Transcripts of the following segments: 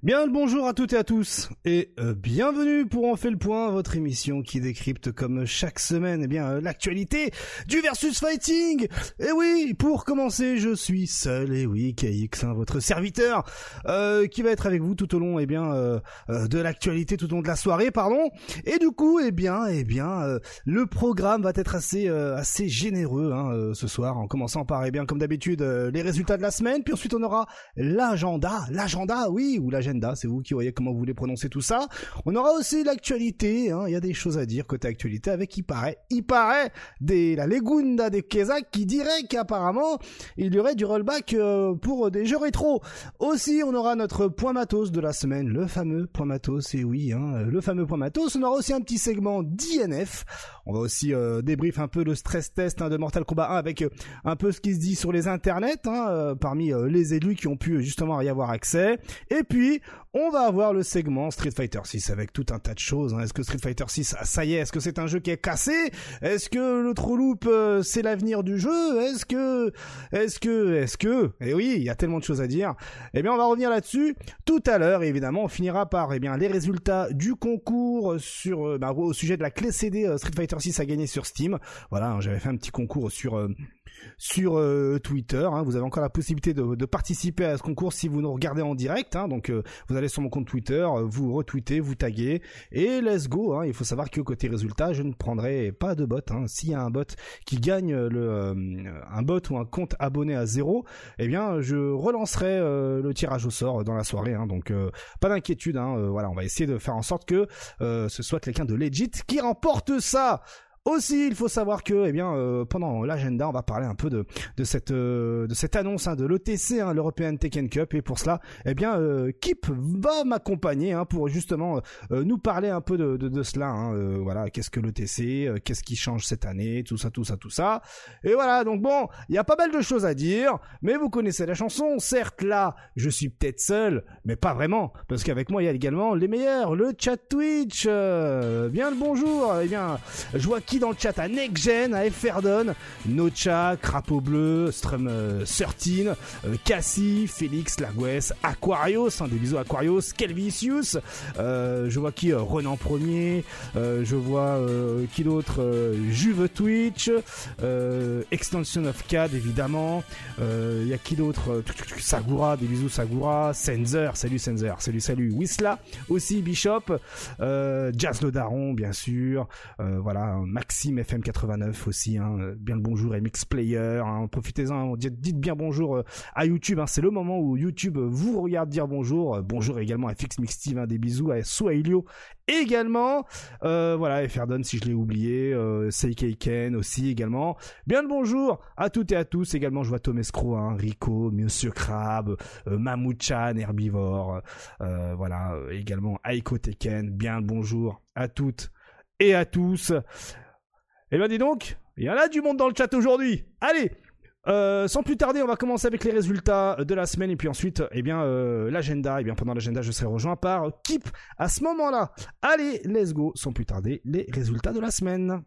Bien le bonjour à toutes et à tous et bienvenue pour On fait le point, votre émission qui décrypte comme chaque semaine l'actualité du versus fighting. Et oui, pour commencer, je suis seul, et oui, KX, votre serviteur qui va être avec vous tout au long de l'actualité, tout au long de la soirée, pardon. Et du coup, le programme va être assez généreux ce soir, en commençant par comme d'habitude les résultats de la semaine, puis ensuite on aura l'agenda, oui, ou l'agenda, c'est vous qui voyez comment vous voulez prononcer tout ça. On aura aussi l'actualité, il y a des choses à dire côté actualité avec il paraît la Legunda de Kezak qui dirait qu'apparemment il y aurait du rollback pour des jeux rétro. Aussi, on aura notre point matos de la semaine, le fameux point matos, et oui, le fameux point matos. On aura aussi un petit segment d'INF. On va aussi débrief un peu le stress test de Mortal Kombat 1 avec un peu ce qui se dit sur les internets, parmi les élus qui ont pu justement y avoir accès. Et puis, on va avoir le segment Street Fighter 6 avec tout un tas de choses. Est-ce que Street Fighter 6, ça y est, est-ce que c'est un jeu qui est cassé? Est-ce que le True Loop, c'est l'avenir du jeu? Est-ce que... Et oui, il y a tellement de choses à dire. Eh bien, on va revenir là-dessus tout à l'heure. Et évidemment, on finira par les résultats du concours sur au sujet de la clé CD Street Fighter 6 à gagner sur Steam. Voilà, j'avais fait un petit concours sur Twitter, vous avez encore la possibilité de participer à ce concours si vous nous regardez en direct, donc vous allez sur mon compte Twitter, vous retweetez, vous taguez et let's go. Il faut savoir que côté résultat, je ne prendrai pas de bot. S'il y a un bot qui gagne un bot ou un compte abonné à 0, je relancerai le tirage au sort dans la soirée, donc pas d'inquiétude, voilà, on va essayer de faire en sorte que ce soit quelqu'un de legit qui remporte ça. Aussi, il faut savoir que, pendant l'agenda, on va parler un peu de cette annonce de l'ETC, l'European Tekken Cup, et pour cela, Kip va m'accompagner pour justement nous parler un peu de cela. Voilà, qu'est-ce que l'ETC, qu'est-ce qui change cette année, tout ça. Et voilà, donc bon, il y a pas mal de choses à dire, mais vous connaissez la chanson. Certes, là, je suis peut-être seul, mais pas vraiment, parce qu'avec moi, il y a également les meilleurs, le chat Twitch. Bien le bonjour. Je vois qui dans le chat à NextGen, à Ferdon, Nocha, Crapaud Bleu, Strum 13, Cassie, Félix, Lagouès, Aquarius, des bisous Aquarius, Kelvicius, je vois qui, Renan Premier, je vois qui d'autre, Juve Twitch, Extension of CAD évidemment, il y a qui d'autre, Sagura, des bisous Sagura, Senzer, salut, Wisla, aussi Bishop, Jazz le Daron bien sûr, voilà, Maxime FM89 aussi, bien le bonjour MX Player, profitez-en, dites bien bonjour à YouTube, c'est le moment où YouTube vous regarde dire bonjour. Bonjour également à FX Mixtive, des bisous à Swahilio également, voilà, Ferdon si je l'ai oublié, Seikeiken aussi également, bien le bonjour à toutes et à tous. Également je vois Tom Escro, Rico, Monsieur Crab, Mamouchan, Herbivore, voilà, également Aiko Tekken, bien le bonjour à toutes et à tous. Et bien dis donc, il y en a du monde dans le chat aujourd'hui. Allez, sans plus tarder, on va commencer avec les résultats de la semaine et puis ensuite, l'agenda. Pendant l'agenda, je serai rejoint par Kip à ce moment-là. Allez, let's go. Sans plus tarder, les résultats de la semaine.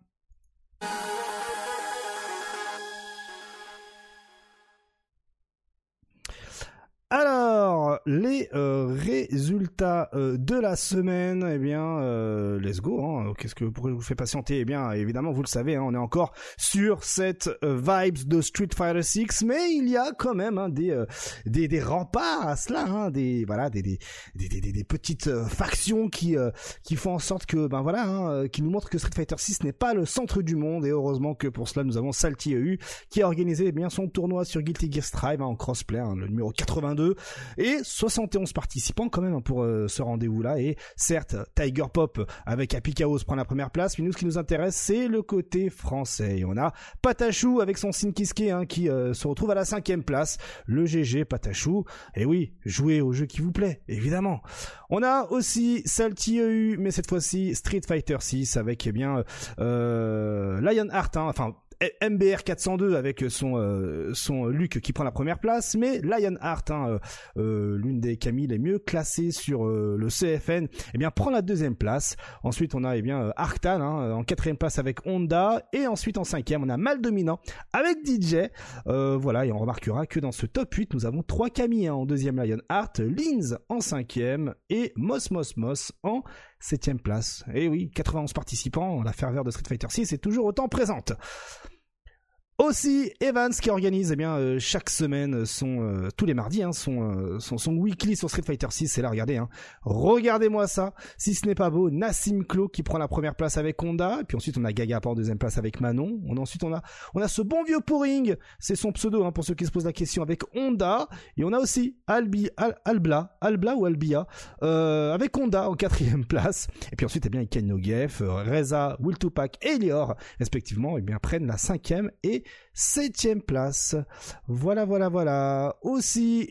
Alors, les résultats de la semaine, let's go. Pourquoi je vous fais patienter? Évidemment, vous le savez, on est encore sur cette vibes de Street Fighter 6, mais il y a quand même des remparts à cela, des petites factions qui font en sorte que qui nous montrent que Street Fighter 6 n'est pas le centre du monde. Et heureusement que pour cela, nous avons Salty EU qui a organisé son tournoi sur Guilty Gear Strive en crossplay, le numéro 82. Et 71 participants quand même pour ce rendez-vous-là. Et certes, Tiger Pop avec Happy Chaos prend la première place, mais nous, ce qui nous intéresse, c'est le côté français. Et on a Patachou avec son Sinkiske qui se retrouve à la 5e place. Le GG Patachou. Et oui, jouez au jeu qui vous plaît, évidemment. On a aussi Salty EU, mais cette fois-ci Street Fighter 6 avec Lionheart, MBR 402 avec son Luke qui prend la première place, mais Lionheart, l'une des Camille les mieux classées sur le CFN, eh bien prend la deuxième place. Ensuite on a Arctan en quatrième place avec Honda, et ensuite en cinquième on a Mal Dominant avec DJ. Voilà, et on remarquera que dans ce top 8 nous avons 3 Camille en deuxième, Lionheart, Linz en cinquième et Moss en 7ème place. Et oui, 91 participants, la ferveur de Street Fighter 6 est toujours autant présente. Aussi, Evans qui organise chaque semaine tous les mardis son weekly sur Street Fighter 6. Et là, regardez-moi ça. Si ce n'est pas beau, Nassim Klo qui prend la première place avec Honda, et puis ensuite on a Gaga en deuxième place avec Manon. Ensuite on a ce bon vieux Pouring, c'est son pseudo pour ceux qui se posent la question, avec Honda. Et on a aussi Albla ou Albia avec Honda en 4ème place. Et puis ensuite Ken Nogef, Reza, Will Tupac et Lior respectivement prennent la 5ème et 7ème place. Voilà. Aussi,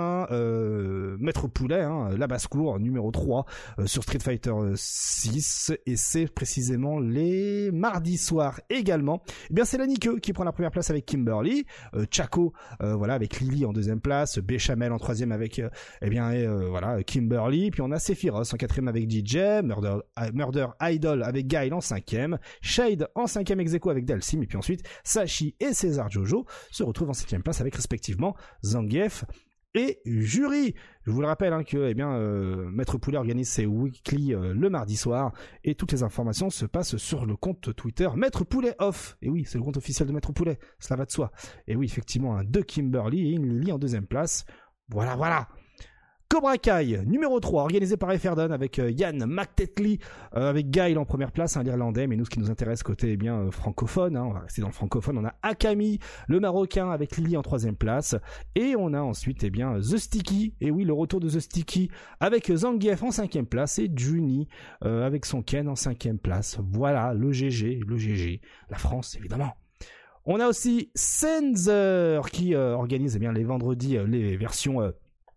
Maître Poulet, la basse-cour, numéro 3 sur Street Fighter 6, et c'est précisément les mardis soirs également. C'est la Nike qui prend la première place avec Kimberly, Chaco, avec Lily en deuxième place, Béchamel en troisième avec, Kimberly, puis on a Sephiroth en 4ème avec DJ, Murder Idol avec Guile en 5ème, Shade en 5ème ex-aequo avec Dalsim, et puis ensuite Sachi et César Jojo se retrouvent en 7ème place avec respectivement Zangief et Jury. Je vous le rappelle que Maître Poulet organise ses weekly le mardi soir, et toutes les informations se passent sur le compte Twitter Maître Poulet Off. Et oui, c'est le compte officiel de Maître Poulet, cela va de soi. Et oui, effectivement, 2 Kimberly et une Lily en 2ème place. Voilà. Cobra Kai, numéro 3, organisé par Efferdon avec Yann McTetley, avec Guile en première place, l'Irlandais, mais nous, ce qui nous intéresse côté francophone, on va rester dans le francophone, on a Akami, le Marocain, avec Lily en 3ème place, et on a ensuite The Sticky, et oui, le retour de The Sticky, avec Zangief en 5ème place, et Juni avec son Ken en 5ème place. Voilà, le GG, la France, évidemment. On a aussi Sensor qui organise les vendredis les versions...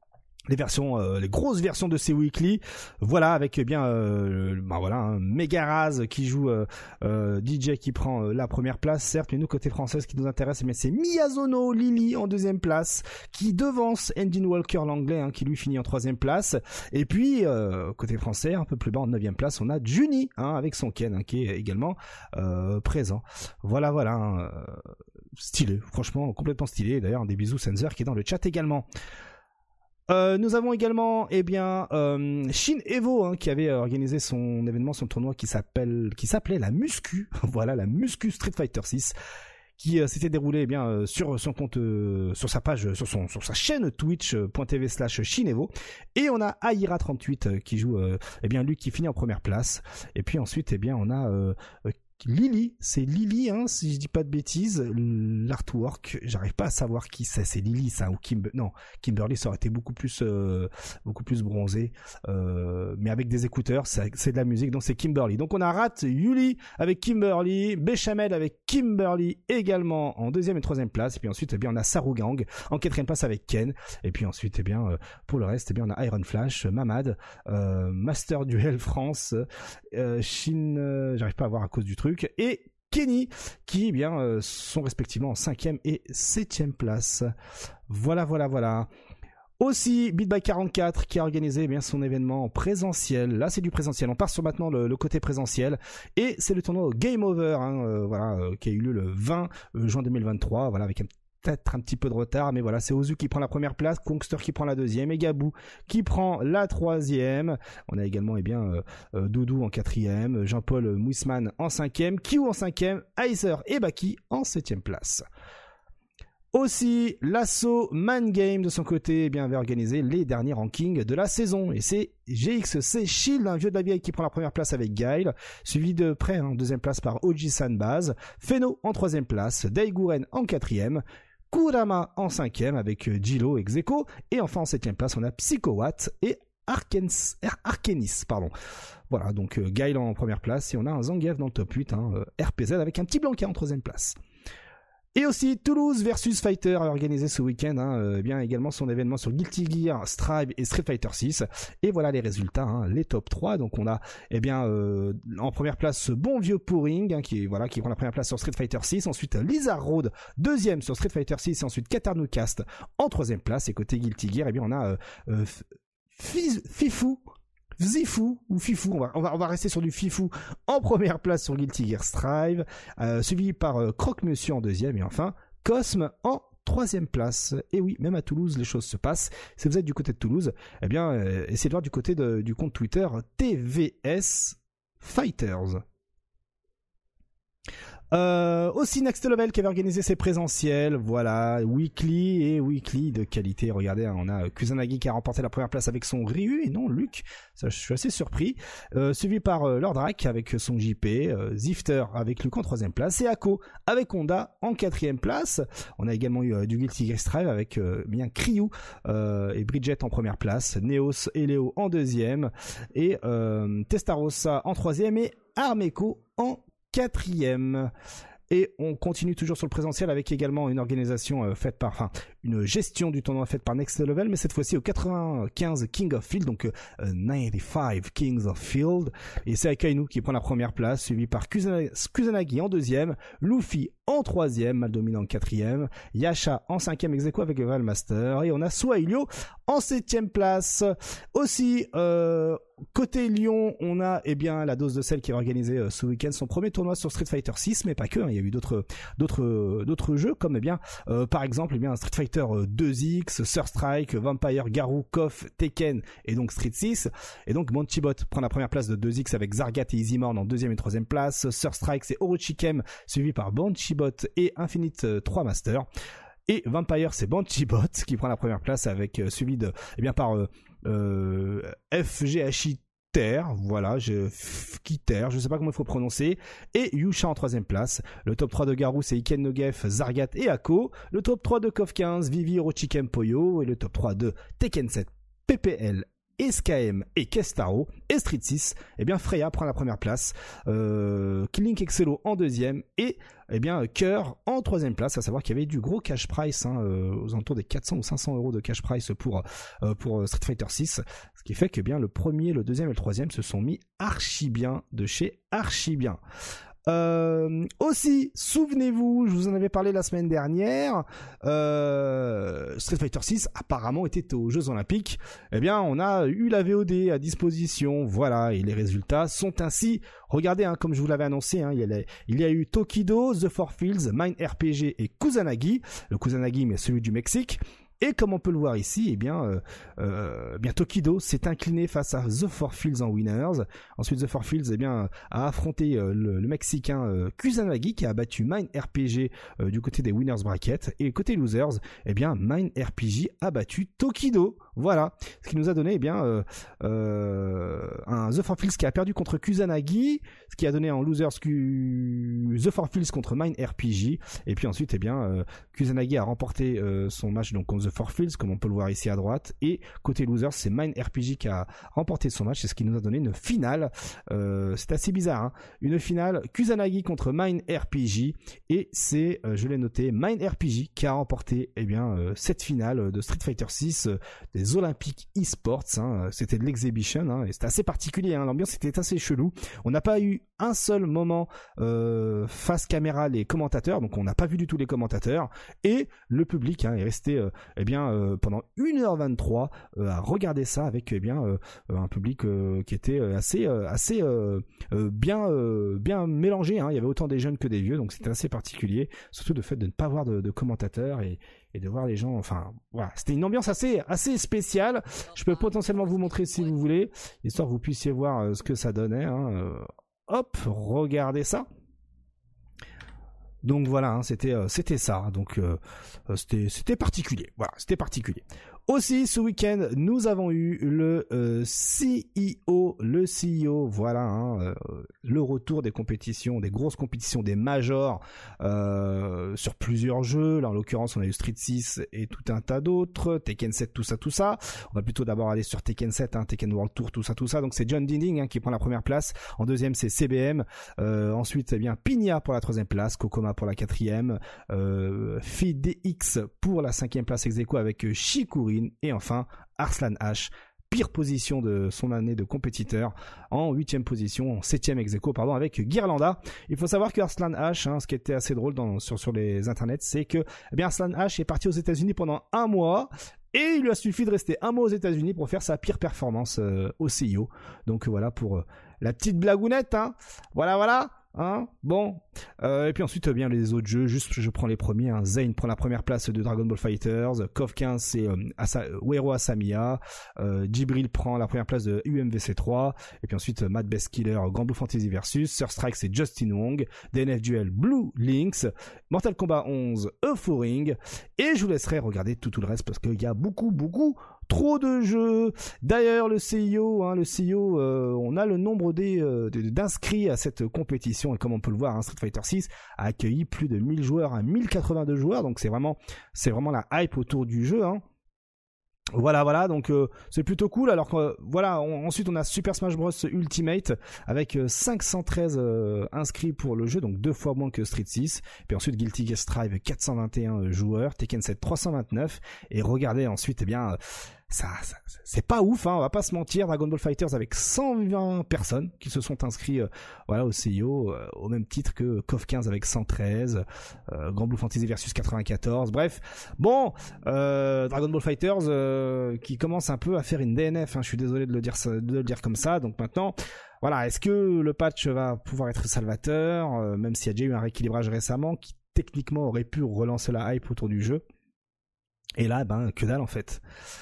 les grosses versions de ces weekly, avec Megaraz qui joue DJ qui prend la première place, certes, mais nous côté français, ce qui nous intéresse, c'est Miyazono Lily en 2ème place, qui devance Endin Walker l'anglais, qui lui finit en 3ème place, et puis côté français, un peu plus bas en 9ème place, on a Juni avec son Ken qui est également présent. Voilà, stylé, franchement complètement stylé. D'ailleurs, des bisous Sensor qui est dans le chat également. Nous avons également Shin Evo qui avait organisé son événement, son tournoi qui s'appelait la Muscu. Voilà, la Muscu Street Fighter 6, qui s'était déroulé sur son compte, sur sa page, sur sa chaîne twitch.tv/Shinevo. Et on a Aira38 qui joue lui qui finit en première place. Et puis ensuite on a Lily, c'est Lily, si je dis pas de bêtises, l'artwork, j'arrive pas à savoir qui c'est Lily ça, ou Kimberly, ça aurait été beaucoup plus bronzé, mais avec des écouteurs, c'est de la musique, donc c'est Kimberly. Donc on a Rat Yuli avec Kimberly, Béchamel avec Kimberly également en 2ème et 3ème place, et puis ensuite on a Sarugang en 4ème place avec Ken, et puis ensuite pour le reste on a Iron Flash, Mamad, Master Duel France, Shin, j'arrive pas à voir à cause du truc, et Kenny qui sont respectivement en 5ème et 7ème place. Voilà. Aussi, Beat by 44 qui a organisé son événement en présentiel. Là, c'est du présentiel. On part sur maintenant le côté présentiel, et c'est le tournoi Game Over, qui a eu lieu le 20 juin 2023. Voilà, avec peut-être un petit peu de retard, mais voilà, c'est Ozu qui prend la première place, Kongster qui prend la 2ème, et Gabou qui prend la 3ème. On a également Doudou en 4ème, Jean-Paul Mouisman en 5ème, Kiu en 5ème, Heiser et Baki en 7ème place. Aussi, l'assaut Man Game de son côté avait organisé les derniers rankings de la saison, et c'est GXC Shield, un vieux de la vieille, qui prend la première place avec Guile, suivi de près en 2ème place par Oji-san Baz, Feno en 3ème place, Daiguren en 4ème, Kurama en 5ème avec Jilo ex-aequo, et enfin en 7ème place on a Psychowatt et Arkenis, pardon. Voilà, donc Guile en première place, et on a un Zangief dans le top 8, RPZ avec un petit Blanca en 3ème place. Et aussi Toulouse versus Fighter a organisé ce week-end eh bien également son événement sur Guilty Gear, Strive et Street Fighter 6. Et voilà les résultats, les top 3. Donc on a en première place ce bon vieux Pouring qui prend la première place sur Street Fighter 6. Ensuite Lizard Road deuxième sur Street Fighter 6. Et ensuite Katarnoucast en troisième place. Et côté Guilty Gear, on a Fifou, on va rester sur du Fifou en première place sur Guilty Gear Strive, suivi par Croque-Monsieur en deuxième et enfin Cosme en troisième place. Et oui, même à Toulouse, les choses se passent. Si vous êtes du côté de Toulouse, essayez de voir du côté du compte Twitter TVS Fighters. Aussi Next Level qui avait organisé ses présentiels, voilà, weekly de qualité. Regardez, on a Kusanagi qui a remporté la première place avec son Ryu et non Luke, ça je suis assez surpris, suivi par Lordrak avec son JP, Zifter avec Luke en troisième place et Ako avec Honda en quatrième place. On a également eu du Guilty Gear Strive avec bien Kryu et Bridget en première place, Neos et Léo en deuxième et Testarossa en troisième et Armeco en quatrième. Et on continue toujours sur le présentiel avec également une organisation une gestion du tournoi faite par Next Level, mais cette fois-ci au 95 King of Field, donc 95 Kings of Field. Et c'est Akainu qui prend la première place, suivi par Kusanagi en deuxième, Luffy en troisième, Maldomino en quatrième, Yasha en cinquième ex aequo avec Valmaster, et on a Suailio en septième place. Aussi, côté Lyon, on a la dose de sel qui va organiser ce week-end son premier tournoi sur Street Fighter 6, mais pas que, il y a eu d'autres jeux comme par exemple Street Fighter 2X, Sur Strike, Vampire, Garou, KOF, Tekken et donc Street 6. Et donc Monchibot prend la première place de 2X avec Zargat et Easymorn en deuxième et troisième place. Sur Strike c'est Orochikem suivi par Monchibot et Infinite 3 Master. Et Vampire c'est Banchibot qui prend la première place avec suivi de par FGHI voilà, je sais pas comment il faut prononcer, et Yusha en troisième place. Le top 3 de Garou c'est Iken Nogef, Zargat et Ako. Le top 3 de KOF 15, Vivi, Orochikem, Poyo. Et le top 3 de Tekken 7, PPL, SKM et Kestaro. Et Street 6, Freya prend la première place, Link Excello en deuxième et Cœur en troisième place. À savoir qu'il y avait du gros cash price aux alentours des 400 ou 500 euros de cash price pour Street Fighter 6, ce qui fait que le premier, le deuxième et le troisième se sont mis archi bien de chez archi bien. Aussi, souvenez-vous, je vous en avais parlé la semaine dernière, Street Fighter 6 apparemment était aux Jeux Olympiques. On a eu la VOD à disposition, voilà, et les résultats sont ainsi. Regardez, comme je vous l'avais annoncé, il y a eu Tokido, The Four Fields, Mine RPG et Kusanagi. Le Kusanagi, mais celui du Mexique. Et comme on peut le voir ici, Tokido s'est incliné face à The Four Fields en winners. Ensuite, The Four Fields a affronté le Mexicain Kusanagi qui a battu Mine RPG du côté des winners bracket. Et côté losers, Mine RPG a battu Tokido. Voilà, ce qui nous a donné un The Four Fields qui a perdu contre Kusanagi, ce qui a donné en losers The Four Fields contre Mine RPG. Et puis ensuite, Kusanagi a remporté son match donc contre The Four Fields, comme on peut le voir ici à droite. Et côté losers, c'est Mine RPG qui a remporté son match, c'est ce qui nous a donné une finale. C'est assez bizarre, une finale Kusanagi contre Mine RPG. Et c'est, je l'ai noté, Mine RPG qui a remporté cette finale de Street Fighter 6 des Olympiques eSports. C'était de l'exhibition, et c'était assez particulier, l'ambiance était assez chelou. On n'a pas eu un seul moment face caméra les commentateurs, donc on n'a pas vu du tout les commentateurs, et le public est resté pendant 1h23 à regarder ça avec un public qui était assez bien mélangé, il y avait autant des jeunes que des vieux, donc c'était assez particulier, surtout le fait de ne pas voir de commentateurs et de voir les gens, voilà, c'était une ambiance assez spéciale. Je peux potentiellement vous montrer si vous voulez, histoire que vous puissiez voir ce que ça donnait. Hop, regardez ça. Donc voilà, c'était ça. Donc c'était particulier. Voilà, c'était particulier. Aussi, ce week-end, nous avons eu le CEO, voilà, hein, le retour des compétitions, des grosses compétitions, des majors sur plusieurs jeux. Là, en l'occurrence, on a eu Street 6 et tout un tas d'autres, Tekken 7, tout ça. On va plutôt d'abord aller sur Tekken 7, hein, Tekken World Tour, tout ça. Donc c'est John Dinding hein, qui prend la première place. En deuxième, c'est CBM. Ensuite, eh bien Pinya pour la troisième place, Kokoma pour la quatrième, FIDX pour la cinquième place ex-aequo avec Shikurin. Et enfin, Arslan H, pire position de son année de compétiteur, en 8e position, en 7e ex-aequo, avec Guirlanda. Il faut savoir que Arslan H, hein, ce qui était assez drôle sur les internets, c'est que eh bien Arslan H est parti aux États-Unis pendant un mois. Et il lui a suffi de rester un mois aux États-Unis pour faire sa pire performance au CIO. Donc voilà pour la petite blagounette. Hein. Voilà. Hein, bon, et puis ensuite bien les autres jeux, juste je prends les premiers, hein. Zane prend la première place de Dragon Ball Fighters, KOF 15 c'est Uero Asamiya, Jibril prend la première place de UMVC 3, et puis ensuite Mad Best Killer, Grand Blue Fantasy Versus, Sur Strike c'est Justin Wong, DNF Duel Blue Lynx, Mortal Kombat 11 Euphoring, et je vous laisserai regarder tout le reste parce qu'il y a beaucoup trop de jeux. D'ailleurs, le CIO, on a le nombre d'inscrits à cette compétition et comme on peut le voir, hein, Street Fighter 6 a accueilli plus de 1000 joueurs, hein, 1082 joueurs, donc c'est vraiment la hype autour du jeu. Hein. Voilà, donc c'est plutôt cool. Alors que ensuite on a Super Smash Bros Ultimate avec 513 inscrits pour le jeu, donc 2 fois moins que Street 6. Puis ensuite Guilty Gear Strive 421 joueurs, Tekken 7 329 et regardez ensuite ça c'est pas ouf, hein, on va pas se mentir. Dragon Ball Fighters avec 120 personnes qui se sont inscrits au CIO, au même titre que KOF 15 avec 113, Grand Blue Fantasy Versus 94. Bref, bon, Dragon Ball Fighters qui commence un peu à faire une DNF. Hein, je suis désolé de le dire comme ça. Donc maintenant, voilà, est-ce que le patch va pouvoir être salvateur, même s'il y a déjà eu un rééquilibrage récemment qui techniquement aurait pu relancer la hype autour du jeu. Et là, que dalle en fait.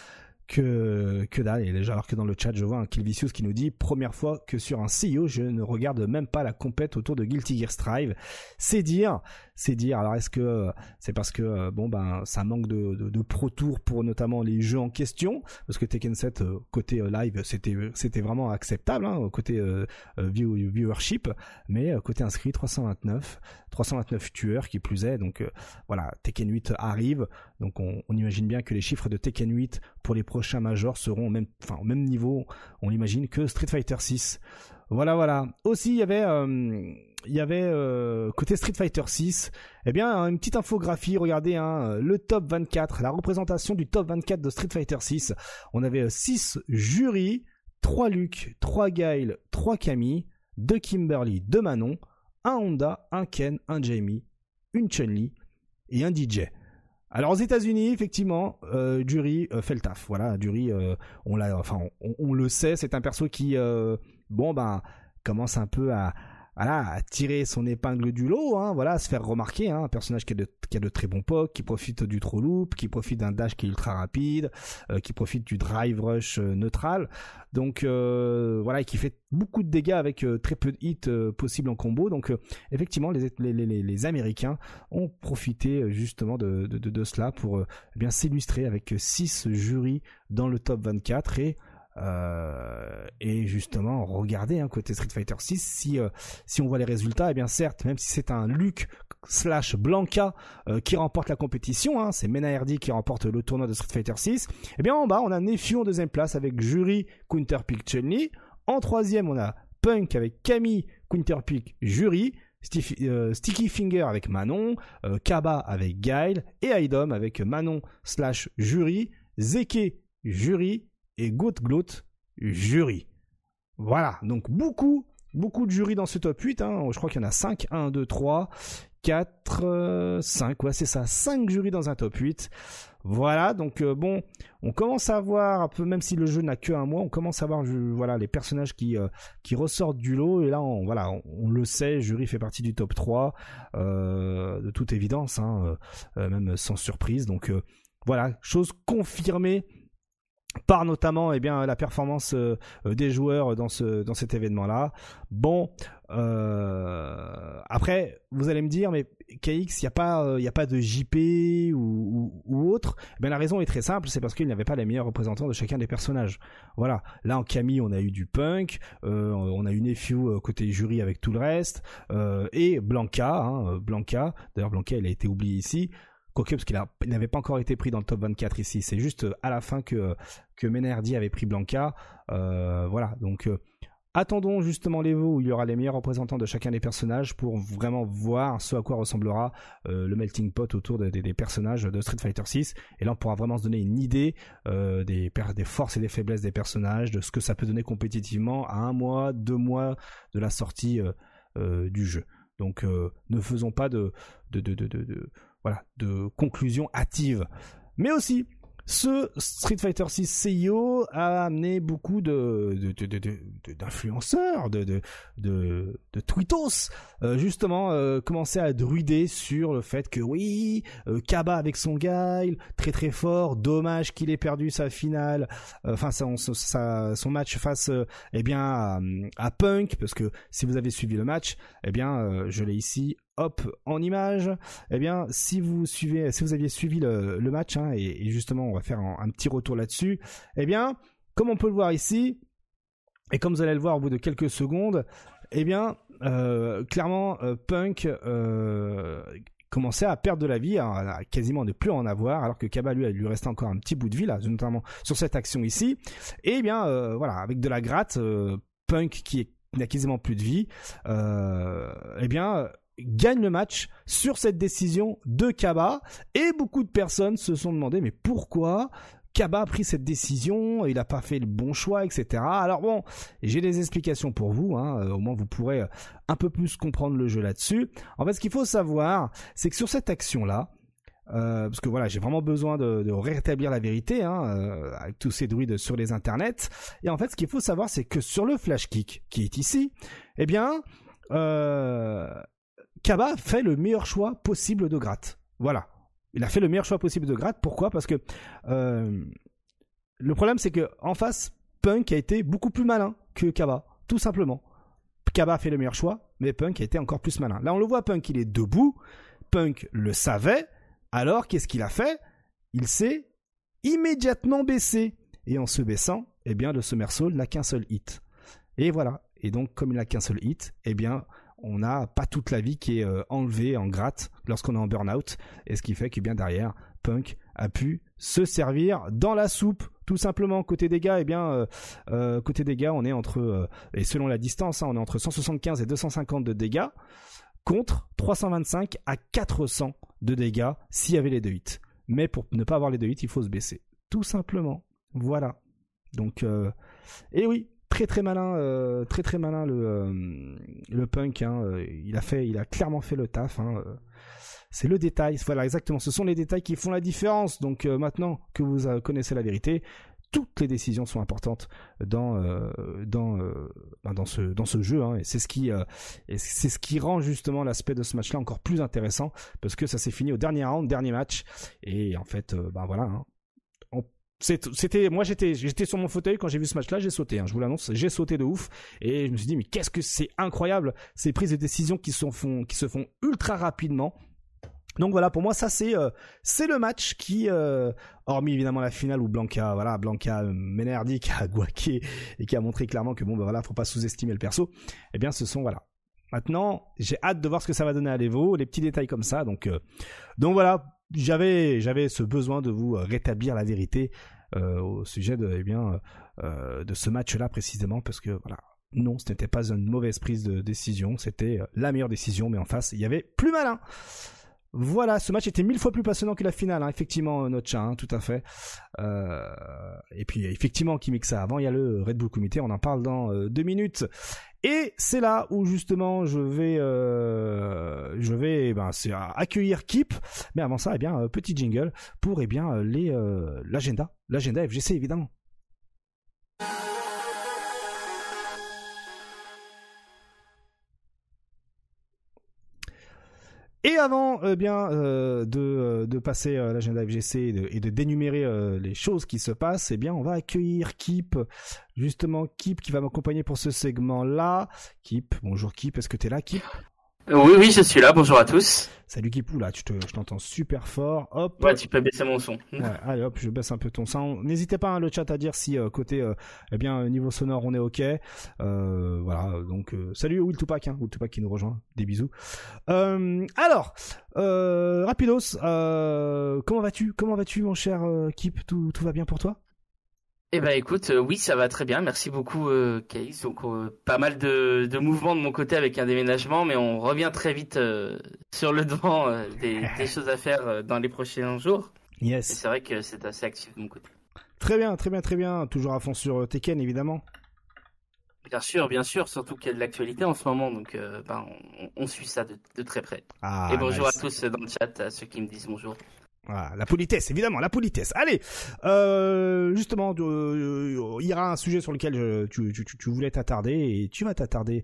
Que dalle. Et déjà, alors que dans le chat je vois un Killvicious qui nous dit première fois que sur un CEO je ne regarde même pas la compète autour de Guilty Gear Strive. C'est dire. Alors est-ce que c'est parce que ça manque de Pro Tour pour notamment les jeux en question, parce que Tekken 7 côté live c'était vraiment acceptable, hein, côté viewership, mais côté inscrit 329 tueurs qui plus est. Donc voilà, Tekken 8 arrive, donc on imagine bien que les chiffres de Tekken 8 pour les prochains majors seront au même niveau, on l'imagine, que Street Fighter 6. Voilà. Aussi, il y avait côté Street Fighter 6, une petite infographie. Regardez, hein, le top 24, la représentation du top 24 de Street Fighter 6. On avait 6 jurys, 3 Luke, 3 Guile, 3 Camille, 2 Kimberly, 2 Manon, 1 Honda, 1 Ken, 1 Jamie, une Chun-Li et un DJ. Alors aux États-Unis, effectivement, Jury fait le taf. Voilà, Jury, on le sait, c'est un perso qui, commence un peu à tirer son épingle du lot, hein, à se faire remarquer, hein, un personnage qui a de très bons pokes, qui profite du throw loop, qui profite d'un dash qui est ultra rapide, qui profite du drive rush neutral, donc et qui fait beaucoup de dégâts avec très peu de hits possibles en combo. Donc effectivement les Américains ont profité justement de cela pour bien s'illustrer avec 6 jurys dans le top 24 et justement regardez, hein, côté Street Fighter 6, si on voit les résultats, certes, même si c'est un Luke / Blanca qui remporte la compétition, hein, c'est Mena RD qui remporte le tournoi de Street Fighter 6, en bas on a Nephew en deuxième place avec Jury, Counterpick, Chun-Li. En troisième on a Punk avec Camille, Counterpick, Jury, Sticky Finger avec Manon, Kaba avec Guile et Aidom avec Manon / Jury, Zeke, Jury et Goat jury. Voilà, donc beaucoup de jurys dans ce top 8, hein. Je crois qu'il y en a 5, 1, 2, 3, 4, 5, ouais c'est ça, 5 jurys dans un top 8. Voilà, donc on commence à voir un peu, même si le jeu n'a que un mois, on commence à voir les personnages qui ressortent du lot, et là on le sait, Jury fait partie du top 3 de toute évidence, hein, même sans surprise. Donc chose confirmée par notamment la performance des joueurs dans cet événement-là. Bon, après vous allez me dire, mais KX, il y a pas de JP ou autre. La raison est très simple, c'est parce qu'il n'y avait pas les meilleurs représentants de chacun des personnages. Voilà, là en Camille on a eu du Punk, on a eu Nephew côté jury avec tout le reste, et Blanca, d'ailleurs Blanca il a été oublié ici. Quoique, parce qu'il n'avait pas encore été pris dans le top 24 ici. C'est juste à la fin que Menardi avait pris Blanca. Voilà, donc attendons justement l'Evo où il y aura les meilleurs représentants de chacun des personnages pour vraiment voir ce à quoi ressemblera le melting pot autour des personnages de Street Fighter 6. Et là, on pourra vraiment se donner une idée des forces et des faiblesses des personnages, de ce que ça peut donner compétitivement à 1 mois, 2 mois de la sortie du jeu. Donc, ne faisons pas de conclusion hâtive. Mais aussi, ce Street Fighter 6 CIO a amené beaucoup d'influenceurs, de tweetos, justement, commencer à druider sur le fait que oui, Kaba avec son Guile, très très fort, dommage qu'il ait perdu sa finale, son match face à Punk, parce que si vous avez suivi le match, je l'ai ici, hop, en image. Si vous aviez suivi le match, et justement, on va faire un petit retour là-dessus. Comme on peut le voir ici, et comme vous allez le voir au bout de quelques secondes, clairement, Punk commençait à perdre de la vie, à quasiment ne plus en avoir, alors que Kaba lui restait encore un petit bout de vie là, notamment sur cette action ici. Et avec de la gratte, Punk qui n'a quasiment plus de vie, gagne le match sur cette décision de Kaba, et beaucoup de personnes se sont demandé mais pourquoi Kaba a pris cette décision, il n'a pas fait le bon choix, etc. Alors bon, j'ai des explications pour vous, au moins vous pourrez un peu plus comprendre le jeu là-dessus. En fait, ce qu'il faut savoir, c'est que sur cette action-là, parce que voilà, j'ai vraiment besoin de rétablir la vérité avec tous ces druides sur les internets, et en fait ce qu'il faut savoir, c'est que sur le flash kick qui est ici, Kaba fait le meilleur choix possible de gratte. Voilà. Il a fait le meilleur choix possible de gratte. Pourquoi ? Parce que le problème, c'est que en face, Punk a été beaucoup plus malin que Kaba. Tout simplement. Kaba a fait le meilleur choix, mais Punk a été encore plus malin. Là, on le voit, Punk, il est debout. Punk le savait. Alors, qu'est-ce qu'il a fait ? Il s'est immédiatement baissé. Et en se baissant, le Somersault n'a qu'un seul hit. Et voilà. Et donc, comme il n'a qu'un seul hit, on n'a pas toute la vie qui est enlevée en gratte lorsqu'on est en burn-out, et ce qui fait que derrière, Punk a pu se servir dans la soupe, tout simplement. Côté dégâts, on est entre, et selon la distance, on est entre 175 et 250 de dégâts, contre 325 à 400 de dégâts s'il y avait les 2 hits. Mais pour ne pas avoir les 2 hits, il faut se baisser. Tout simplement. Voilà. Donc, et oui, très très malin le Punk, il a clairement fait le taf, c'est le détail, voilà, exactement, ce sont les détails qui font la différence. Donc maintenant que vous connaissez la vérité, toutes les décisions sont importantes dans ce jeu, et c'est ce qui rend justement l'aspect de ce match là encore plus intéressant, parce que ça s'est fini au dernier round, dernier match, et en fait moi j'étais sur mon fauteuil quand j'ai vu ce match là, j'ai sauté, je vous l'annonce, j'ai sauté de ouf, et je me suis dit mais qu'est-ce que c'est incroyable, ces prises de décision qui se font ultra rapidement. Donc voilà, pour moi ça c'est le match qui, hormis évidemment la finale où Blanca Menardi qui a guaqué et qui a montré clairement que faut pas sous-estimer le perso, ce sont maintenant j'ai hâte de voir ce que ça va donner à l'Evo, les petits détails comme ça, donc voilà, j'avais ce besoin de vous rétablir la vérité au sujet de ce match-là précisément, parce que voilà, non, ce n'était pas une mauvaise prise de décision, c'était la meilleure décision, mais en face, il y avait plus malin. Voilà, ce match était 1000 fois plus passionnant que la finale, effectivement, Notcha, tout à fait. Et puis, effectivement, qui mixe ça avant, il y a le Red Bull Comité, on en parle dans 2 minutes. Et c'est là où, justement, je vais accueillir Kip. Mais avant ça, petit jingle pour, l'agenda FGC, évidemment. Et avant de passer l'agenda FGC et de dénumérer les choses qui se passent, eh bien on va accueillir Kip, justement Kip qui va m'accompagner pour ce segment-là. Kip, bonjour Kip, est-ce que t'es là Kip ? Oui, je suis là, bonjour à tous. Salut Kipou, là, je t'entends super fort. Hop. Ouais, tu peux baisser mon son. Ouais, allez hop, je baisse un peu ton son. N'hésitez pas le chat à dire si côté niveau sonore on est ok. Voilà, donc salut Will Tupac, Will Tupac qui nous rejoint. Des bisous. Alors, rapidos, comment vas-tu mon cher Kip, tout va bien pour toi? Eh ben écoute, oui, ça va très bien, merci beaucoup Caïs. Donc pas mal de mouvements de mon côté avec un déménagement, mais on revient très vite sur le devant des choses à faire dans les prochains jours. Yes. Et c'est vrai que c'est assez actif de mon côté. Très bien, toujours à fond sur Tekken évidemment. Bien sûr, surtout qu'il y a de l'actualité en ce moment, donc on suit ça de très près. Et bonjour nice. À tous dans le chat, à ceux qui me disent bonjour. Voilà, la politesse, évidemment, la politesse. Allez, justement, il y aura un sujet sur lequel tu voulais t'attarder et tu vas t'attarder.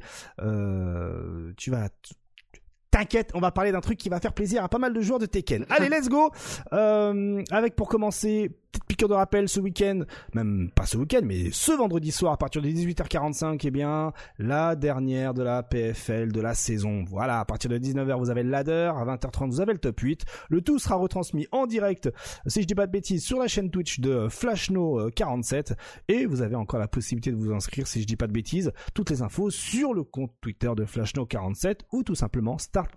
T'inquiète, on va parler d'un truc qui va faire plaisir à pas mal de joueurs de Tekken. Allez, let's go. Avec pour commencer, petite piqûre de rappel ce week-end, même pas ce week-end, mais ce vendredi soir à partir de 18h45, eh bien, la dernière de la PFL de la saison. Voilà, à partir de 19h, vous avez le ladder, à 20h30, vous avez le top 8. Le tout sera retransmis en direct, si je dis pas de bêtises, sur la chaîne Twitch de Flashno47. Et vous avez encore la possibilité de vous inscrire, si je dis pas de bêtises, toutes les infos sur le compte Twitter de Flashno47 ou tout simplement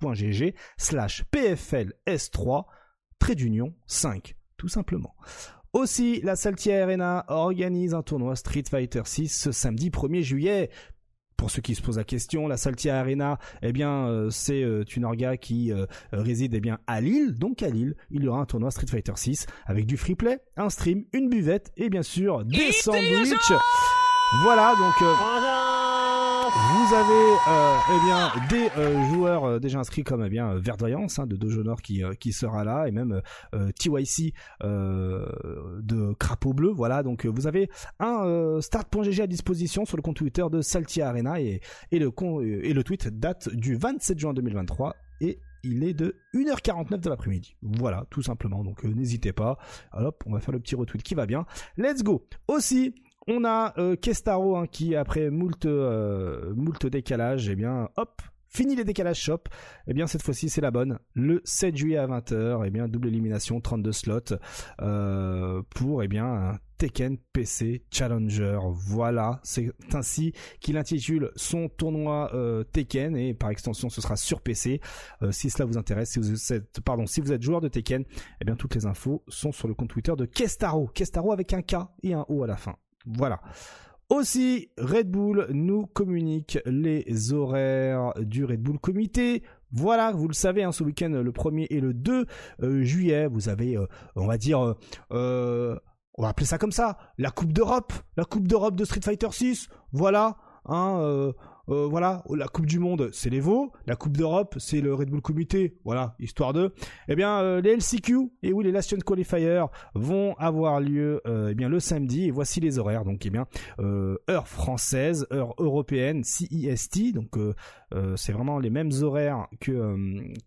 start.gg/PFLS3-5, tout simplement. Aussi, la Saltia Arena organise un tournoi Street Fighter 6 ce samedi 1er juillet. Pour ceux qui se posent la question, la Saltia Arena, eh bien, c'est une orga qui réside à Lille. Donc à Lille, il y aura un tournoi Street Fighter 6 avec du free play, un stream, une buvette et bien sûr des sandwichs. Voilà, donc vous avez des joueurs déjà inscrits comme Verdoyance de Dojo Nord qui sera là et même TYC de Crapaud Bleu. Voilà, donc vous avez un start.gg à disposition sur le compte Twitter de Saltia Arena et le tweet date du 27 juin 2023 et il est de 1h49 de l'après-midi. Voilà, tout simplement. Donc n'hésitez pas. Hop, on va faire le petit retweet qui va bien. Let's go. Aussi, on a Kestaro qui après moult décalages, fini les décalages shop. Cette fois-ci c'est la bonne. Le 7 juillet à 20h, double élimination, 32 slots pour un Tekken PC Challenger. Voilà, c'est ainsi qu'il intitule son tournoi Tekken et par extension ce sera sur PC. Si cela vous intéresse, si vous êtes joueur de Tekken, toutes les infos sont sur le compte Twitter de Kestaro. Kestaro avec un K et un O à la fin. Voilà. Aussi, Red Bull nous communique les horaires du Red Bull Comité. Voilà, vous le savez, ce week-end, le 1er et le 2 juillet, vous avez, on va appeler ça comme ça, la Coupe d'Europe de Street Fighter 6. Voilà, voilà, la Coupe du Monde, c'est l'Evo, la Coupe d'Europe, c'est le Red Bull Comité, voilà, histoire de... les LCQ, et oui, les Last Chance Qualifiers vont avoir lieu le samedi, et voici les horaires, donc heure française, heure européenne, CEST, donc c'est vraiment les mêmes horaires que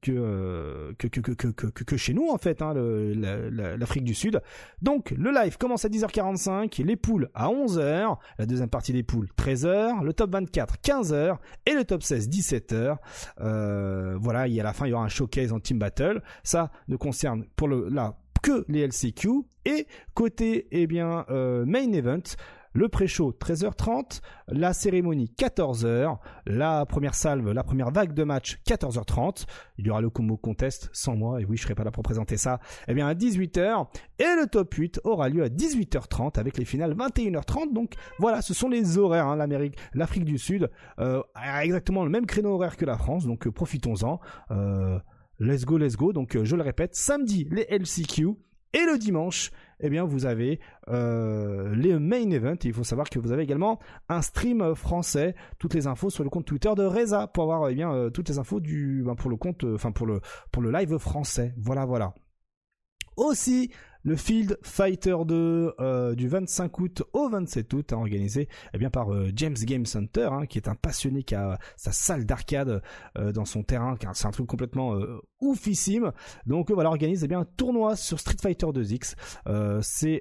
chez nous, en fait, l'Afrique du Sud. Donc, le live commence à 10h45, les poules à 11h, la deuxième partie des poules 13h, le top 24 15h, et le top 16 17h. Voilà, et à la fin il y aura un showcase en team battle. Ça ne concerne que les LCQ. Et côté main event, le pré-show 13h30, la cérémonie 14h, la première vague de match 14h30, il y aura le combo contest sans moi, et oui je serai pas là pour présenter ça, à 18h, et le top 8 aura lieu à 18h30 avec les finales 21h30, donc voilà, ce sont les horaires, l'Afrique du Sud a exactement le même créneau horaire que la France, donc profitons-en, let's go, donc je le répète, samedi les LCQ, et le dimanche, vous avez les main events. Il faut savoir que vous avez également un stream français. Toutes les infos sur le compte Twitter de Reza pour avoir toutes les infos pour le compte, pour le live français. Voilà. Aussi, Le Field Fighter 2 du 25 août au 27 août, organisé par James Game Center, qui est un passionné qui a sa salle d'arcade dans son terrain, car c'est un truc complètement oufissime. Donc voilà, organise un tournoi sur Street Fighter 2X. C'est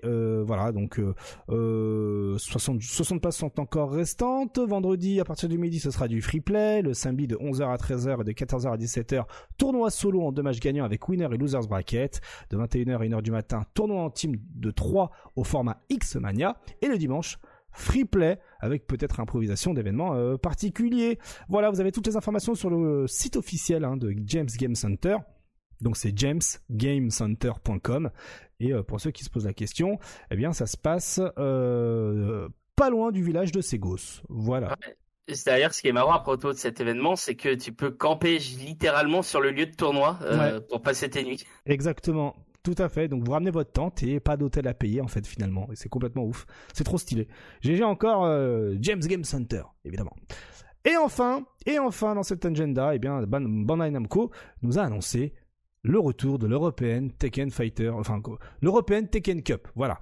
60 places sont encore restantes. Vendredi à partir du midi ce sera du free play. Le samedi de 11h à 13h et de 14h à 17h, tournoi solo en 2 matchs gagnants avec winner et losers bracket. De 21h à 1h du matin, tournoi en team de 3 au format X-Mania. Et le dimanche, free play avec peut-être improvisation d'événements particuliers. Voilà, vous avez toutes les informations sur le site officiel de James Game Center. Donc c'est jamesgamecenter.com. Et pour ceux qui se posent la question, ça se passe pas loin du village de Ségos. Voilà. Ouais. D'ailleurs, ce qui est marrant à propos de cet événement, c'est que tu peux camper littéralement sur le lieu de tournoi pour passer tes nuits. Exactement. Tout à fait, donc vous ramenez votre tente et pas d'hôtel à payer en fait finalement, et c'est complètement ouf, c'est trop stylé. GG encore James Game Center, évidemment. Et enfin dans cette agenda, Bandai Namco nous a annoncé le retour de l'European Tekken Fighter, l'European Tekken Cup, voilà.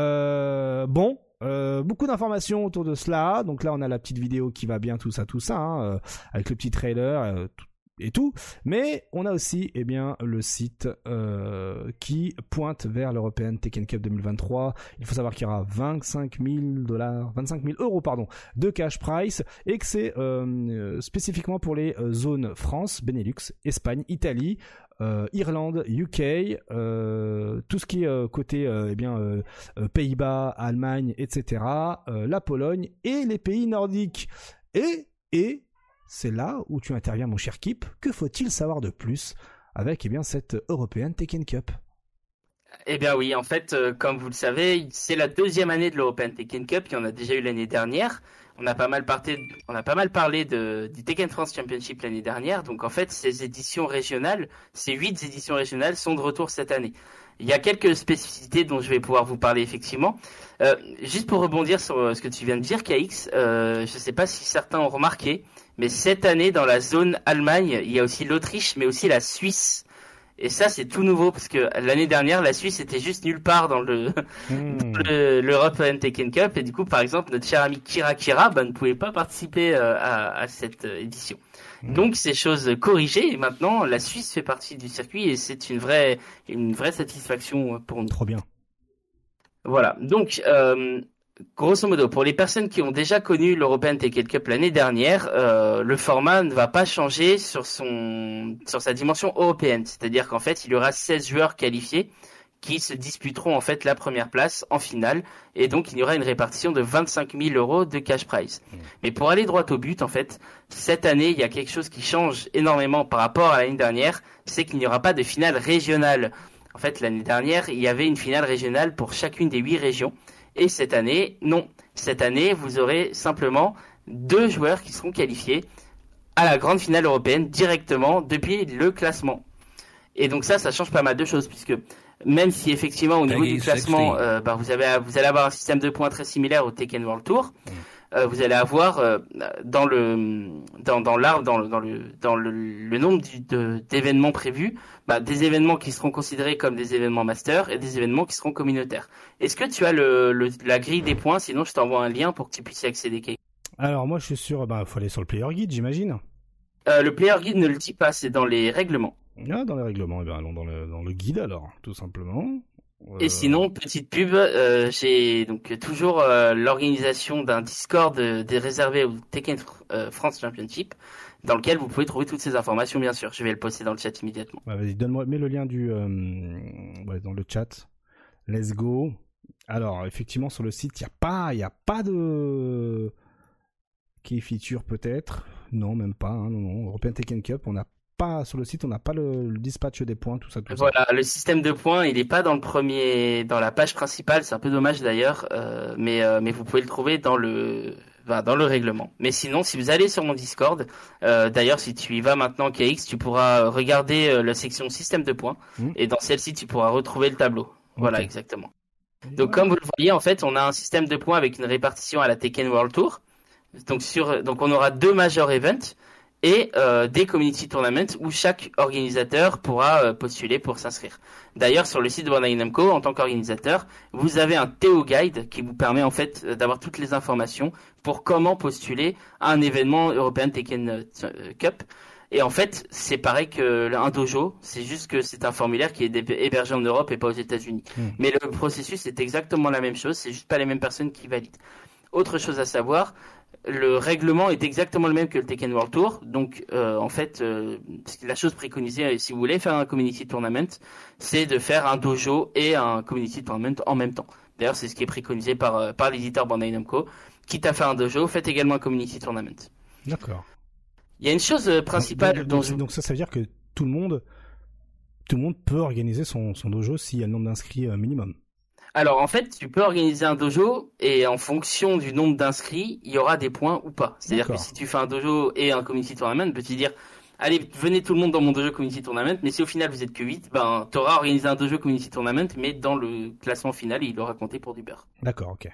Beaucoup d'informations autour de cela, donc là on a la petite vidéo qui va bien, tout ça, avec le petit trailer, et tout, mais on a aussi le site qui pointe vers l'European Tekken Cup 2023. Il faut savoir qu'il y aura 25 000 euros de cash prize, et que c'est spécifiquement pour les zones France, Benelux, Espagne, Italie, Irlande, UK, tout ce qui est côté Pays-Bas, Allemagne, etc., la Pologne et les pays nordiques. Et c'est là où tu interviens, mon cher Kip. Que faut-il savoir de plus avec cette European Tekken Cup? Oui, en fait, comme vous le savez, c'est la 2e année de l'European Tekken Cup. Il y en a déjà eu l'année dernière. On a pas mal parlé du Tekken France Championship l'année dernière. Donc en fait, ces 8 éditions régionales sont de retour cette année. Il y a quelques spécificités dont je vais pouvoir vous parler effectivement. Juste pour rebondir sur ce que tu viens de dire, KX, je ne sais pas si certains ont remarqué, mais cette année dans la zone Allemagne, il y a aussi l'Autriche, mais aussi la Suisse. Et ça, c'est tout nouveau parce que l'année dernière, la Suisse était juste nulle part dans l'European Tekken Cup. Et du coup, par exemple, notre cher ami Kira ne pouvait pas participer à cette édition. Donc, ces choses corrigées. Et maintenant, la Suisse fait partie du circuit et c'est une vraie satisfaction pour nous. Trop bien. Voilà. Donc, grosso modo, pour les personnes qui ont déjà connu l'European Tekken Cup l'année dernière, le format ne va pas changer sur sa dimension européenne. C'est-à-dire qu'en fait, il y aura 16 joueurs qualifiés qui se disputeront en fait la première place en finale, et donc il y aura une répartition de 25 000 euros de cash prize. Mais pour aller droit au but, en fait, cette année, il y a quelque chose qui change énormément par rapport à l'année dernière, c'est qu'il n'y aura pas de finale régionale. En fait, l'année dernière, il y avait une finale régionale pour chacune des 8 régions. Et cette année, non. Cette année, vous aurez simplement 2 joueurs qui seront qualifiés à la grande finale européenne directement depuis le classement. Et donc ça change pas mal de choses, puisque même si effectivement au niveau du classement, vous allez avoir un système de points très similaire au Tekken World Tour, vous allez avoir dans le nombre d'événements prévus, des événements qui seront considérés comme des événements master et des événements qui seront communautaires. Est-ce que tu as la grille des points? Sinon, je t'envoie un lien pour que tu puisses y accéder. Alors moi, je suis sûr, faut aller sur le Player Guide, j'imagine. Le Player Guide ne le dit pas, c'est dans les règlements. Ah, dans les règlements, allons dans le guide alors, tout simplement. Et sinon, petite pub, j'ai donc toujours l'organisation d'un Discord réservé au Tekken France Championship, dans lequel vous pouvez trouver toutes ces informations, bien sûr. Je vais le poster dans le chat immédiatement. Vas-y, mets le lien dans le chat. Let's go. Alors, effectivement, sur le site, il y a pas de key feature peut-être. Non, même pas. Non. European Tekken Cup, on n'a pas sur le site, on n'a pas le dispatch des points, tout ça. Voilà, le système de points, il n'est pas dans la page principale, c'est un peu dommage d'ailleurs, mais vous pouvez le trouver dans le règlement. Mais sinon, si vous allez sur mon Discord, d'ailleurs, si tu y vas maintenant, KX, tu pourras regarder la section système de points, et dans celle-ci, tu pourras retrouver le tableau. Voilà, okay. Exactement. Donc, comme vous le voyez, en fait, on a un système de points avec une répartition à la Tekken World Tour. Donc on aura 2 major events. et des community tournaments où chaque organisateur pourra postuler pour s'inscrire. D'ailleurs, sur le site de Bandai Namco, en tant qu'organisateur, vous avez un TO Guide qui vous permet en fait d'avoir toutes les informations pour comment postuler à un événement European Tekken Cup. Et en fait, c'est pareil qu'un dojo, c'est juste que c'est un formulaire qui est hébergé en Europe et pas aux États-Unis. Mais le processus est exactement la même chose, c'est juste pas les mêmes personnes qui valident. Autre chose à savoir, le règlement est exactement le même que le Tekken World Tour. Donc, en fait, la chose préconisée, si vous voulez faire un community tournament, c'est de faire un dojo et un community tournament en même temps. D'ailleurs, c'est ce qui est préconisé par l'éditeur Bandai Namco. Quitte à faire un dojo, faites également un community tournament. D'accord. Il y a une chose principale donc ça veut dire que tout le monde peut organiser son dojo s'il y a le nombre d'inscrits minimum. Alors en fait, tu peux organiser un dojo et en fonction du nombre d'inscrits, il y aura des points ou pas. C'est-à-dire que si tu fais un dojo et un community tournament, peux-tu dire allez, venez tout le monde dans mon dojo community tournament, mais si au final vous êtes que 8, ben tu auras organisé un dojo community tournament, mais dans le classement final, il aura compté pour du beurre. D'accord, OK.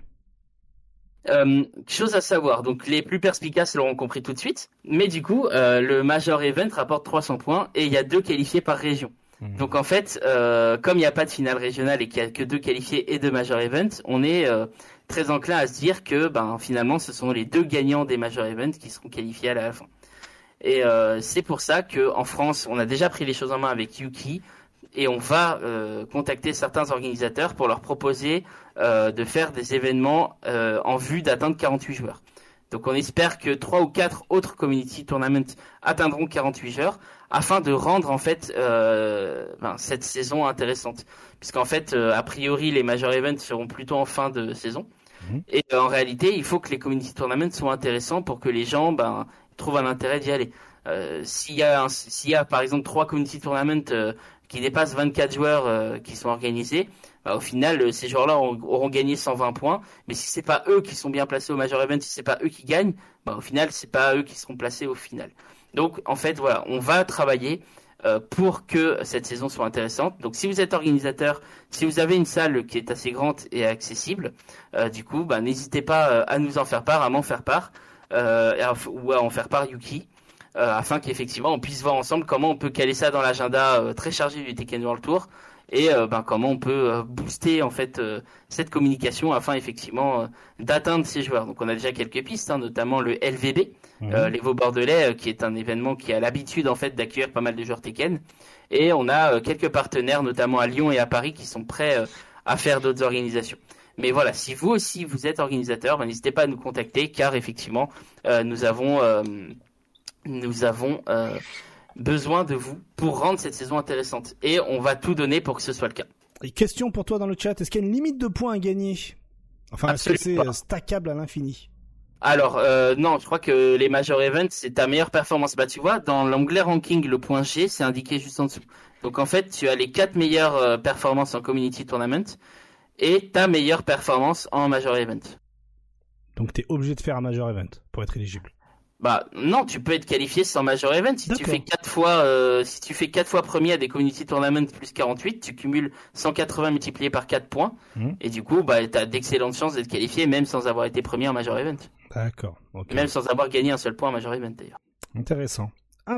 Chose à savoir, donc les plus perspicaces l'auront compris tout de suite, mais du coup, le Major Event rapporte 300 points et il y a 2 qualifiés par région. Donc en fait, comme il n'y a pas de finale régionale et qu'il n'y a que 2 qualifiés et 2 Major Events, on est très enclin à se dire que ben finalement ce sont les 2 gagnants des Major Events qui seront qualifiés à la fin. Et c'est pour ça que en France, on a déjà pris les choses en main avec Yuki et on va contacter certains organisateurs pour leur proposer de faire des événements en vue d'atteindre 48 joueurs. Donc on espère que 3 ou 4 autres community tournaments atteindront 48 joueurs afin de rendre en fait cette saison intéressante. Puisqu'en fait, a priori, les major events seront plutôt en fin de saison. Et en réalité, il faut que les community tournaments soient intéressants pour que les gens trouvent un intérêt d'y aller. S'il y a par exemple 3 community tournaments qui dépassent 24 joueurs qui sont organisés, au final, ces joueurs-là auront gagné 120 points. Mais si c'est pas eux qui sont bien placés au Major Event, si c'est pas eux qui gagnent, au final, c'est pas eux qui seront placés au final. Donc, en fait, voilà, on va travailler pour que cette saison soit intéressante. Donc, si vous êtes organisateur, si vous avez une salle qui est assez grande et accessible, du coup, n'hésitez pas à nous en faire part, à m'en faire part, ou à en faire part Yuki. Afin qu'effectivement on puisse voir ensemble comment on peut caler ça dans l'agenda très chargé du Tekken World Tour et comment on peut booster en fait cette communication afin effectivement d'atteindre ces joueurs. Donc on a déjà quelques pistes, notamment le LVB, les Vaux Bordelais, qui est un événement qui a l'habitude en fait d'accueillir pas mal de joueurs Tekken, et on a quelques partenaires notamment à Lyon et à Paris qui sont prêts à faire d'autres organisations. Mais voilà, si vous aussi vous êtes organisateur, n'hésitez pas à nous contacter car effectivement nous avons besoin de vous pour rendre cette saison intéressante. Et on va tout donner pour que ce soit le cas. Et question pour toi dans le chat, est-ce qu'il y a une limite de points à gagner ? Enfin, absolument, est-ce que c'est stackable à l'infini ? Alors, non, je crois que les Major Events, c'est ta meilleure performance. Tu vois, dans l'onglet ranking, le point G, c'est indiqué juste en dessous. Donc en fait, tu as les 4 meilleures performances en Community Tournament et ta meilleure performance en Major Event. Donc tu es obligé de faire un Major Event pour être éligible. Non, tu peux être qualifié sans Major Event. Si tu fais 4 fois premier à des Community Tournaments plus 48, tu cumules 180 multiplié par 4 points. Et du coup, t'as d'excellentes chances d'être qualifié même sans avoir été premier en Major Event. D'accord. Okay. Même sans avoir gagné un seul point en Major Event d'ailleurs. Intéressant.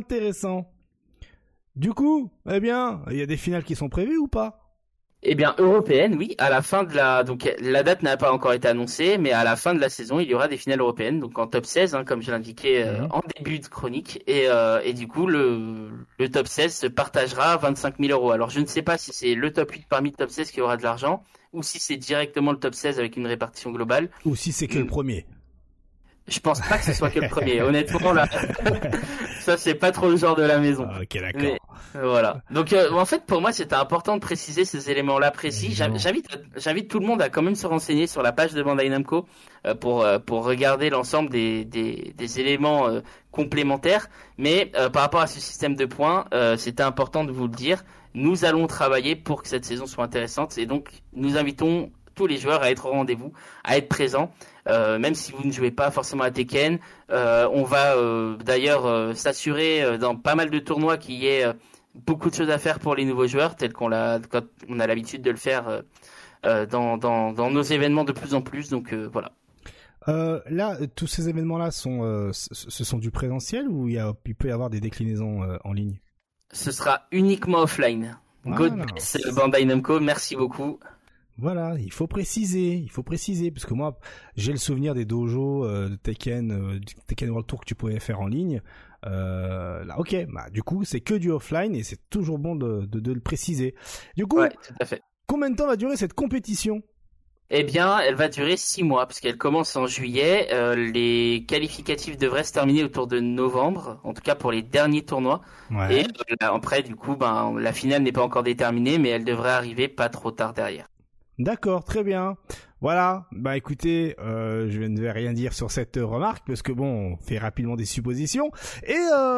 Du coup, il y a des finales qui sont prévues ou pas ? Eh bien, européenne, oui. À la fin de donc la date n'a pas encore été annoncée, mais à la fin de la saison, il y aura des finales européennes, donc en top 16, comme je l'indiquais en début de chronique. Et du coup, le top 16 se partagera 25 000 €. Alors, je ne sais pas si c'est le top 8 parmi le top 16 qui aura de l'argent, ou si c'est directement le top 16 avec une répartition globale. Ou si c'est que le premier. Je pense pas que ce soit que le premier. Honnêtement, là, ça c'est pas trop le genre de la maison. Ok, d'accord. Mais, voilà. Donc, en fait, pour moi, c'était important de préciser ces éléments-là précis. J'invite tout le monde à quand même se renseigner sur la page de Bandai Namco pour regarder l'ensemble des éléments complémentaires. Mais par rapport à ce système de points, c'était important de vous le dire. Nous allons travailler pour que cette saison soit intéressante, et donc nous invitons tous les joueurs à être au rendez-vous, à être présents. Même si vous ne jouez pas forcément à Tekken, on va d'ailleurs s'assurer dans pas mal de tournois qu'il y ait beaucoup de choses à faire pour les nouveaux joueurs, tel quand on a l'habitude de le faire dans nos événements de plus en plus. Donc voilà. Là, tous ces événements-là ce sont du présentiel ou il peut y avoir des déclinaisons en ligne? Ce sera uniquement offline. Voilà. God bless Bandai Namco, merci beaucoup. Voilà, il faut préciser, parce que moi, j'ai le souvenir des dojos de Tekken World Tour que tu pouvais faire en ligne. Là, ok, bah du coup, c'est que du offline et c'est toujours bon de le préciser. Du coup, Ouais, tout à fait. combien de temps va durer cette compétition? Eh bien, elle va durer 6 mois, parce qu'elle commence en juillet. Les qualificatifs devraient se terminer autour de novembre, en tout cas pour les derniers tournois. Ouais. Et après, du coup, la finale n'est pas encore déterminée, mais elle devrait arriver pas trop tard derrière. D'accord, très bien. Voilà, bah écoutez, je ne vais rien dire sur cette remarque parce que bon, on fait rapidement des suppositions et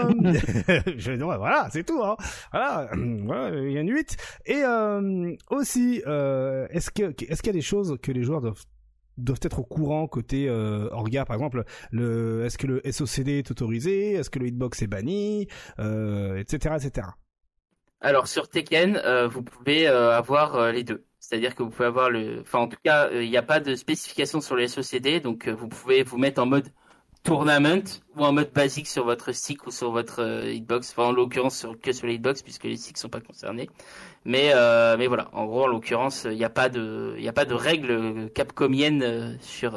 voilà, c'est tout. Hein. Voilà, il y a une 8. Et aussi, est-ce qu'il y a des choses que les joueurs doivent être au courant côté Orga, par exemple, est-ce que le SOCD est autorisé, est-ce que le hitbox est banni, etc., etc. Alors sur Tekken, vous pouvez avoir les deux. C'est-à-dire que vous pouvez avoir en tout cas, il n'y a pas de spécification sur le SOCD, donc vous pouvez vous mettre en mode tournament ou en mode basique sur votre stick ou sur votre hitbox. Enfin, en l'occurrence que sur les hitbox puisque les sticks sont pas concernés. Mais voilà, en gros, en l'occurrence, il n'y a pas de règles capcomiennes sur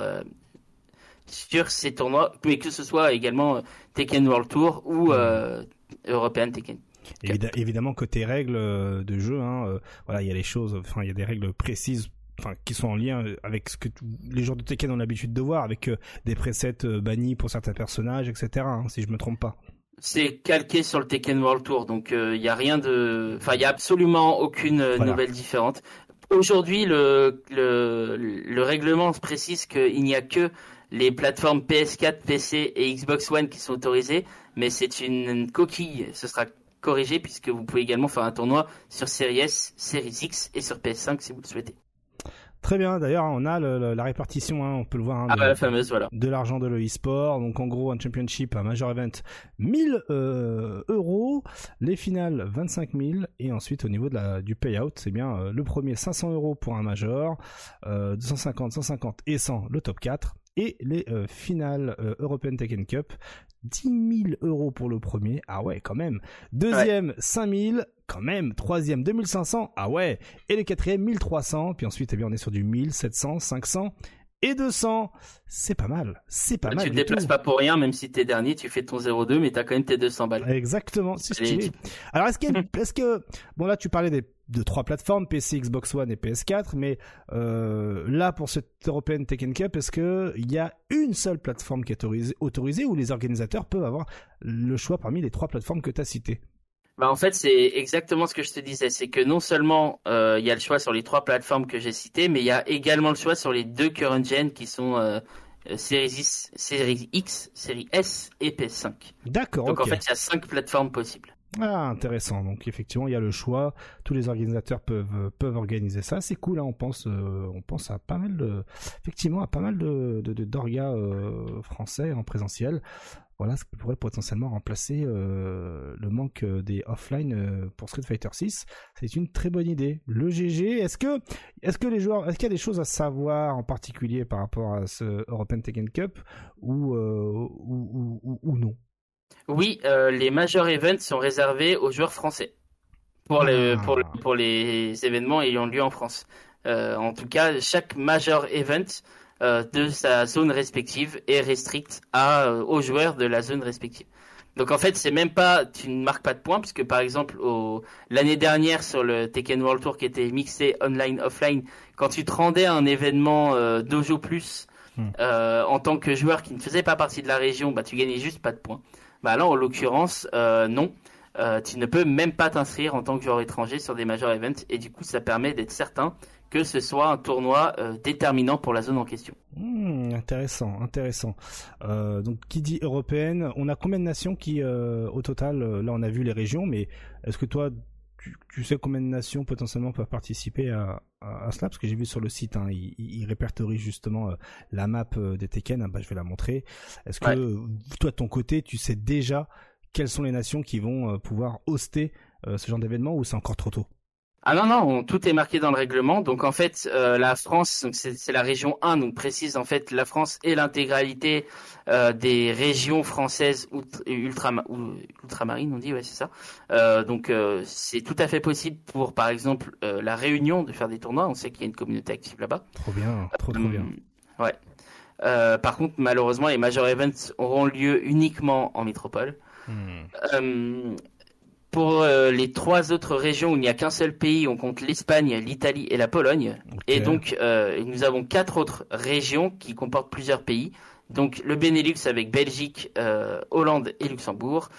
ces tournois, mais que ce soit également Tekken World Tour ou European Tekken. Évidemment, côté règles de jeu, voilà, il y a il y a des règles précises, qui sont en lien avec ce que les joueurs de Tekken ont l'habitude de voir, avec des presets bannis pour certains personnages, etc. Si je me trompe pas. C'est calqué sur le Tekken World Tour, donc il y a rien de, il y a absolument aucune nouvelle différente. Aujourd'hui, le règlement précise qu'il n'y a que les plateformes PS4, PC et Xbox One qui sont autorisées, mais c'est une coquille. Ce sera corrigé puisque vous pouvez également faire un tournoi sur Series S, Series X et sur PS5 si vous le souhaitez. Très bien, d'ailleurs on a la répartition, on peut le voir, la fameuse, voilà. De l'argent de l'e-sport, donc en gros un championship, un major event 1000 euros, les finales 25 000 et ensuite au niveau du payout, c'est bien le premier 500 euros pour un major, 250, 150 et 100 le top 4 et les finales European Tekken Cup 10 000 euros pour le premier, ah ouais quand même, deuxième 5 000 quand même, troisième 2500, ah ouais, et le quatrième 1300, puis ensuite on est sur du 1000, 700, 500 et 200, c'est pas mal, c'est pas mal. Tu te déplaces pas pour rien, même si t'es dernier, tu fais ton 0,2 mais t'as quand même tes 200 balles. Exactement, c'est stylé. Alors est-ce que bon là tu parlais de 3 plateformes, PC, Xbox One et PS4, mais là pour cette European Tekken Cup, est-ce que il y a une seule plateforme qui est autorisée ou les organisateurs peuvent avoir le choix parmi les 3 plateformes que tu as citées? En fait, c'est exactement ce que je te disais, c'est que non seulement il y a le choix sur les 3 plateformes que j'ai citées, mais il y a également le choix sur les 2 current gen qui sont Series X, Series S et PS5. D'accord. Donc en fait, il y a 5 plateformes possibles. Ah, intéressant. Donc effectivement, il y a le choix. Tous les organisateurs peuvent organiser ça. C'est cool. On pense à pas mal d'orgas français en présentiel. Voilà ce qui pourrait potentiellement remplacer le manque des offline pour Street Fighter 6. C'est une très bonne idée. Le GG, est-ce qu'il y a des choses à savoir en particulier par rapport à ce European Tekken Cup ou non? Oui, les major events sont réservés aux joueurs français pour les événements ayant lieu en France. En tout cas, chaque major event de sa zone respective est restrict aux joueurs de la zone respective. Donc en fait, c'est même pas, tu ne marques pas de points puisque par exemple l'année dernière sur le Tekken World Tour qui était mixé online offline, quand tu te rendais à un événement Dojo Plus en tant que joueur qui ne faisait pas partie de la région, tu gagnais juste pas de points. Là en l'occurrence non. Tu ne peux même pas t'inscrire en tant que joueur étranger sur des major events et du coup ça permet d'être certain que ce soit un tournoi déterminant pour la zone en question. Intéressant. Donc qui dit européenne, on a combien de nations qui au total, là on a vu les régions, mais est-ce que toi tu sais combien de nations potentiellement peuvent participer à cela? Parce que j'ai vu sur le site, il répertorie justement la map des Tekken, je vais la montrer. Est-ce que toi de ton côté tu sais déjà quelles sont les nations qui vont pouvoir hoster ce genre d'événement ou c'est encore trop tôt? Ah non, non, tout est marqué dans le règlement. Donc en fait, la France, donc c'est la région 1, donc précise en fait la France et l'intégralité des régions françaises ultramarines, on dit, ouais, c'est ça. Donc c'est tout à fait possible pour, par exemple, la Réunion de faire des tournois. On sait qu'il y a une communauté active là-bas. Trop bien, trop bien. Ouais. Par contre, malheureusement, les major events auront lieu uniquement en métropole. Pour les 3 autres régions où il n'y a qu'un seul pays, on compte l'Espagne, l'Italie et la Pologne. Okay. Et donc, nous avons 4 autres régions qui comportent plusieurs pays. Donc, le Benelux avec Belgique, Hollande et Luxembourg.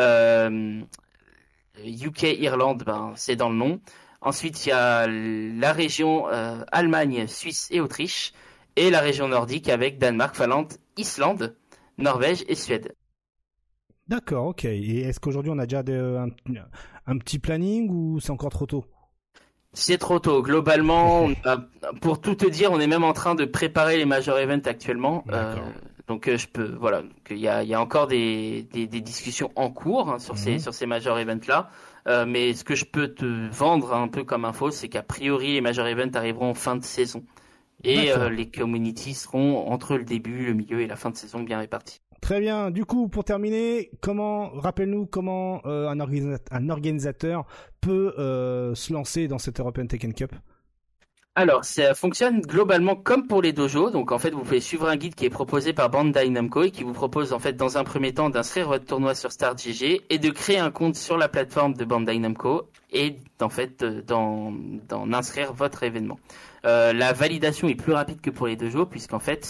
UK, Irlande, c'est dans le nom. Ensuite, il y a la région Allemagne, Suisse et Autriche. Et la région nordique avec Danemark, Finlande, Islande, Norvège et Suède. D'accord, ok. Et est-ce qu'aujourd'hui on a déjà un petit planning ou c'est encore trop tôt ? C'est trop tôt. Globalement, pour tout te dire, on est même en train de préparer les major events actuellement. Donc je peux, voilà. Il y a encore des discussions en cours sur ces major events là. Mais ce que je peux te vendre un peu comme info, c'est qu'a priori les major events arriveront en fin de saison. Et les communities seront entre le début, le milieu et la fin de saison bien répartis. Très bien. Du coup, pour terminer, rappelle-nous comment un organisateur peut se lancer dans cette European Tekken Cup. Alors, ça fonctionne globalement comme pour les dojos. Donc, en fait, vous pouvez suivre un guide qui est proposé par Bandai Namco et qui vous propose, en fait, dans un premier temps, d'inscrire votre tournoi sur StartGG et de créer un compte sur la plateforme de Bandai Namco et, en fait, d'en inscrire votre événement. La validation est plus rapide que pour les dojos puisqu'en fait,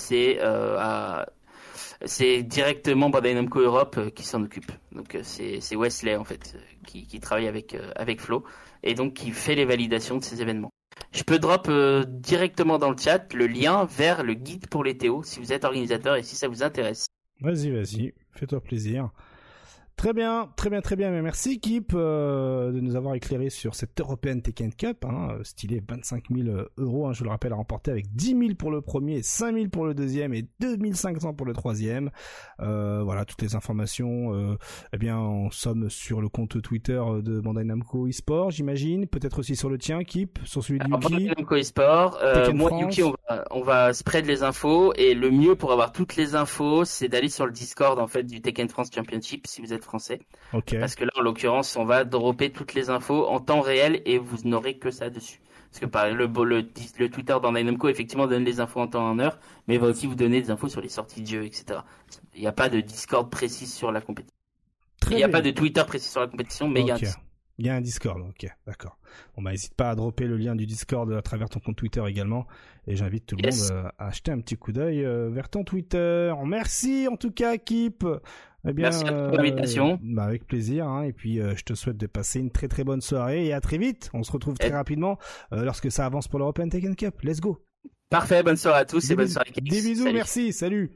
c'est directement Bandai Namco Europe qui s'en occupe. Donc c'est Wesley en fait qui travaille avec Flo et donc qui fait les validations de ces événements. Je peux drop directement dans le chat le lien vers le guide pour les TO si vous êtes organisateur et si ça vous intéresse. Vas-y, fais-toi plaisir. Très bien. Mais merci équipe de nous avoir éclairé sur cette European Tekken Cup, stylé 25 000 €, je le rappelle, à remporter avec 10 000 pour le premier, 5 000 pour le deuxième et 2 500 pour le troisième. Voilà, toutes les informations, en somme sur le compte Twitter de Bandai Namco eSport, j'imagine, peut-être aussi sur le tien, équipe, sur celui de Yuki. Bandai Namco eSport, moi Yuki, on va spread les infos et le mieux pour avoir toutes les infos, c'est d'aller sur le Discord en fait du Tekken France Championship si vous êtes français. Okay. Parce que là, en l'occurrence, on va dropper toutes les infos en temps réel et vous n'aurez que ça dessus. Parce que par le Twitter Bandai Namco, effectivement, donne les infos en temps et en heure, mais va aussi vous donner des infos sur les sorties de jeux, etc. Il n'y a pas de Discord précis sur la compétition. Il n'y a pas de Twitter précis sur la compétition, mais il y a un Discord. Il y a un Discord, ok, d'accord. Bon, n'hésite pas à dropper le lien du Discord à travers ton compte Twitter également. Et j'invite tout le monde à acheter un petit coup d'œil vers ton Twitter. Merci en tout cas, équipe. Merci pour l'invitation. Avec plaisir. Et puis, je te souhaite de passer une très très bonne soirée et à très vite. On se retrouve très rapidement lorsque ça avance pour l'European Tekken Cup. Let's go. Parfait, bonne soirée à tous et bonne soirée. Des bisous, salut. Merci, salut.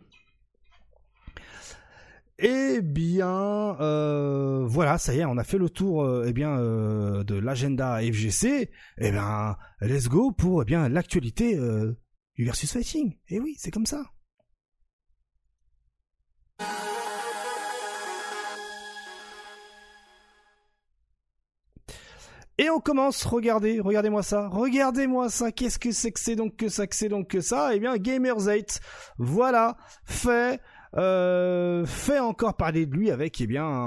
Eh bien, voilà, ça y est, on a fait le tour, de l'agenda FGC. Eh bien, let's go pour l'actualité du Versus Fighting. Eh oui, c'est comme ça. Et on commence, regardez-moi ça, qu'est-ce que c'est que c'est donc que ça, Eh bien, Gamers 8, voilà, fait encore parler de lui avec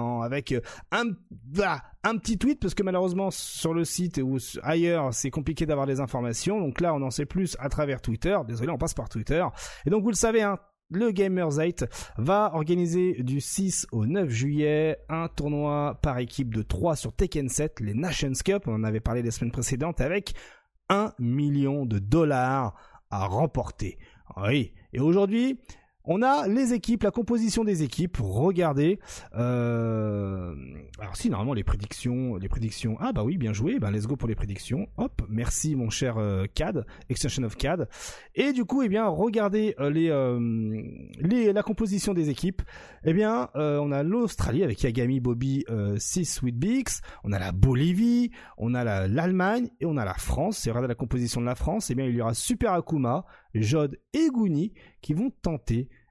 un petit tweet, parce que malheureusement sur le site ou ailleurs c'est compliqué d'avoir des informations, donc là on en sait plus à travers Twitter. Désolé, on passe par Twitter. Et donc vous le savez, le Gamers 8 va organiser du 6 au 9 juillet un tournoi par équipe de 3 sur Tekken 7, les Nations Cup. On en avait parlé les semaines précédentes, avec $1 million à remporter. Oui. Et aujourd'hui, on a les équipes, la composition des équipes. Regardez. Alors si, normalement les prédictions. Ah bah oui, bien joué. Let's go pour les prédictions. Hop, merci mon cher CAD, Extension of CAD. Et du coup, regardez la composition des équipes. On a l'Australie avec Yagami, Bobby, 6 with Bix. On a la Bolivie, on a l'Allemagne et on a la France. Et regardez la composition de la France. Il y aura Super Akuma, Jod et Guni qui vont tenter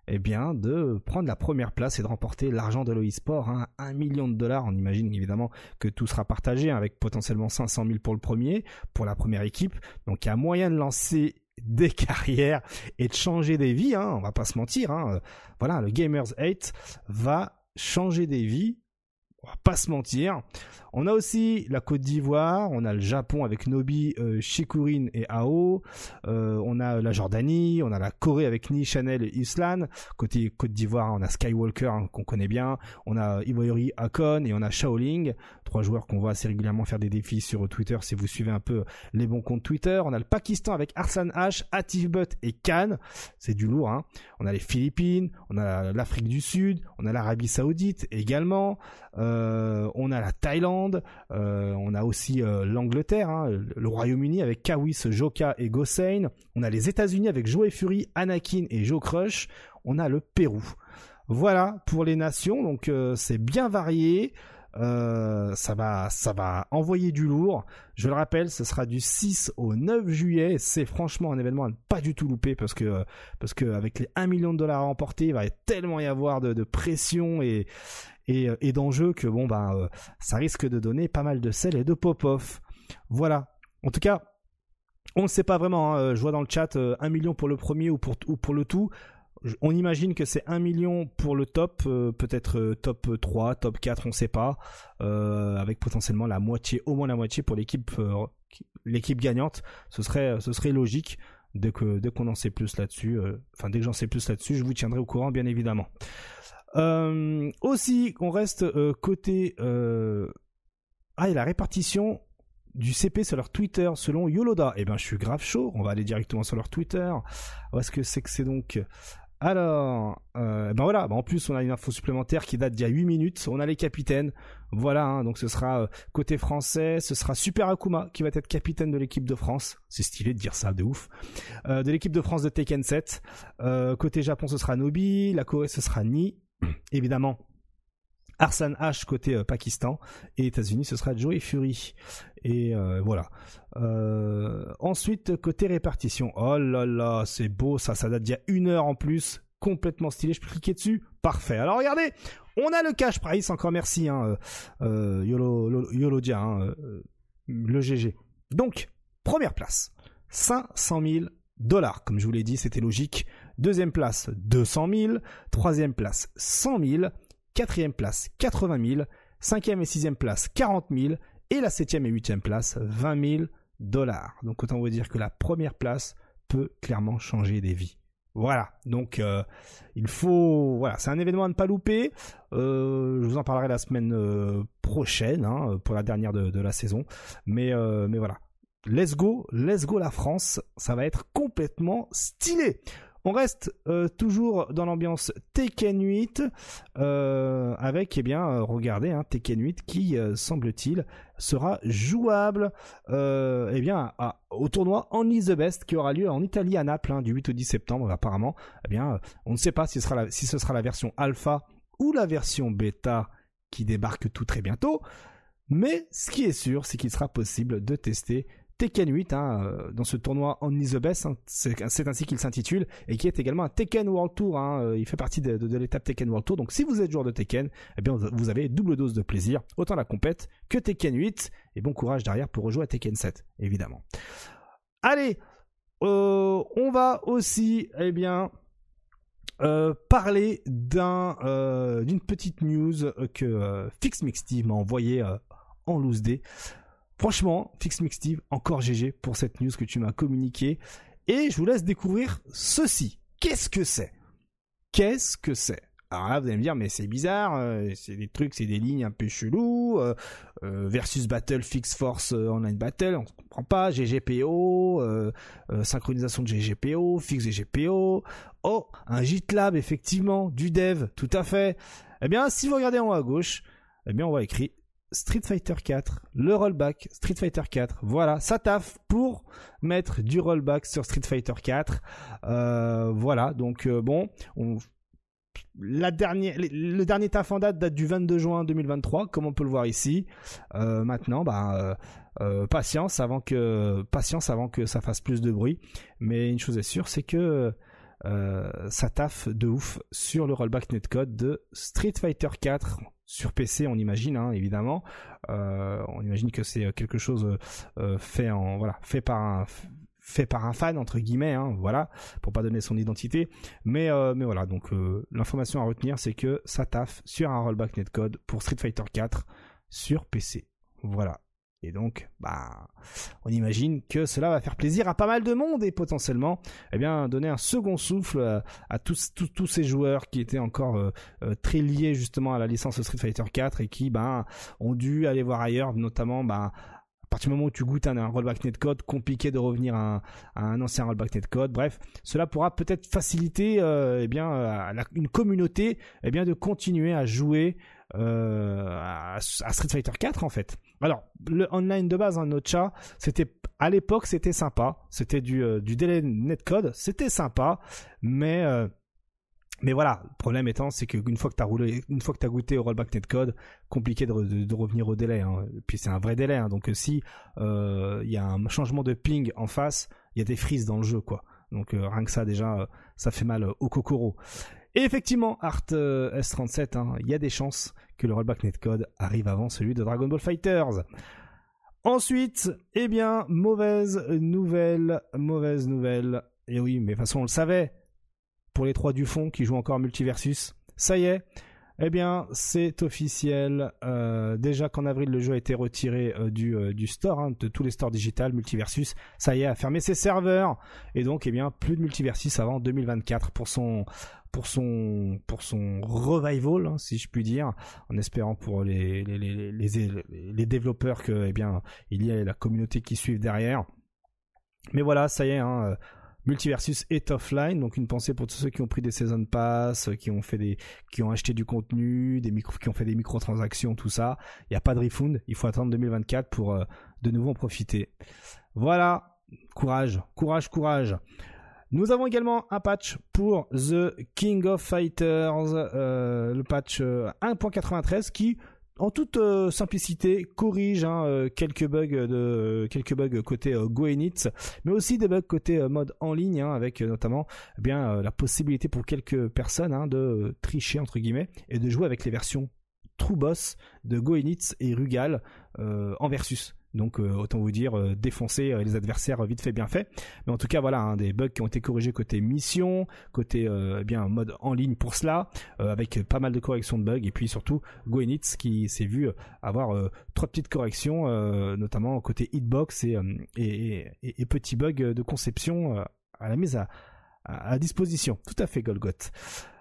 eh bien, de prendre la première place et de remporter l'argent de l'e-sport, hein, $1 million. On imagine évidemment que tout sera partagé, hein, avec potentiellement 500 000 pour la première équipe. Donc, il y a moyen de lancer des carrières et de changer des vies, hein, on va pas se mentir, hein. Voilà, le Gamers 8 va changer des vies. On va pas se mentir. On a aussi la Côte d'Ivoire, on a le Japon avec Nobi, Shikurin et Ao, on a la Jordanie, on a la Corée avec Ni, Chanel et Islan. Côté Côte d'Ivoire, on a Skywalker, hein, qu'on connaît bien, on a Ivory Akon et on a Shaoling, 3 joueurs qu'on voit assez régulièrement faire des défis sur Twitter si vous suivez un peu les bons comptes Twitter. On a le Pakistan avec Arslan H, Atifbutt et Khan, c'est du lourd, hein. On a les Philippines, on a l'Afrique du Sud, on a l'Arabie Saoudite également, on a la Thaïlande, on a aussi l'Angleterre, hein, le Royaume-Uni avec Kawis, Joka et Gosein. On a les États-Unis avec Joe Fury, Anakin et Joe Crush. On a le Pérou. Voilà pour les nations, donc c'est bien varié. Ça va envoyer du lourd. Je le rappelle, ce sera du 6 au 9 juillet. C'est franchement un événement à ne pas du tout louper parce que avec les $1 million à remporter, il va tellement y avoir de pression et d'enjeux que ça risque de donner pas mal de sel et de pop-off. Voilà. En tout cas, on ne sait pas vraiment, hein. Je vois dans le chat 1 million pour le premier ou pour le tout. On imagine que c'est 1 million pour le top, peut-être top 3, top 4, on ne sait pas, avec potentiellement la moitié, au moins la moitié pour l'équipe gagnante. Ce serait logique. Dès qu'on en sait plus là-dessus, dès que j'en sais plus là-dessus, je vous tiendrai au courant, bien évidemment. Aussi, on reste côté et la répartition du CP sur leur Twitter selon Yoloda. Eh ben, je suis grave chaud. On va aller directement sur leur Twitter. Où est-ce que c'est donc? Alors, voilà. En plus, on a une info supplémentaire qui date d'il y a 8 minutes. On a les capitaines. Voilà, hein. Donc ce sera côté français, ce sera Super Akuma qui va être capitaine de l'équipe de France. C'est stylé de dire ça, de ouf. De l'équipe de France de Tekken 7. Côté Japon, ce sera Nobi. La Corée, ce sera Ni. Évidemment, Arslan H côté Pakistan, et États-Unis ce sera Joe Fury. Et voilà. Ensuite, côté répartition, oh là là, c'est beau, ça date d'il y a 1 heure en plus, complètement stylé. Je peux cliquer dessus, parfait. Alors regardez, on a le cash price, encore merci, hein, Yolodia, hein, le GG. Donc, première place, $500 000, comme je vous l'ai dit, c'était logique. Deuxième place, 200 000. Troisième place, 100 000. Quatrième place, 80 000. Cinquième et sixième place, 40 000. Et la septième et huitième place, $20 000. Donc autant vous dire que la première place peut clairement changer des vies. Voilà, donc c'est un événement à ne pas louper. Je vous en parlerai la semaine prochaine, hein, pour la dernière de la saison. Mais voilà. Let's go la France, ça va être complètement stylé. On reste toujours dans l'ambiance Tekken 8 avec, regardez, hein, Tekken 8 qui, semble-t-il, sera jouable au tournoi Only the Best qui aura lieu en Italie à Naples, hein, du 8 au 10 septembre apparemment. On ne sait pas si ce sera la version alpha ou la version bêta qui débarque tout très bientôt. Mais ce qui est sûr, c'est qu'il sera possible de tester Tekken 8, hein, dans ce tournoi Only the Best, hein, c'est ainsi qu'il s'intitule, et qui est également un Tekken World Tour, hein, il fait partie de l'étape Tekken World Tour. Donc si vous êtes joueur de Tekken, vous avez double dose de plaisir, autant la compète que Tekken 8, et bon courage derrière pour rejouer à Tekken 7, évidemment. Allez, on va aussi, parler d'une petite news que FixMixTeve m'a envoyée en loose day. Franchement, FixMixTeve, encore GG pour cette news que tu m'as communiquée. Et je vous laisse découvrir ceci. Qu'est-ce que c'est ? Alors là, vous allez me dire, mais c'est bizarre, c'est des trucs, c'est des lignes un peu chelous, versus Battle, Fix Force, Online Battle, on ne comprend pas, GGPO, synchronisation de GGPO, Fix GGPO, un GitLab, effectivement, du dev, tout à fait. Si vous regardez en haut à gauche, on voit écrit Street Fighter 4, le rollback Street Fighter 4. Voilà, ça taffe pour mettre du rollback sur Street Fighter 4. Voilà, donc le dernier taf en date du 22 juin 2023, comme on peut le voir ici. Maintenant, patience avant que ça fasse plus de bruit. Mais une chose est sûre, c'est que ça taffe de ouf sur le rollback netcode de Street Fighter 4 sur PC, on imagine, hein, évidemment. On imagine que c'est quelque chose fait par un fan entre guillemets, hein, voilà, pour pas donner son identité. Mais voilà, donc l'information à retenir, c'est que ça taffe sur un rollback netcode pour Street Fighter 4 sur PC. Voilà. Et donc, on imagine que cela va faire plaisir à pas mal de monde et potentiellement, donner un second souffle à tous ces joueurs qui étaient encore très liés justement à la licence Street Fighter 4 et qui, ont dû aller voir ailleurs, notamment, à partir du moment où tu goûtes un rollback netcode, compliqué de revenir à un ancien rollback netcode. Bref, cela pourra peut-être faciliter, une communauté, de continuer à jouer à Street Fighter 4 en fait. Alors le online de base, Nocha, à l'époque c'était sympa, c'était du délai netcode, c'était sympa, mais voilà, le problème étant, c'est qu'une fois que t'as goûté au rollback netcode, compliqué de revenir au délai, hein. Et puis c'est un vrai délai, hein. Donc si y a un changement de ping en face, il y a des freezes dans le jeu, quoi. Donc rien que ça déjà, ça fait mal au kokoro. Et effectivement, Art S37, hein, il y a des chances que le rollback netcode arrive avant celui de Dragon Ball FighterZ. Ensuite, mauvaise nouvelle. Et oui, mais de toute façon, on le savait. Pour les 3 du fond qui jouent encore à Multiversus, ça y est, c'est officiel. Déjà qu'en avril, le jeu a été retiré du store, hein, de tous les stores digital. Multiversus, ça y est, a fermé ses serveurs. Et donc, plus de Multiversus avant 2024 pour son revival, hein, si je puis dire, en espérant pour les développeurs que il y ait la communauté qui suive derrière. Mais voilà, ça y est, hein, Multiversus est offline, donc une pensée pour tous ceux qui ont pris des Season Pass, qui ont acheté du contenu, qui ont fait des microtransactions, tout ça. Il n'y a pas de refund, il faut attendre 2024 pour de nouveau en profiter. Voilà, courage. Nous avons également un patch pour The King of Fighters, le patch 1.93 qui, en toute simplicité, corrige quelques bugs côté GoEnit, mais aussi des bugs côté mode en ligne, hein, avec notamment la possibilité pour quelques personnes de tricher entre guillemets et de jouer avec les versions True Boss de GoEnit et Rugal en versus. Donc autant vous dire défoncer les adversaires vite fait bien fait. Mais en tout cas voilà, des bugs qui ont été corrigés côté mission, côté mode en ligne pour cela, avec pas mal de corrections de bugs, et puis surtout GoEnit qui s'est vu avoir 3 petites corrections, notamment côté hitbox et petits bugs de conception à la mise à disposition. Tout à fait, Golgoth.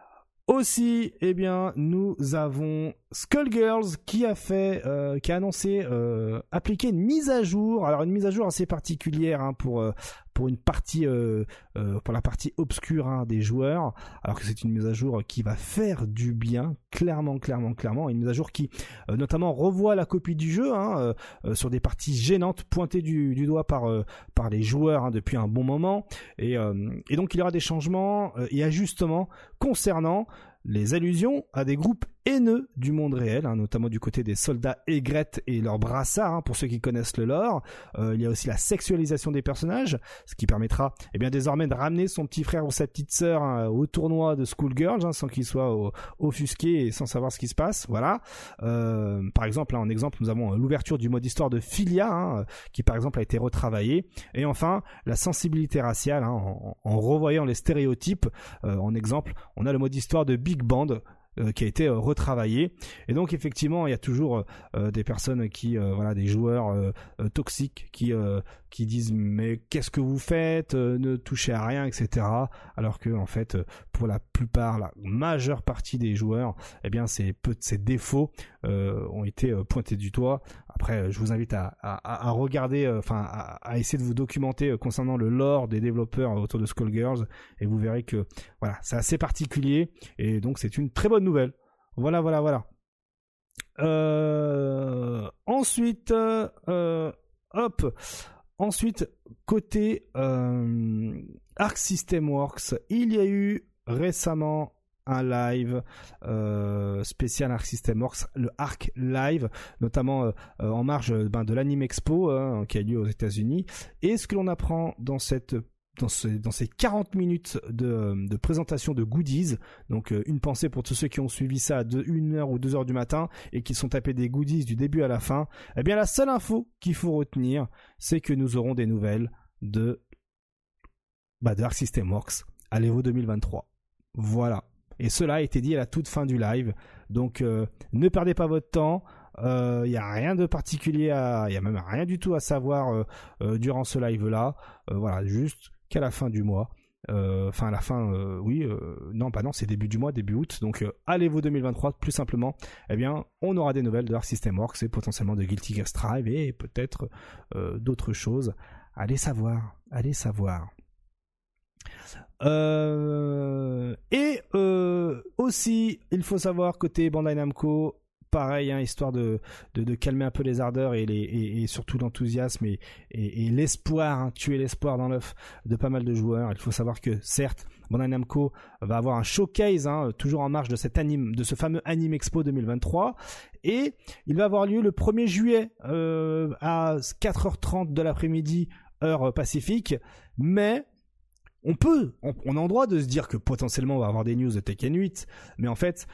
Aussi, nous avons Skullgirls qui a annoncé appliquer une mise à jour. Alors une mise à jour assez particulière, hein, pour une partie pour la partie obscure, hein, des joueurs. Alors que c'est une mise à jour qui va faire du bien, clairement. Une mise à jour qui notamment revoit la copie du jeu, hein, sur des parties gênantes pointées du doigt par les joueurs, hein, depuis un bon moment. Et donc il y aura des changements et ajustements concernant les allusions à des groupes haineux du monde réel, hein, notamment du côté des soldats aigrettes et leurs brassards, hein, pour ceux qui connaissent le lore. Il y a aussi la sexualisation des personnages, ce qui permettra désormais de ramener son petit frère ou sa petite sœur, hein, au tournoi de Schoolgirls, hein, sans qu'il soit offusqué et sans savoir ce qui se passe. Voilà. Par exemple, hein, en exemple, nous avons l'ouverture du mode histoire de Filia, hein, qui par exemple a été retravaillé. Et enfin, la sensibilité raciale, hein, en revoyant les stéréotypes. En exemple, on a le mode histoire de Big Band, qui a été retravaillé. Et donc effectivement, il y a toujours des personnes qui des joueurs toxiques qui disent mais qu'est-ce que vous faites, ne touchez à rien, etc. Alors que en fait, pour la plupart, la majeure partie des joueurs, ces défauts ont été pointés du doigt. Après, je vous invite à regarder, à essayer de vous documenter concernant le lore des développeurs autour de Skullgirls, et vous verrez que voilà, c'est assez particulier, et donc c'est une très bonne nouvelle. Voilà. Ensuite, côté Arc System Works, il y a eu récemment un live spécial Arc System Works, le Arc Live, notamment en marge de l'Anime Expo, qui a lieu aux États-Unis. Et ce que l'on apprend dans cette dans ces 40 minutes de présentation de goodies. Donc une pensée pour tous ceux qui ont suivi ça à 1h ou 2h du matin et qui sont tapés des goodies du début à la fin. Eh bien la seule info qu'il faut retenir, c'est que nous aurons des nouvelles de Arc System Works à l'Evo 2023. Voilà. Et cela a été dit à la toute fin du live. Donc ne perdez pas votre temps. Il y a rien de particulier il y a même rien du tout à savoir durant ce live là. Voilà, juste qu'à la fin du mois. Enfin à la fin non c'est début du mois, début août. Donc à l'Evo 2023 plus simplement, eh bien on aura des nouvelles de Arc System Works et potentiellement de Guilty Gear Strive et peut-être d'autres choses. Allez savoir. Aussi, il faut savoir côté Bandai Namco, pareil, hein, histoire de calmer un peu les ardeurs et surtout l'enthousiasme et l'espoir, hein, tuer l'espoir dans l'œuf de pas mal de joueurs. Il faut savoir que certes, Bandai Namco va avoir un showcase, hein, toujours en marge de ce fameux Anime Expo 2023, et il va avoir lieu le 1er juillet à 4h30 de l'après-midi, heure pacifique, mais on a le droit de se dire que potentiellement on va avoir des news de Tekken 8, mais en fait,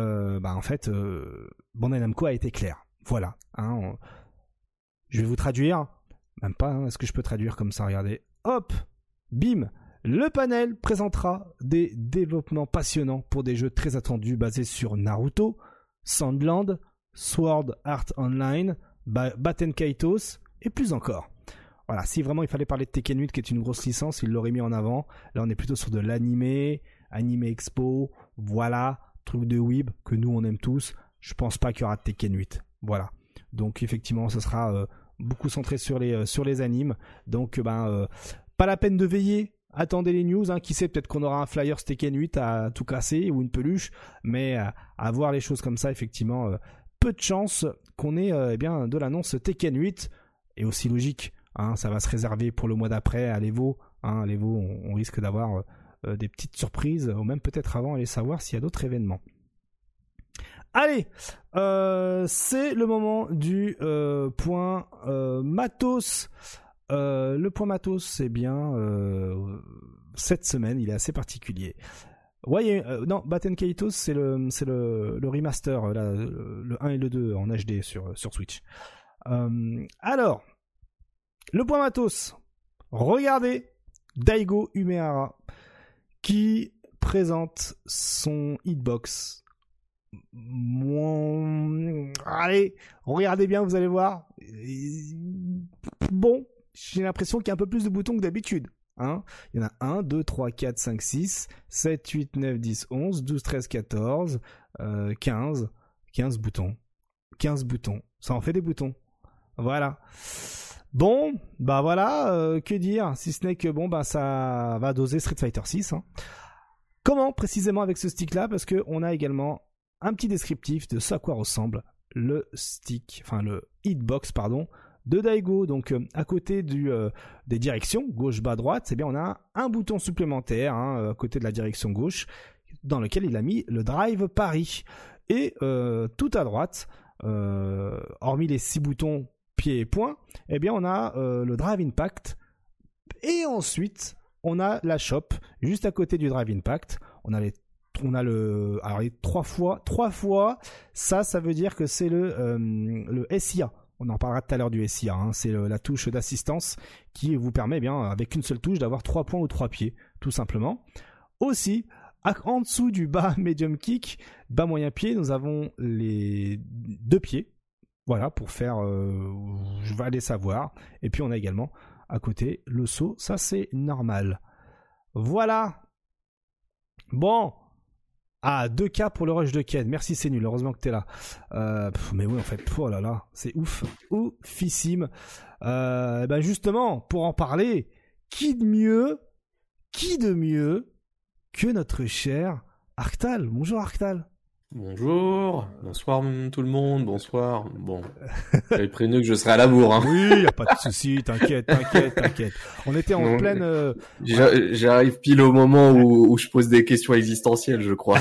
Bandai Namco a été clair. Voilà. Hein, je vais vous traduire. Même pas, hein, est-ce que je peux traduire comme ça? Regardez. Hop, bim. Le panel présentera des développements passionnants pour des jeux très attendus basés sur Naruto, Sandland, Sword Art Online, Baten Kaitos et plus encore. Voilà, si vraiment il fallait parler de Tekken 8 qui est une grosse licence, il l'aurait mis en avant. Là on est plutôt sur de l'anime, Anime Expo, voilà, truc de weeb que nous on aime tous. Je pense pas qu'il y aura de Tekken 8. Voilà. Donc effectivement, ce sera beaucoup centré sur les animes. Donc pas la peine de veiller. Attendez les news, hein. Qui sait, peut-être qu'on aura un flyer Tekken 8 à tout casser ou une peluche, mais à voir les choses comme ça, effectivement, peu de chance qu'on ait de l'annonce Tekken 8, et aussi logique. Hein, ça va se réserver pour le mois d'après à l'Evo. Hein, à l'Evo, on risque d'avoir des petites surprises, ou même peut-être avant, aller savoir s'il y a d'autres événements. Allez, c'est le moment du point matos. Le point matos, c'est bien cette semaine, il est assez particulier. Ouais, Baten Kaitos, c'est le remaster, là, le 1 et le 2 en HD sur Switch. Alors, le point matos, regardez Daigo Umehara qui présente son hitbox. Allez, regardez bien, vous allez voir. Bon, j'ai l'impression qu'il y a un peu plus de boutons que d'habitude. Hein, il y en a 1, 2, 3, 4, 5, 6, 7, 8, 9, 10, 11, 12, 13, 14, 15 boutons. 15 boutons. Ça en fait des boutons. Voilà. Bon, voilà, que dire, si ce n'est que ça va doser Street Fighter 6. Hein. Comment précisément avec ce stick-là? Parce qu'on a également un petit descriptif de ce à quoi ressemble le hitbox, de Daigo. Donc à côté des directions gauche, bas, droite, c'est bien, on a un bouton supplémentaire à côté de la direction gauche dans lequel il a mis le drive Paris. Et tout à droite, hormis les 6 boutons pied et poing, eh bien on a le drive impact, et ensuite on a la shop juste à côté du drive impact. On a les 3 fois, ça veut dire que c'est le SIA. On en parlera tout à l'heure du SIA, hein. C'est la touche d'assistance qui vous permet avec une seule touche d'avoir 3 points ou 3 pieds, tout simplement. Aussi, en dessous du bas medium kick, bas moyen pied, nous avons les 2 pieds. Voilà, pour faire, je vais aller savoir. Et puis on a également à côté le saut, ça c'est normal. Voilà. Bon. 2K pour le rush de Ken. Merci, c'est nul. Heureusement que t'es là. Mais oui, en fait, oh là là, c'est oufissime. Justement, pour en parler, qui de mieux que notre cher Arctal. Bonjour Arctal. Bonsoir tout le monde, bonsoir. Bon, j'avais prévenu que je serais à la bourre. Hein. Oui, y a pas de souci, t'inquiète. On était en pleine. J'arrive pile au moment où je pose des questions existentielles, je crois.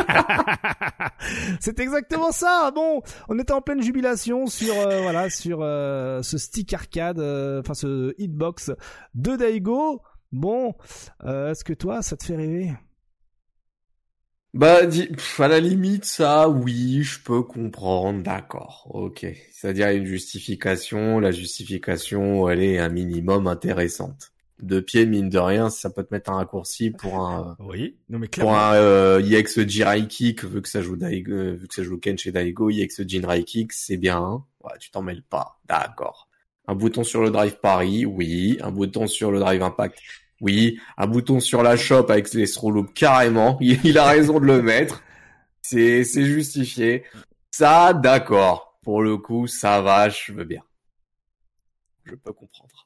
C'est exactement ça. Bon, on était en pleine jubilation sur ce stick arcade, ce hitbox de Daigo. Bon, est-ce que toi, ça te fait rêver? Bah, à la limite, ça, oui, je peux comprendre, d'accord, ok. C'est-à-dire, il y a une justification, la justification, elle est un minimum intéressante. 2 pieds, mine de rien, ça peut te mettre un raccourci pour un, Oui, non mais pour clairement. un EX Jirai Kick, vu que ça joue Ken chez Daigo, EX Jinrai Kick, c'est bien, hein. Ouais, tu t'en mêles pas, d'accord. Un bouton sur le drive Paris, oui. Un bouton sur le drive Impact, oui. Un bouton sur la shop avec les throw loops, carrément. Il a raison de le mettre. C'est justifié. Ça, d'accord. Pour le coup, ça va, je veux bien. Je peux comprendre.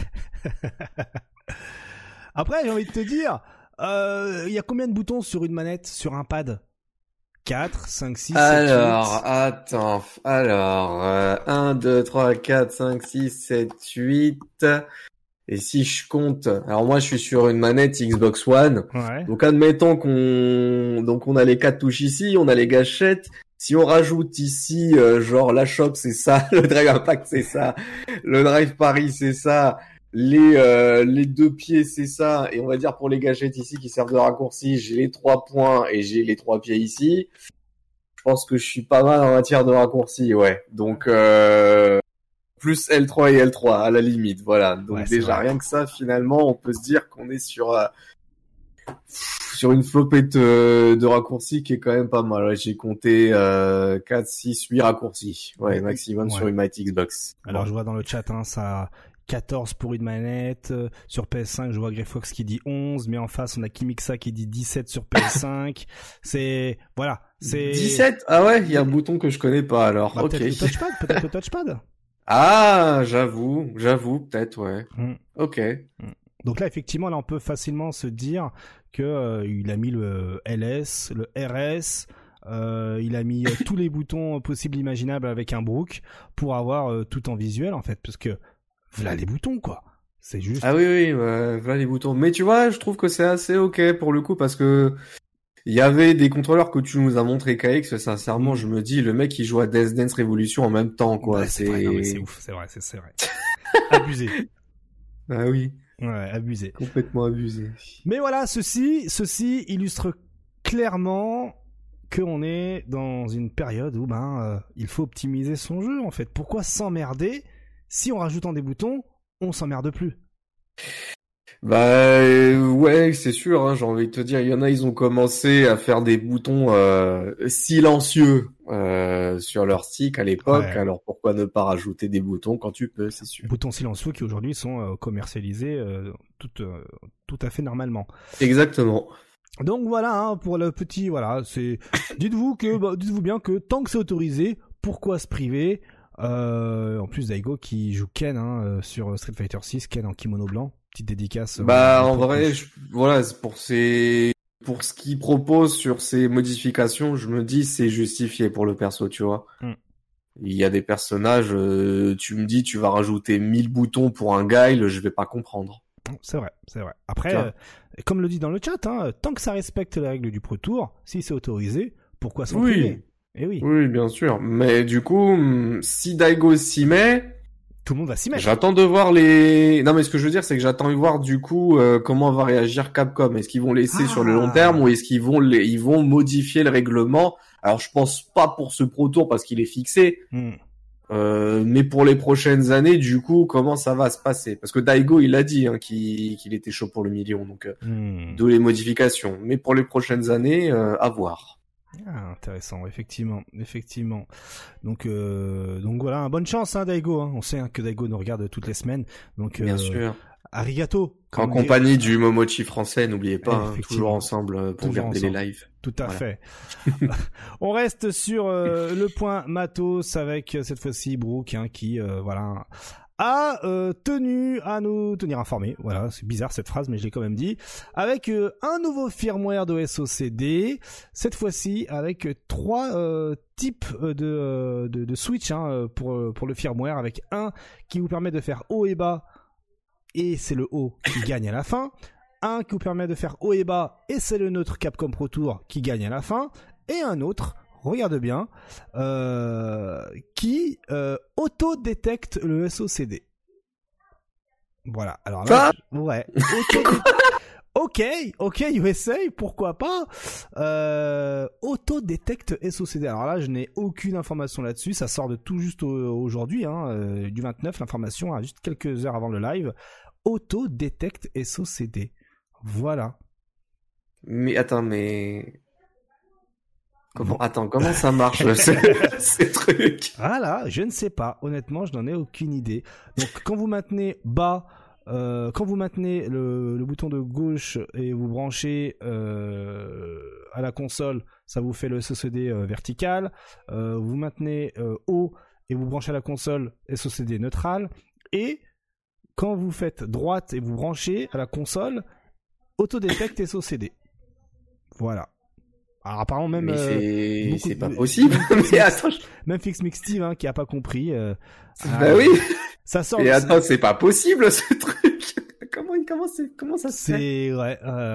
Après, j'ai envie de te dire, il y a combien de boutons sur une manette, sur un pad? 4, 5, 6, 7, 8. Attends. 1, 2, 3, 4, 5, 6, 7, 8. Et si je compte, alors moi je suis sur une manette Xbox One. Ouais. Donc admettons on a les 4 touches ici, on a les gâchettes. Si on rajoute ici, genre la shop c'est ça, le Drive Impact c'est ça, le Drive Paris c'est ça, les 2 pieds c'est ça, et on va dire pour les gâchettes ici qui servent de raccourci, j'ai les 3 points et j'ai les 3 pieds ici. Je pense que je suis pas mal en matière de raccourci, ouais. Donc plus L3 et L3 à la limite, voilà. Donc Ouais, déjà rien que ça, finalement, on peut se dire qu'on est sur une flopée de raccourcis qui est quand même pas mal. Ouais, j'ai compté 4, 6, 8 raccourcis, ouais, maximum sur une Mighty Xbox. Alors je vois dans le chat, hein, ça 14 pour une manette. Sur PS5, je vois Greyfox qui dit 11, mais en face on a Kimixa qui dit 17 sur PS5. C'est voilà, c'est 17. Ah ouais, il y a un bouton que je connais pas alors. Bah, OK. peut-être le touchpad. Ah, j'avoue, peut-être, ouais. OK. Donc là, effectivement, là, on peut facilement se dire que il a mis le LS, le RS, il a mis tous les boutons possibles imaginables avec un brook pour avoir tout en visuel, en fait, parce que voilà les boutons, quoi. C'est juste. Ah oui, voilà les boutons. Mais tu vois, je trouve que c'est assez OK pour le coup parce que il y avait des contrôleurs que tu nous as montré KX, sincèrement, je me dis, le mec, il joue à Death Dance Revolution en même temps, quoi. Bah, c'est vrai, non, mais c'est ouf, c'est vrai. Abusé. Ah oui. Ouais, abusé. Complètement abusé. Mais voilà, ceci illustre clairement qu'on est dans une période où il faut optimiser son jeu, en fait. Pourquoi s'emmerder si en rajoutant des boutons, on s'emmerde plus? Bah ouais, c'est sûr, hein, j'ai envie de te dire, il y en a, ils ont commencé à faire des boutons silencieux sur leur stick à l'époque, Ouais. alors pourquoi ne pas rajouter des boutons quand tu peux, c'est sûr. Boutons silencieux qui aujourd'hui sont commercialisés tout à fait normalement. Exactement. Donc voilà, hein, pour le petit, voilà, c'est dites-vous bien que tant que c'est autorisé, pourquoi se priver? En plus Daigo qui joue Ken sur Street Fighter 6, Ken en kimono blanc. Petite dédicace. Bah en vrai, voilà, pour ce qu'il propose sur ces modifications, je me dis c'est justifié pour le perso, tu vois. Il y a des personnages, tu me dis tu vas rajouter 1000 boutons pour un guile, je vais pas comprendre. C'est vrai. Après, comme le dit dans le chat, tant que ça respecte les règles du Pro Tour, si c'est autorisé, pourquoi s'en priver? Eh oui. Oui, bien sûr. Mais du coup, si Daigo s'y met, tout le monde va s'y mettre. J'attends de voir les... Non, mais ce que je veux dire, c'est que j'attends de voir du coup comment va réagir Capcom. Est-ce qu'ils vont laisser sur le long terme ou est-ce qu'ils vont ils vont modifier le règlement? Alors, je pense pas pour ce Pro Tour parce qu'il est fixé. Mais pour les prochaines années, du coup, comment ça va se passer? Parce que Daigo, il a dit qu'il était chaud pour le million, donc d'où les modifications. Mais pour les prochaines années, à voir. Ah, intéressant, effectivement. Donc voilà, bonne chance, Daigo. On sait que Daigo nous regarde toutes les semaines. Donc bien sûr. Arigato. En compagnie du Momochi français, n'oubliez pas, toujours ensemble pour regarder les lives. Tout à fait. On reste sur le point matos avec cette fois-ci Brook qui a tenu à nous tenir informés. Voilà, c'est bizarre cette phrase, mais je l'ai quand même dit. Avec un nouveau firmware d'OS OCD, cette fois-ci avec 3 types de switch pour le firmware, avec un qui vous permet de faire haut et bas, et c'est le haut qui gagne à la fin. Un qui vous permet de faire haut et bas, et c'est le neutre Capcom Pro Tour qui gagne à la fin. Et un autre, regarde bien, qui auto-détecte le SOCD. Voilà. Alors là, ouais. Ok, USA, pourquoi pas. Autodetect SOCD. Alors là, je n'ai aucune information là-dessus. Ça sort de tout juste aujourd'hui, du 29. L'information, juste quelques heures avant le live. Autodetect SOCD. Voilà. Mais attends, comment ça marche ces trucs? Voilà, je ne sais pas. Honnêtement, je n'en ai aucune idée. Donc, quand vous maintenez le bouton de gauche et vous branchez à la console, ça vous fait le SOCD vertical. Vous maintenez haut et vous branchez à la console, SOCD neutral. Et quand vous faites droite et vous branchez à la console, autodetect SOCD. Voilà. Alors apparemment même c'est pas possible. Mais attends, même FixMix Steve qui a pas compris. Bah oui. Ça sort. Et attends, c'est pas possible ce truc. Comment ça se fait? C'est ouais.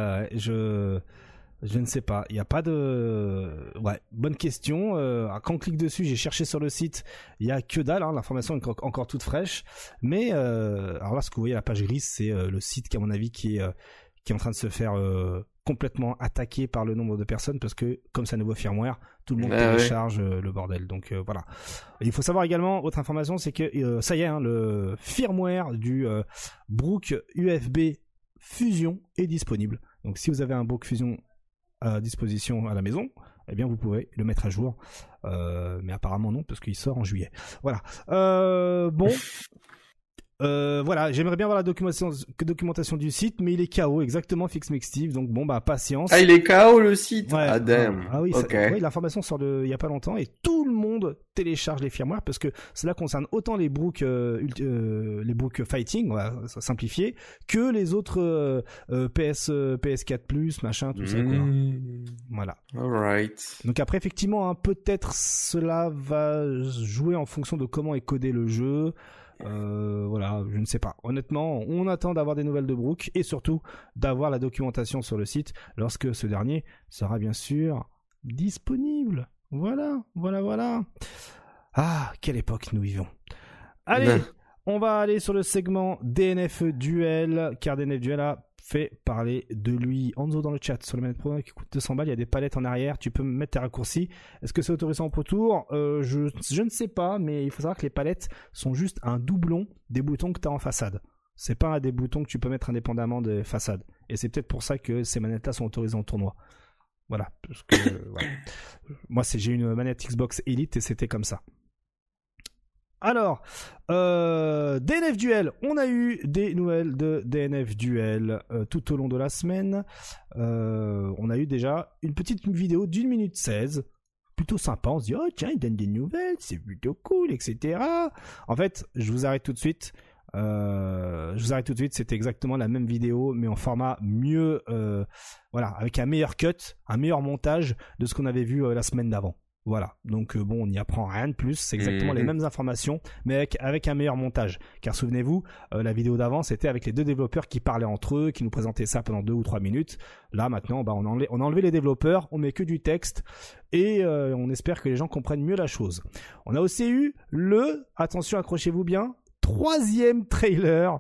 Je ne sais pas. Il y a pas de. Ouais. Bonne question. Quand on clique dessus, j'ai cherché sur le site. Il y a que dalle. L'information est encore toute fraîche. Mais alors là, ce que vous voyez à la page grise, c'est le site qui à mon avis qui est en train de se faire complètement attaqué par le nombre de personnes parce que comme c'est un nouveau firmware, tout le monde télécharge le bordel. Donc voilà. Et il faut savoir également, autre information, c'est que ça y est, le firmware du Brook USB Fusion est disponible. Donc si vous avez un Brook Fusion à disposition à la maison, eh bien vous pouvez le mettre à jour. Mais apparemment non, parce qu'il sort en juillet. Voilà. Bon. Voilà, j'aimerais bien voir la documentation du site, mais il est KO, exactement, FixMixSteve, donc bon, patience. Ah, il est KO le site? Ouais. Ah, damn. Ah oui, okay. Oui, l'information sort il y a pas longtemps, et tout le monde télécharge les firmwares, parce que cela concerne autant les Brook Fighting, on va simplifier, que les autres PS4+, machin, tout ça, quoi. Voilà. Alright. Donc après, effectivement, peut-être cela va jouer en fonction de comment est codé le jeu. Voilà, je ne sais pas. Honnêtement, on attend d'avoir des nouvelles de Brook et surtout d'avoir la documentation sur le site lorsque ce dernier sera bien sûr disponible. Voilà. Ah, quelle époque nous vivons. Allez, on va aller sur le segment DNF Duel, car DNF Duel a fait parler de lui. Enzo dans le chat sur le Manette Pro qui coûte 200 balles, il y a des palettes en arrière, tu peux mettre tes raccourcis. Est-ce que c'est autorisé en Pro Tour? Je ne sais pas, mais il faut savoir que les palettes sont juste un doublon des boutons que tu as en façade. C'est pas des boutons que tu peux mettre indépendamment des façades. Et c'est peut-être pour ça que ces manettes-là sont autorisées en tournoi. Voilà. Parce que, voilà. Moi, j'ai une manette Xbox Elite et c'était comme ça. Alors, DNF Duel, on a eu des nouvelles de DNF Duel tout au long de la semaine. On a eu déjà une petite vidéo d'1 minute 16, plutôt sympa. On se dit, oh tiens, il donne des nouvelles, c'est plutôt cool, etc. En fait, je vous arrête tout de suite. C'était exactement la même vidéo, mais en format mieux, voilà, avec un meilleur cut, un meilleur montage de ce qu'on avait vu la semaine d'avant. Voilà, donc bon, on n'y apprend rien de plus, c'est exactement les mêmes informations, mais avec un meilleur montage. Car souvenez-vous, la vidéo d'avant, c'était avec les deux développeurs qui parlaient entre eux, qui nous présentaient ça pendant 2 ou 3 minutes. Là, maintenant, on a enlevé les développeurs, on met que du texte, et on espère que les gens comprennent mieux la chose. On a aussi eu attention, accrochez-vous bien, troisième trailer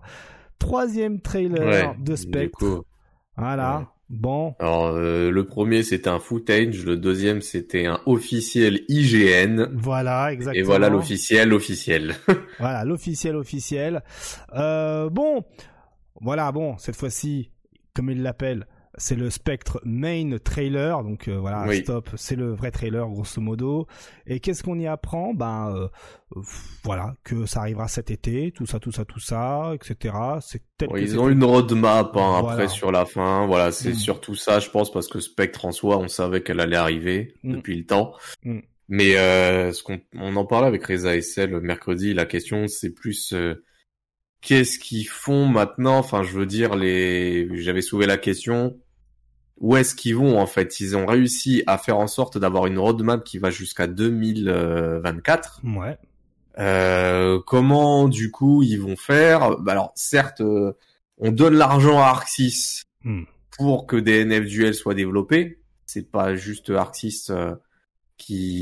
de Spectre. Voilà. Ouais. Bon. Alors le premier c'était un footage, le deuxième c'était un officiel IGN. Voilà, exactement. Et voilà l'officiel. Voilà, l'officiel. Bon, voilà, cette fois-ci, comme il l'appelle, c'est le Spectre Main Trailer, donc voilà, oui. Stop, c'est le vrai trailer grosso modo. Et qu'est-ce qu'on y apprend? Voilà, que ça arrivera cet été, tout ça, etc. C'est peut-être ils ont une roadmap voilà. Après sur la fin, voilà, c'est surtout ça, je pense, parce que Spectre en soi, on savait qu'elle allait arriver depuis le temps. Mais on en parlait avec Reza SL mercredi, la question c'est plus qu'est-ce qu'ils font maintenant? Enfin, je veux dire, j'avais soulevé la question. Où est-ce qu'ils vont, en fait? Ils ont réussi à faire en sorte d'avoir une roadmap qui va jusqu'à 2024. Ouais. Comment, du coup, ils vont faire? Alors, certes, on donne l'argent à Arc 6 pour que DNF Duel soit développé. C'est pas juste Arc 6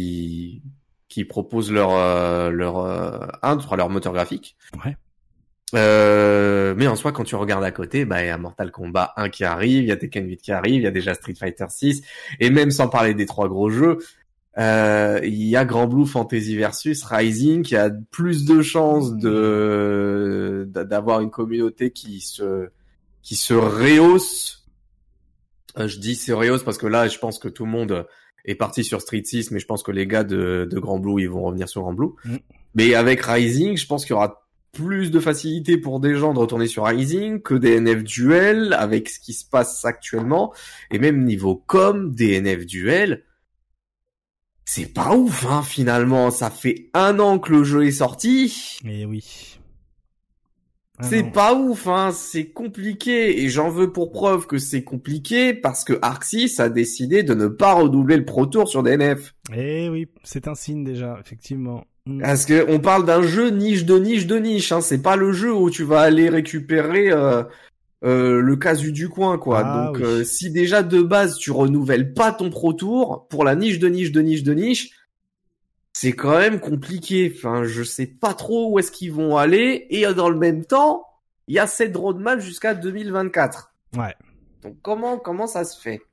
qui propose leur moteur graphique. Ouais. Mais en soi, quand tu regardes à côté, il y a Mortal Kombat 1 qui arrive, il y a Tekken 8 qui arrive, il y a déjà Street Fighter 6, et même sans parler des 3 gros jeux, il y a Grand Blue Fantasy Versus Rising qui a plus de chances d'avoir une communauté qui se rehausse. Je dis se rehausse parce que là, je pense que tout le monde est parti sur Street 6, mais je pense que les gars de Grand Blue, ils vont revenir sur Grand Blue. Mais avec Rising, je pense qu'il y aura plus de facilité pour des gens de retourner sur Rising que DNF Duel avec ce qui se passe actuellement. Et même niveau DNF Duel, c'est pas ouf, hein, finalement. Ça fait 1 an que le jeu est sorti. Et oui. C'est pas ouf, hein, c'est compliqué. Et j'en veux pour preuve que c'est compliqué parce que Arc 6 a décidé de ne pas redoubler le Pro Tour sur DNF. Et oui, c'est un signe déjà, effectivement. Parce que on parle d'un jeu niche de niche, hein. C'est pas le jeu où tu vas aller récupérer le casu du coin, quoi. Donc oui. Si déjà de base tu renouvelles pas ton Pro Tour pour la niche de niche, c'est quand même compliqué. Enfin, je sais pas trop où est-ce qu'ils vont aller. Et dans le même temps, il y a cette roadmap jusqu'à 2024. Ouais. Donc comment ça se fait?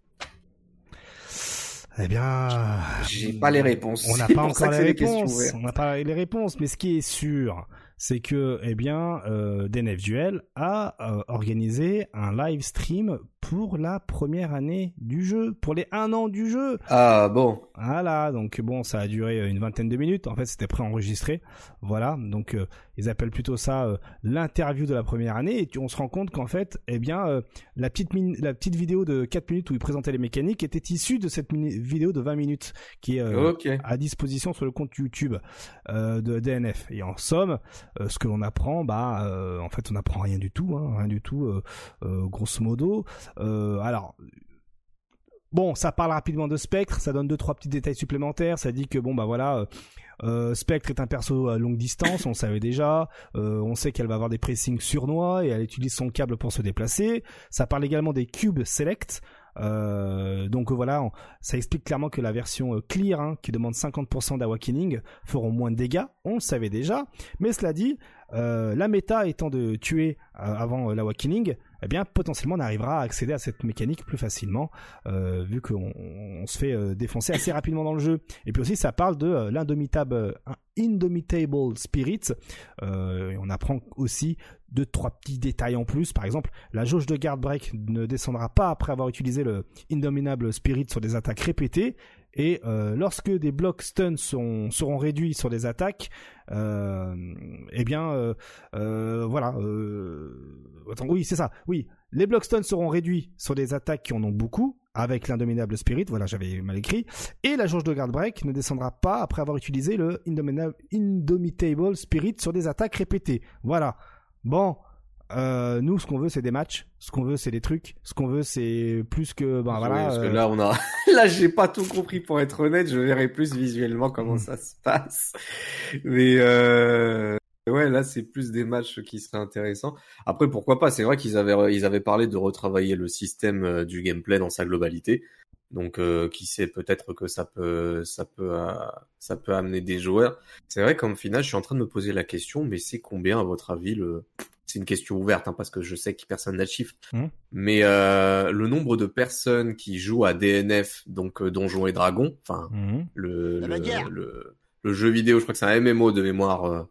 Eh bien, j'ai pas les réponses. On n'a pas encore les réponses. On n'a pas les réponses, mais ce qui est sûr, c'est que, DNF Duel a organisé un live stream pour la première année du jeu, pour les 1 an du jeu. Ah bon. Voilà, donc bon, ça a duré une vingtaine de minutes. En fait, c'était préenregistré. Voilà, donc ils appellent plutôt ça l'interview de la première année. Et on se rend compte qu'en fait, la petite vidéo de 4 minutes où ils présentaient les mécaniques était issue de cette vidéo de 20 minutes qui est à disposition sur le compte YouTube de DNF. Et en somme, ce que l'on apprend, en fait, on n'apprend rien du tout, hein, rien du tout, grosso modo. Alors, bon, ça parle rapidement de Spectre, ça donne 2-3 petits détails supplémentaires, ça dit que Spectre est un perso à longue distance, on le savait déjà, on sait qu'elle va avoir des pressings sournois et elle utilise son câble pour se déplacer. Ça parle également des cubes select. Donc voilà, ça explique clairement que la version Clear, qui demande 50% d'Awakening, feront moins de dégâts, on le savait déjà, mais cela dit, la méta étant de tuer avant l'Awakening, potentiellement on arrivera à accéder à cette mécanique plus facilement, vu qu'on se fait défoncer assez rapidement dans le jeu. Et puis aussi ça parle de l'indomitable Indomitable Spirit, et on apprend aussi 2-3 petits détails en plus. Par exemple, la jauge de guard break ne descendra pas après avoir utilisé le Indomitable Spirit sur des attaques répétées, et lorsque des blocs stun seront réduits sur des attaques, oui, c'est ça. Oui, les blocs stun seront réduits sur des attaques qui en ont beaucoup avec l'Indomitable Spirit. Voilà, j'avais mal écrit. Et la jauge de guard break ne descendra pas après avoir utilisé le Indomitable Spirit sur des attaques répétées. Voilà. Bon, nous, ce qu'on veut, c'est des matchs. Ce qu'on veut, c'est des trucs. Ce qu'on veut, c'est plus que... Parce que là, là, j'ai pas tout compris, pour être honnête. Je verrai plus visuellement comment ça se passe. Mais ouais, là, c'est plus des matchs qui seraient intéressants. Après, pourquoi pas? C'est vrai qu'ils avaient parlé de retravailler le système du gameplay dans sa globalité. Donc, qui sait, peut-être que ça peut amener des joueurs. C'est vrai qu'en final, je suis en train de me poser la question, mais c'est combien, à votre avis, c'est une question ouverte, parce que je sais que personne n'a de chiffre. Mais le nombre de personnes qui jouent à DNF, donc Donjons et Dragons, le jeu vidéo, je crois que c'est un MMO de mémoire,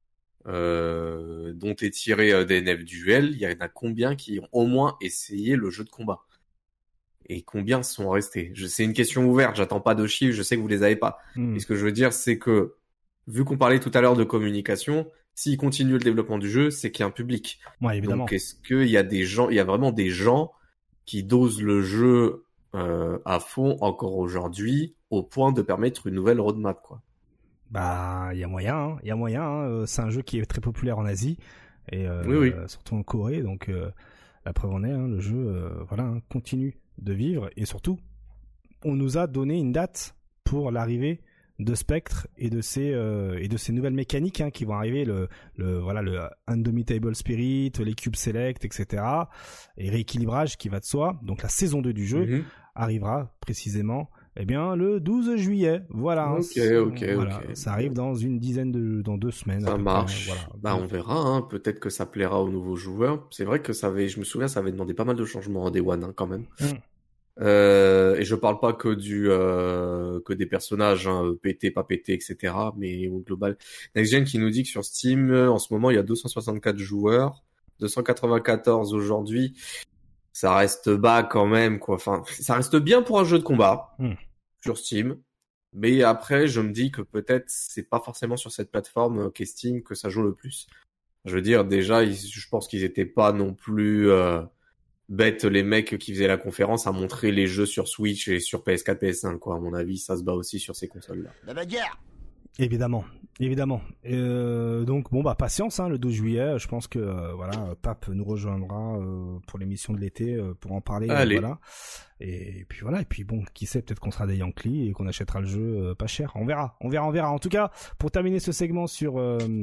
dont est tiré DNF Duel, il y en a combien qui ont au moins essayé le jeu de combat? Et combien sont restés? C'est une question ouverte, j'attends pas de chiffres, je sais que vous les avez pas. Et ce que je veux dire, c'est que, vu qu'on parlait tout à l'heure de communication, s'ils continuent le développement du jeu, c'est qu'il y a un public. Ouais, évidemment. Donc, est-ce qu'il y a il y a vraiment des gens qui dosent le jeu à fond encore aujourd'hui, au point de permettre une nouvelle roadmap, quoi? Il y a moyen, c'est un jeu qui est très populaire en Asie, et oui. surtout en Corée, donc la preuve en est, le jeu continue de vivre, et surtout, on nous a donné une date pour l'arrivée de Spectre et de ces nouvelles mécaniques qui vont arriver, le Indomitable Spirit, les cubes select, etc. et rééquilibrage qui va de soi. Donc la saison 2 du jeu arrivera précisément Eh bien, le 12 juillet, voilà. Ok. Ça arrive dans dans 2 semaines. Ça marche. Voilà. Bah, on verra, hein. Peut-être que ça plaira aux nouveaux joueurs. C'est vrai que je me souviens, ça avait demandé pas mal de changements en Day One, hein, quand même. Et je parle pas que des personnages, hein, pétés, pas pétés, etc. Mais au global. NextGen qui nous dit que sur Steam, en ce moment, il y a 264 joueurs, 294 aujourd'hui. Ça reste bas quand même, quoi. Enfin, ça reste bien pour un jeu de combat sur Steam. Mais après, je me dis que peut-être c'est pas forcément sur cette plateforme qu'est Steam que ça joue le plus. Je veux dire, déjà, je pense qu'ils étaient pas non plus bêtes, les mecs qui faisaient la conférence, à montrer les jeux sur Switch et sur PS4, PS5, quoi. À mon avis, ça se bat aussi sur ces consoles-là. La bagarre. Évidemment. Donc bon bah patience, hein, le 12 juillet, je pense que voilà, Pape nous rejoindra pour l'émission de l'été pour en parler. Voilà. Et puis voilà, et puis bon, qui sait, peut-être qu'on sera des Yankees et qu'on achètera le jeu pas cher. On verra. En tout cas, pour terminer ce segment sur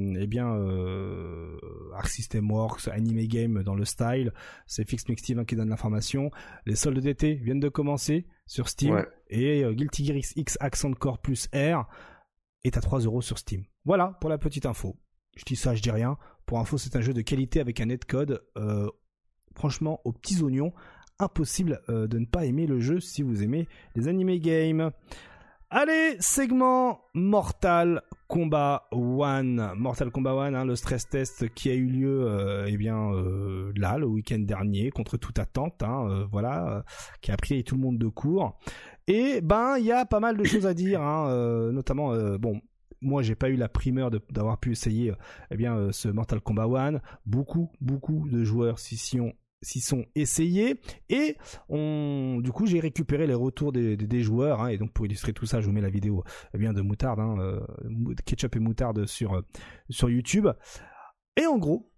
Arc System Works, Anime Game dans le style, c'est Fix Mixtive qui donne l'information. Les soldes d'été viennent de commencer sur Steam et Guilty Gear X Accent Core plus R est à 3€ sur Steam. Voilà pour la petite info. Je dis ça, je dis rien. Pour info, c'est un jeu de qualité avec un netcode franchement aux petits oignons. Impossible de ne pas aimer le jeu si vous aimez les anime games. Allez, segment Mortal Kombat 1. Mortal Kombat 1, hein, le stress test qui a eu lieu là, le week-end dernier, contre toute attente, hein, qui a pris tout le monde de court. Et il y a pas mal de choses à dire, hein, notamment, moi j'ai pas eu la primeur d'avoir pu essayer ce Mortal Kombat 1. Beaucoup de joueurs s'y sont essayés, et du coup j'ai récupéré les retours des joueurs, hein, et donc pour illustrer tout ça, je vous mets la vidéo de Moutarde, hein, Ketchup et Moutarde sur YouTube. Et en gros,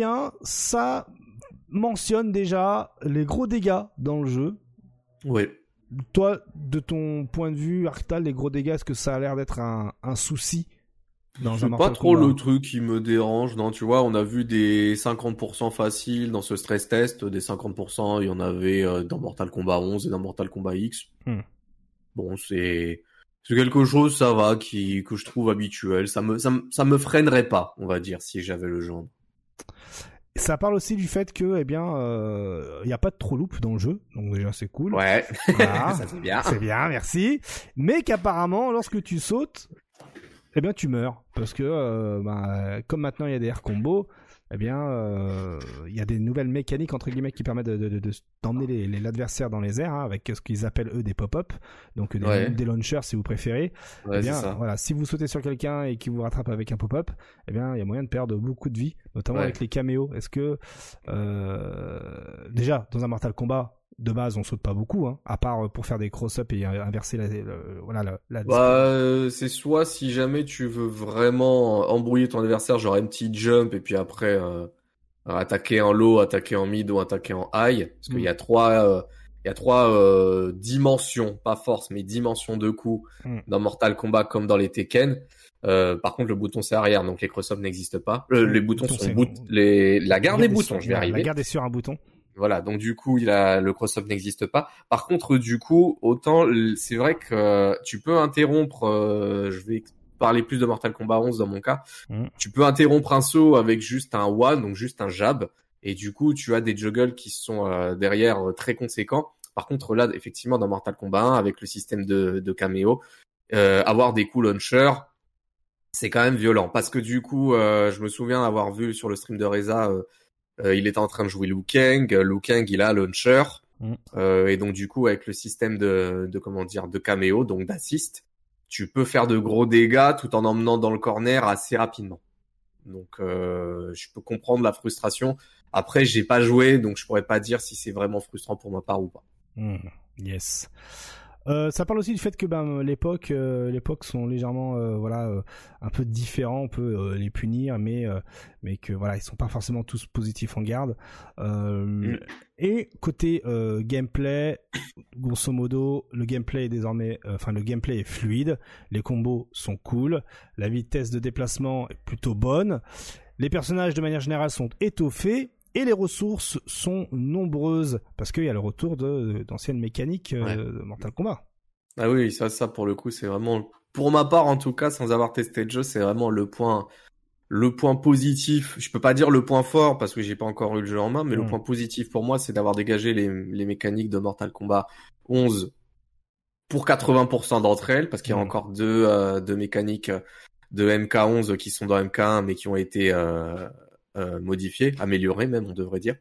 ça mentionne déjà les gros dégâts dans le jeu. Oui. Toi, de ton point de vue, Arctal, les gros dégâts, est-ce que ça a l'air d'être un souci dans un Mortal Kombat ? C'est pas trop le truc qui me dérange, non, tu vois, on a vu des 50% faciles dans ce stress test, des 50%, il y en avait dans Mortal Kombat 11 et dans Mortal Kombat X. Bon, c'est quelque chose, ça va, que je trouve habituel, ça me freinerait pas, on va dire, si j'avais le genre. Ça parle aussi du fait que, y a pas de trop loop dans le jeu, donc déjà c'est cool. Ouais, voilà. ça c'est bien. C'est bien, merci. Mais qu'apparemment, lorsque tu sautes, tu meurs, parce que comme maintenant il y a des air combos, il y a des nouvelles mécaniques entre guillemets qui permettent d'emmener l'adversaire dans les airs, hein, avec ce qu'ils appellent eux des pop-up, donc des launchers si vous préférez. Ouais, c'est ça. Voilà, si vous sautez sur quelqu'un et qu'il vous rattrape avec un pop-up, il y a moyen de perdre beaucoup de vie, notamment avec les caméos. Est-ce que déjà dans un Mortal Kombat de base on saute pas beaucoup, hein, à part pour faire des cross-up et inverser la c'est soit si jamais tu veux vraiment embrouiller ton adversaire, genre un petit jump et puis après attaquer en low, attaquer en mid ou attaquer en high, parce qu'il y a trois dimensions, pas force mais dimensions de coups dans Mortal Kombat comme dans les Tekken. Par contre le bouton c'est arrière, donc les cross-up n'existent pas. Les boutons sont la garde des boutons, je vais arriver. La garde est sur un bouton. Voilà, donc du coup, le cross-up n'existe pas. Par contre, du coup, autant c'est vrai que tu peux interrompre, je vais parler plus de Mortal Kombat 11 dans mon cas, tu peux interrompre un saut avec juste un one, donc juste un jab, et du coup, tu as des juggles qui sont derrière très conséquents. Par contre, là, effectivement, dans Mortal Kombat 1, avec le système de caméo, avoir des coups launcher, c'est quand même violent. Parce que du coup, je me souviens avoir vu sur le stream de Reza... il était en train de jouer Liu Kang. Liu Kang, il a launcher. Et donc, du coup, avec le système de caméo, donc d'assist, tu peux faire de gros dégâts tout en emmenant dans le corner assez rapidement. Donc, je peux comprendre la frustration. Après, j'ai pas joué, donc je pourrais pas dire si c'est vraiment frustrant pour ma part ou pas. Yes. Ça parle aussi du fait que l'époque sont légèrement un peu différents, on peut les punir, mais que voilà, ils sont pas forcément tous positifs en garde. Et côté gameplay, grosso modo, le gameplay est désormais, le gameplay est fluide, les combos sont cool, la vitesse de déplacement est plutôt bonne, les personnages de manière générale sont étoffés. Et les ressources sont nombreuses, parce qu'il y a le retour d'anciennes mécaniques de Mortal Kombat. Ah oui, ça pour le coup, c'est vraiment, pour ma part en tout cas, sans avoir testé le jeu, c'est vraiment le point positif. Je peux pas dire le point fort parce que j'ai pas encore eu le jeu en main, mais le point positif pour moi, c'est d'avoir dégagé les mécaniques de Mortal Kombat 11 pour 80% d'entre elles, parce qu'il y a encore deux mécaniques de MK11 qui sont dans MK1 mais qui ont été modifiées, améliorées même, on devrait dire.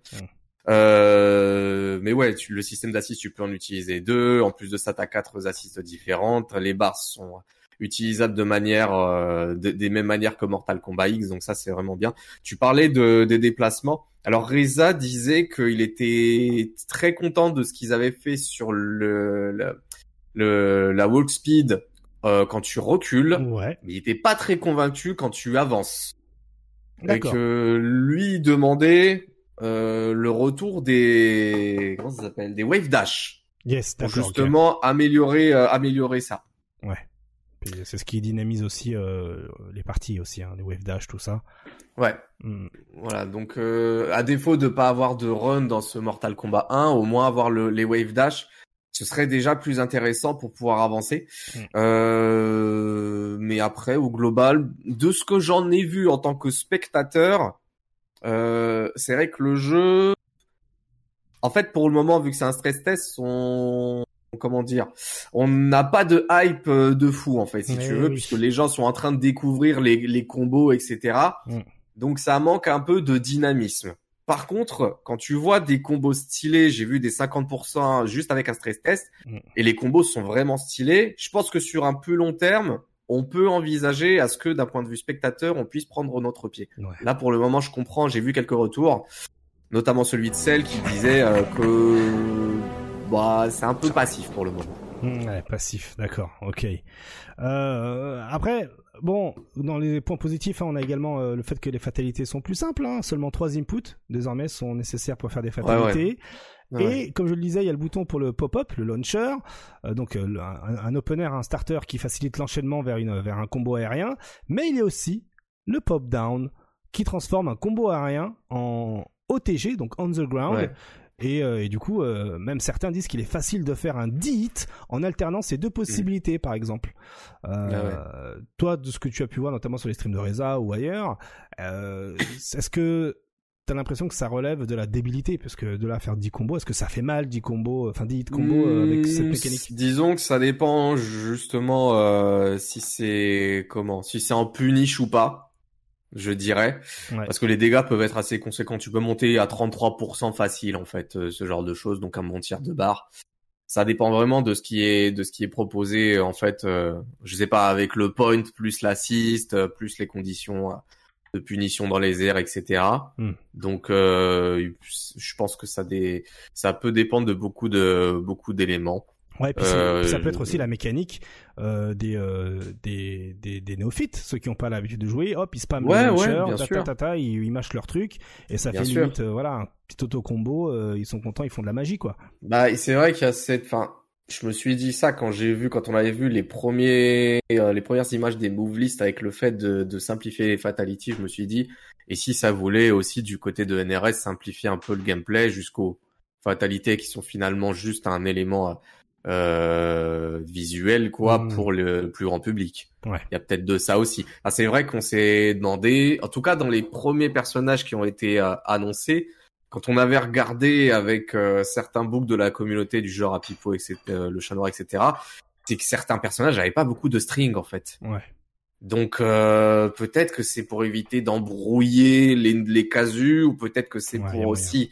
Mais ouais, le système d'assist, tu peux en utiliser 2. En plus de ça, t'as 4 assists différentes. Les barres sont utilisables de manière, des mêmes manières que Mortal Kombat X. Donc ça, c'est vraiment bien. Tu parlais des déplacements. Alors Reza disait qu'il était très content de ce qu'ils avaient fait sur la walk speed quand tu recules. Ouais. Mais il était pas très convaincu quand tu avances. D'accord. Et que lui demandait le retour comment ça s'appelle, des wave dash. Yes, pour d'accord. justement améliorer ça. Ouais. Puis c'est ce qui dynamise aussi les parties aussi, les wave dash, tout ça. Ouais. Voilà, donc à défaut de pas avoir de run dans ce Mortal Kombat 1, au moins avoir les wave dash, ce serait déjà plus intéressant pour pouvoir avancer. Mais après, au global, de ce que j'en ai vu en tant que spectateur, c'est vrai que le jeu, en fait, pour le moment, vu que c'est un stress test, comment dire, on n'a pas de hype de fou, en fait, si tu veux, puisque les gens sont en train de découvrir les combos, etc. Donc ça manque un peu de dynamisme. Par contre, quand tu vois des combos stylés, j'ai vu des 50% juste avec un stress test, et les combos sont vraiment stylés, je pense que sur un plus long terme, on peut envisager à ce que, d'un point de vue spectateur, on puisse prendre notre pied. Ouais. Là, pour le moment, je comprends, j'ai vu quelques retours, notamment celui de Cell qui disait que c'est un peu passif pour le moment. Ouais, passif, d'accord, ok. Après, bon, dans les points positifs, on a également le fait que les fatalités sont plus simples. Seulement 3 inputs, désormais, sont nécessaires pour faire des fatalités. Ouais. Et comme je le disais, il y a le bouton pour le pop-up, le launcher, donc un opener, un starter qui facilite l'enchaînement vers un combo aérien. Mais il y a aussi le pop-down qui transforme un combo aérien en OTG, donc on the ground. Ouais. Et du coup, même certains disent qu'il est facile de faire un D-hit en alternant ces deux possibilités, par exemple. Toi, de ce que tu as pu voir, notamment sur les streams de Reza ou ailleurs, est-ce que t'as l'impression que ça relève de la débilité? Parce que de là, faire 10 combos, est-ce que ça fait mal, 10 combos, enfin 10 hits combos avec cette mécanique? Disons que ça dépend justement si c'est en punish ou pas. Je dirais, parce que les dégâts peuvent être assez conséquents. Tu peux monter à 33% facile, en fait, ce genre de choses, donc un bon tiers de barre. Ça dépend vraiment de ce qui est proposé, en fait, je sais pas, avec le point, plus l'assist, plus les conditions de punition dans les airs, etc. Donc, je pense que ça peut dépendre de beaucoup d'éléments. Ouais, et puis ça peut être aussi la mécanique des néophytes, ceux qui n'ont pas l'habitude de jouer, hop, ils spamment le launcher, ils mâchent leur truc, et ça fait limite un petit auto-combo, ils sont contents, ils font de la magie, quoi. Bah, c'est vrai qu'il y a je me suis dit ça quand on avait vu les premières images des move lists avec le fait de simplifier les fatalities, je me suis dit, et si ça voulait aussi du côté de NRS simplifier un peu le gameplay jusqu'aux fatalités qui sont finalement juste un élément visuel pour le plus grand public. Ouais. Il y a peut-être de ça aussi. C'est vrai qu'on s'est demandé, en tout cas dans les premiers personnages qui ont été annoncés, quand on avait regardé avec certains books de la communauté du genre Apipo, etc., le chat noir, etc., c'est que certains personnages n'avaient pas beaucoup de string en fait. Ouais. Donc peut-être que c'est pour éviter d'embrouiller les casus, ou peut-être que c'est pour aussi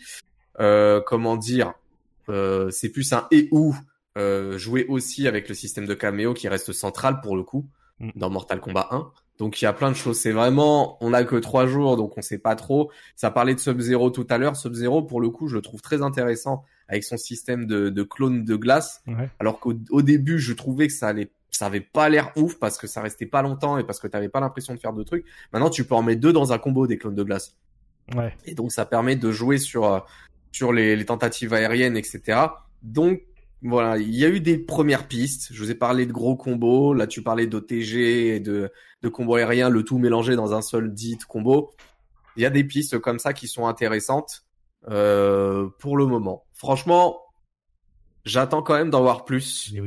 c'est plus un et ou jouer aussi avec le système de caméo qui reste central pour le coup dans Mortal Kombat 1. Donc il y a plein de choses. C'est vraiment, on n'a que 3 jours, donc on sait pas trop. Ça parlait de Sub-Zero tout à l'heure. Sub-Zero, pour le coup, je le trouve très intéressant avec son système de clone de glace. Ouais. Alors qu'au début, je trouvais que ça avait pas l'air ouf parce que ça restait pas longtemps et parce que t'avais pas l'impression de faire de trucs. Maintenant, tu peux en mettre 2 dans un combo des clones de glace. Ouais. Et donc ça permet de jouer sur les tentatives aériennes, etc. Donc voilà, il y a eu des premières pistes. Je vous ai parlé de gros combos. Là, tu parlais d'OTG et de combos aériens, le tout mélangé dans un seul dit combo. Il y a des pistes comme ça qui sont intéressantes pour le moment. Franchement, j'attends quand même d'en voir plus. Et oui.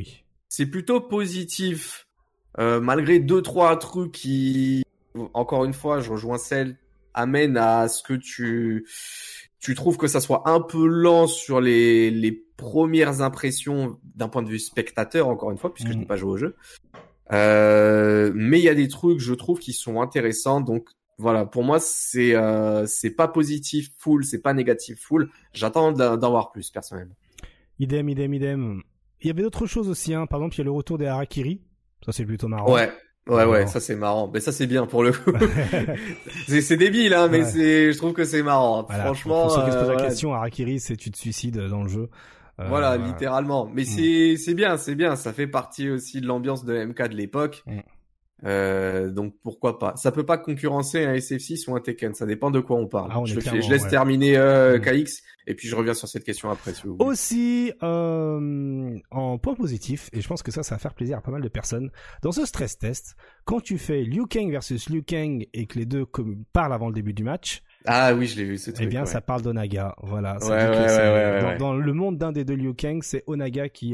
c'est plutôt positif, malgré 2-3 trucs qui, encore une fois, je rejoins celle, amènent à ce que tu trouves que ça soit un peu lent sur les premières impressions d'un point de vue spectateur, encore une fois, puisque je n'ai pas joué au jeu. Mais il y a des trucs, je trouve, qui sont intéressants. Donc voilà, pour moi, c'est pas positif full, c'est pas négatif full. J'attends d'en voir plus, personnellement. Idem. Il y avait d'autres choses aussi, hein. Par exemple, il y a le retour des Harakiri. Ça, c'est plutôt marrant. Ouais, ça c'est marrant. Mais ça c'est bien pour le coup. c'est débile, hein, mais je trouve que c'est marrant. Voilà, Franchement. Pour ceux qui se posent la question, Harakiri, c'est tu te suicides dans le jeu. Voilà, littéralement. Mais c'est bien. Ça fait partie aussi de l'ambiance de MK de l'époque. Donc pourquoi pas. Ça peut pas concurrencer un SF6 ou un Tekken. Ça dépend de quoi on parle. Je laisse terminer KX et puis je reviens sur cette question après. Si vous voulez. Aussi, en point positif, et je pense que ça va faire plaisir à pas mal de personnes, dans ce stress test, quand tu fais Liu Kang versus Liu Kang et que les deux parlent avant le début du match. Ah oui, je l'ai vu, ce truc. Eh bien, ça parle d'Onaga. Voilà. Dans le monde d'un des deux Liu Kang, c'est Onaga qui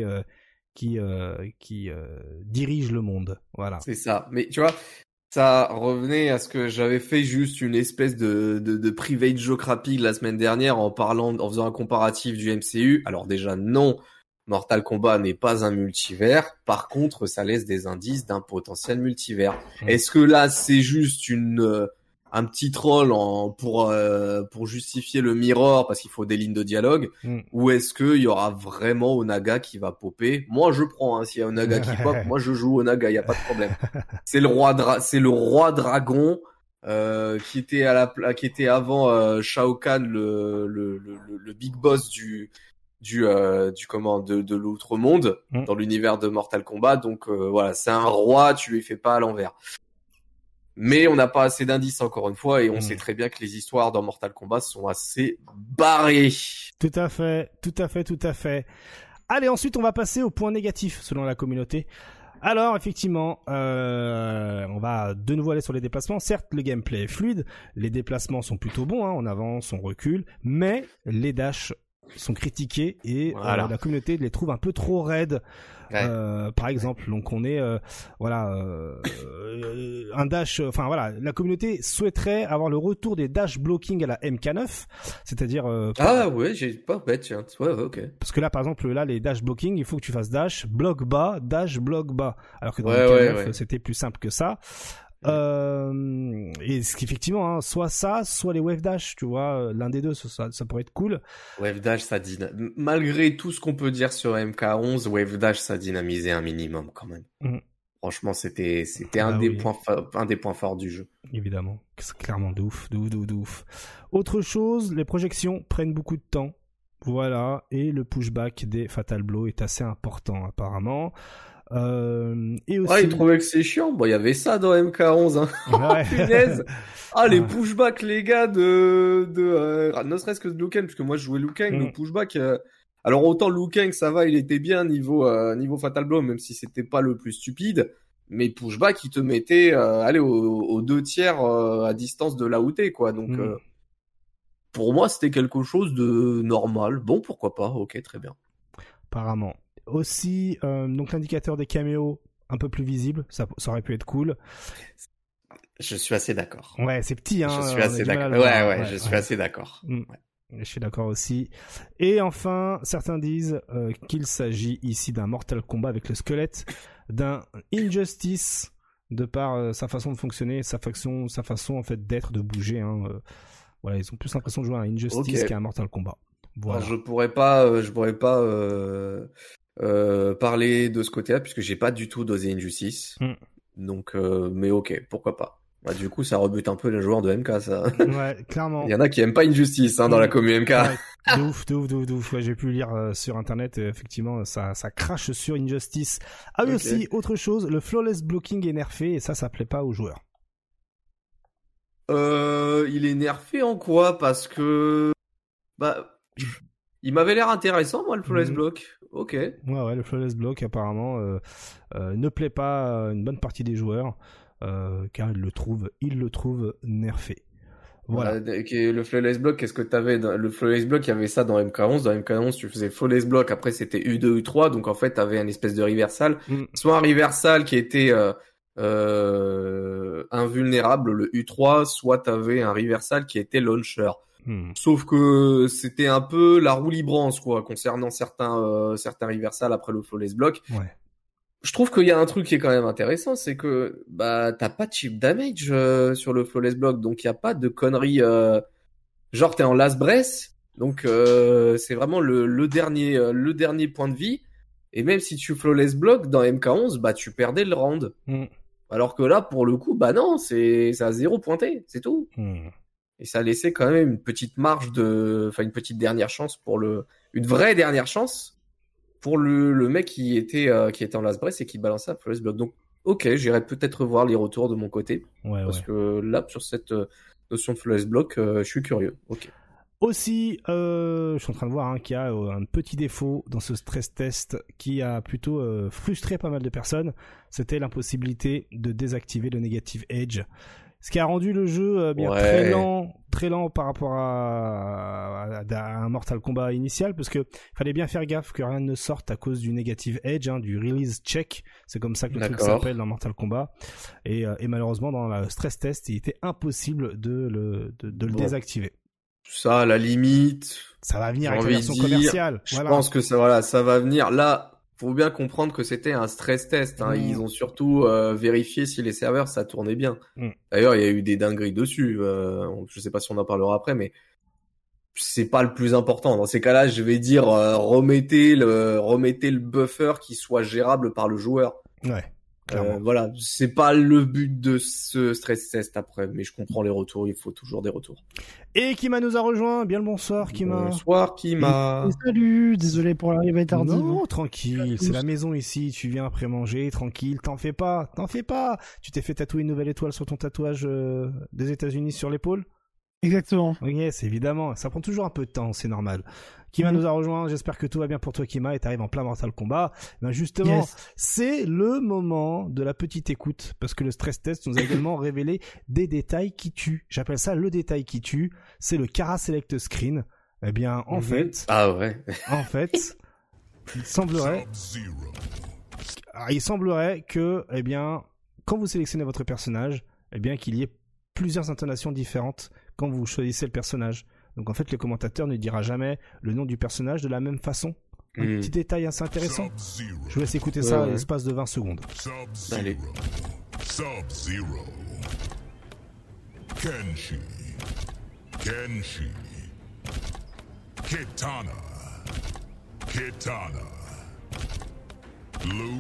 dirige le monde. Voilà. C'est ça. Mais tu vois, ça revenait à ce que j'avais fait, juste une espèce de private joke rapide la semaine dernière en faisant un comparatif du MCU. Alors déjà, non, Mortal Kombat n'est pas un multivers. Par contre, ça laisse des indices d'un potentiel multivers. Est-ce que là, c'est juste un petit troll pour justifier le mirror parce qu'il faut des lignes de dialogue, ou est-ce que il y aura vraiment Onaga qui va popper? Moi je prends, hein, s'il y a Onaga qui pop, moi je joue Onaga, il y a pas de problème. C'est le roi dragon qui était avant Shao Kahn, le big boss de l'outre-monde dans l'univers de Mortal Kombat. Donc voilà, c'est un roi, tu lui fais pas à l'envers. Mais on n'a pas assez d'indices encore une fois et on sait très bien que les histoires dans Mortal Kombat sont assez barrées. Tout à fait. Allez, ensuite on va passer au point négatif selon la communauté. Alors effectivement, on va de nouveau aller sur les déplacements. Certes, le gameplay est fluide, les déplacements sont plutôt bons, hein, on avance, on recule, mais les dashs sont critiqués et la communauté les trouve un peu trop raides. Par exemple, donc on est un dash, enfin voilà, la communauté souhaiterait avoir le retour des dash blocking à la MK9, c'est-à-dire j'ai pas bête, tiens. Ouais, ok. Parce que là par exemple les dash blocking, il faut que tu fasses dash bloc bas, alors que dans le MK9 c'était plus simple que ça. Et ce qu'effectivement, hein, soit ça, soit les wave dash, tu vois, l'un des deux, ça pourrait être cool. Wave dash, ça malgré tout ce qu'on peut dire sur MK11, wave dash, ça dynamisait un minimum quand même. Franchement, c'était un des points forts du jeu. Évidemment, c'est clairement de ouf. Autre chose, les projections prennent beaucoup de temps. Voilà, et le pushback des Fatal Blow est assez important apparemment. Et aussi... il trouvait que c'est chiant. Bon, il y avait ça dans MK11, hein. Ouais. Punaise. Les pushbacks, les gars, ne serait-ce que de Liu Kang, parce que moi, je jouais Liu Kang, le pushback, alors autant Liu Kang, ça va, il était bien niveau Fatal Blow, même si c'était pas le plus stupide, mais pushback, il te mettait, aux 2/3, à distance de là où t'es, quoi. Donc, pour moi, c'était quelque chose de normal. Bon, pourquoi pas. Ok, très bien. Apparemment. Aussi, donc l'indicateur des caméos un peu plus visible, ça aurait pu être cool. Je suis assez d'accord. Ouais, c'est petit, hein. Je suis assez d'accord. Je suis assez d'accord. Je suis d'accord aussi. Et enfin, certains disent qu'il s'agit ici d'un Mortal Kombat avec le squelette d'un Injustice de par sa façon de fonctionner, sa façon en fait d'être, de bouger. Hein. Voilà, ils ont plus l'impression de jouer à un Injustice qu'à un Mortal Kombat. Voilà. Alors, je pourrais pas parler de ce côté-là puisque j'ai pas du tout dosé Injustice. Donc, mais ok, pourquoi pas. Bah, du coup, ça rebute un peu les joueurs de MK, ça. Ouais, clairement. Il y en a qui aiment pas Injustice, hein, dans la commu MK. Ouais, de ouf. Ouais, j'ai pu lire sur internet, effectivement, ça crache sur Injustice. Ah oui, aussi, autre chose, le flawless blocking est nerfé et ça plaît pas aux joueurs. Il est nerfé en quoi? Parce que, il m'avait l'air intéressant, moi, le flawless block. Ok. Ouais, le flawless block, apparemment, ne plaît pas à une bonne partie des joueurs, car ils le trouvent nerfé. Voilà. Le flawless block, qu'est-ce que t'avais le flawless block, il y avait ça dans MK11. Dans MK11, tu faisais flawless block, après c'était U2, U3, donc en fait t'avais une espèce de reversal. Soit un reversal qui était invulnérable, le U3, soit t'avais un reversal qui était launcher. Sauf que c'était un peu la roue librance, quoi, concernant certains reversals après le flawless block. Ouais. Je trouve qu'il y a un truc qui est quand même intéressant, c'est que t'as pas de chip damage sur le flawless block, donc il y a pas de conneries genre t'es en last breath, donc c'est vraiment le dernier point de vie, et même si tu flawless block dans MK11, tu perdais le round. Alors que là pour le coup non, c'est à 0 pointé, c'est tout. Et ça laissait quand même une petite marge une petite dernière chance une vraie dernière chance pour le mec qui était en last breath et qui balançait un flawless block. Donc, ok, j'irai peut-être voir les retours de mon côté. Parce que là, sur cette notion de flawless block, je suis curieux. Ok. Aussi, je suis en train de voir qu'il y a un petit défaut dans ce stress test qui a plutôt frustré pas mal de personnes. C'était l'impossibilité de désactiver le negative edge. Ce qui a rendu le jeu très lent par rapport à un Mortal Kombat initial, parce que fallait bien faire gaffe que rien ne sorte à cause du negative edge, du release check. C'est comme ça que le truc s'appelle dans Mortal Kombat. Et malheureusement, dans le stress test, il était impossible de le désactiver. Ça, à la limite. Ça va venir avec la version commerciale. Je pense que ça va venir. Là, faut bien comprendre que c'était un stress test. Ils ont surtout vérifié si les serveurs ça tournait bien. D'ailleurs, il y a eu des dingueries dessus. Je sais pas si on en parlera après, mais c'est pas le plus important. Dans ces cas-là, je vais dire remettez le buffer qui soit gérable par le joueur. Ouais. Voilà, c'est pas le but de ce stress test après, mais je comprends les retours, il faut toujours des retours. Et Kima nous a rejoint, bien le bonsoir Kima. Bonsoir Kima. Salut, désolé pour l'arrivée tardive. Non, tranquille, c'est la maison ici, tu viens après manger, tranquille, t'en fais pas. Tu t'es fait tatouer une nouvelle étoile sur ton tatouage des États-Unis sur l'épaule? Exactement. Yes, évidemment, ça prend toujours un peu de temps, c'est normal. Kima nous a rejoint, j'espère que tout va bien pour toi Kima et t'arrives en plein Mortal Kombat. Justement, c'est le moment de la petite écoute, parce que le stress test nous a également révélé des détails qui tuent. J'appelle ça le détail qui tue, c'est le Kara Select Screen. En fait... Ah ouais. En fait, il semblerait que, quand vous sélectionnez votre personnage, qu'il y ait plusieurs intonations différentes quand vous choisissez le personnage. Donc en fait, le commentateur ne dira jamais le nom du personnage de la même façon. Un petit détail assez intéressant. Je vous laisse écouter ça à l'espace de 20 secondes. Allez. Sub-Zero. Kenshi. Kitana. Liu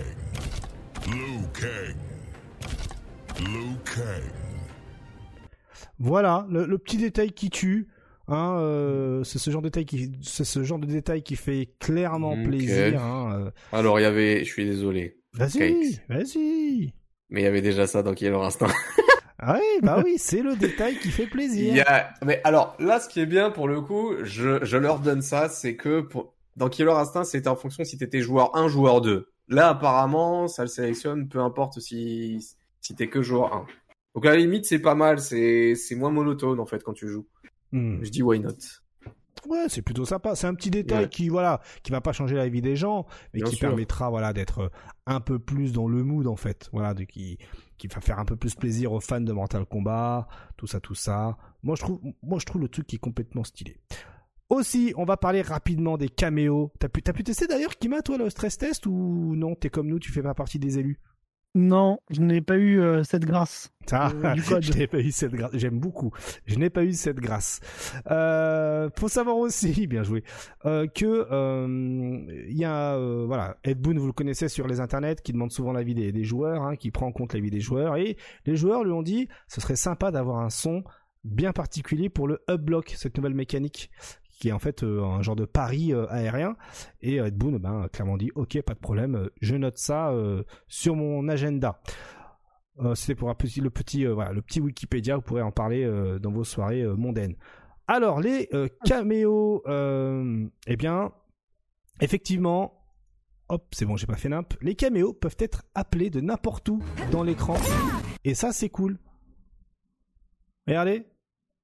Kang. Voilà, le petit détail qui tue. C'est ce genre de détail qui fait clairement plaisir. Alors je suis désolé. Vas-y. Mais il y avait déjà ça dans Killer Instinct. Oui, c'est le détail qui fait plaisir. Mais alors là, ce qui est bien pour le coup, je leur donne ça, c'est que dans Killer Instinct, c'était en fonction si t'étais joueur 1, joueur 2. Là, apparemment, ça le sélectionne, peu importe si t'es que joueur 1. Donc à la limite, c'est pas mal, c'est moins monotone en fait quand tu joues. Je dis why not. Ouais, c'est plutôt sympa. C'est un petit détail qui va pas changer la vie des gens, mais qui permettra d'être un peu plus dans le mood en fait. Qui va faire un peu plus plaisir aux fans de Mortal Kombat, tout ça. Moi je trouve le truc qui est complètement stylé. Aussi, on va parler rapidement des caméos. T'as pu tester d'ailleurs, Kima, toi, le stress test, ou non, t'es comme nous, tu fais pas partie des élus? Non, je n'ai pas eu cette grâce. Du code. Je n'ai pas eu cette grâce. J'aime beaucoup. Je n'ai pas eu cette grâce. Faut savoir aussi, bien joué, que il y a Ed Boon, vous le connaissez sur les internets, qui demande souvent l'avis des joueurs, qui prend en compte l'avis des joueurs, et les joueurs lui ont dit, ce serait sympa d'avoir un son bien particulier pour le Hub Block, cette nouvelle mécanique qui est en fait un genre de pari aérien. Et Ed Boon clairement dit ok, pas de problème, je note ça sur mon agenda. C'était pour le petit Wikipédia, vous pourrez en parler dans vos soirées mondaines. Alors les caméos, effectivement, hop, c'est bon, j'ai pas fait nimp. Les caméos peuvent être appelés de n'importe où dans l'écran, et ça c'est cool. Regardez,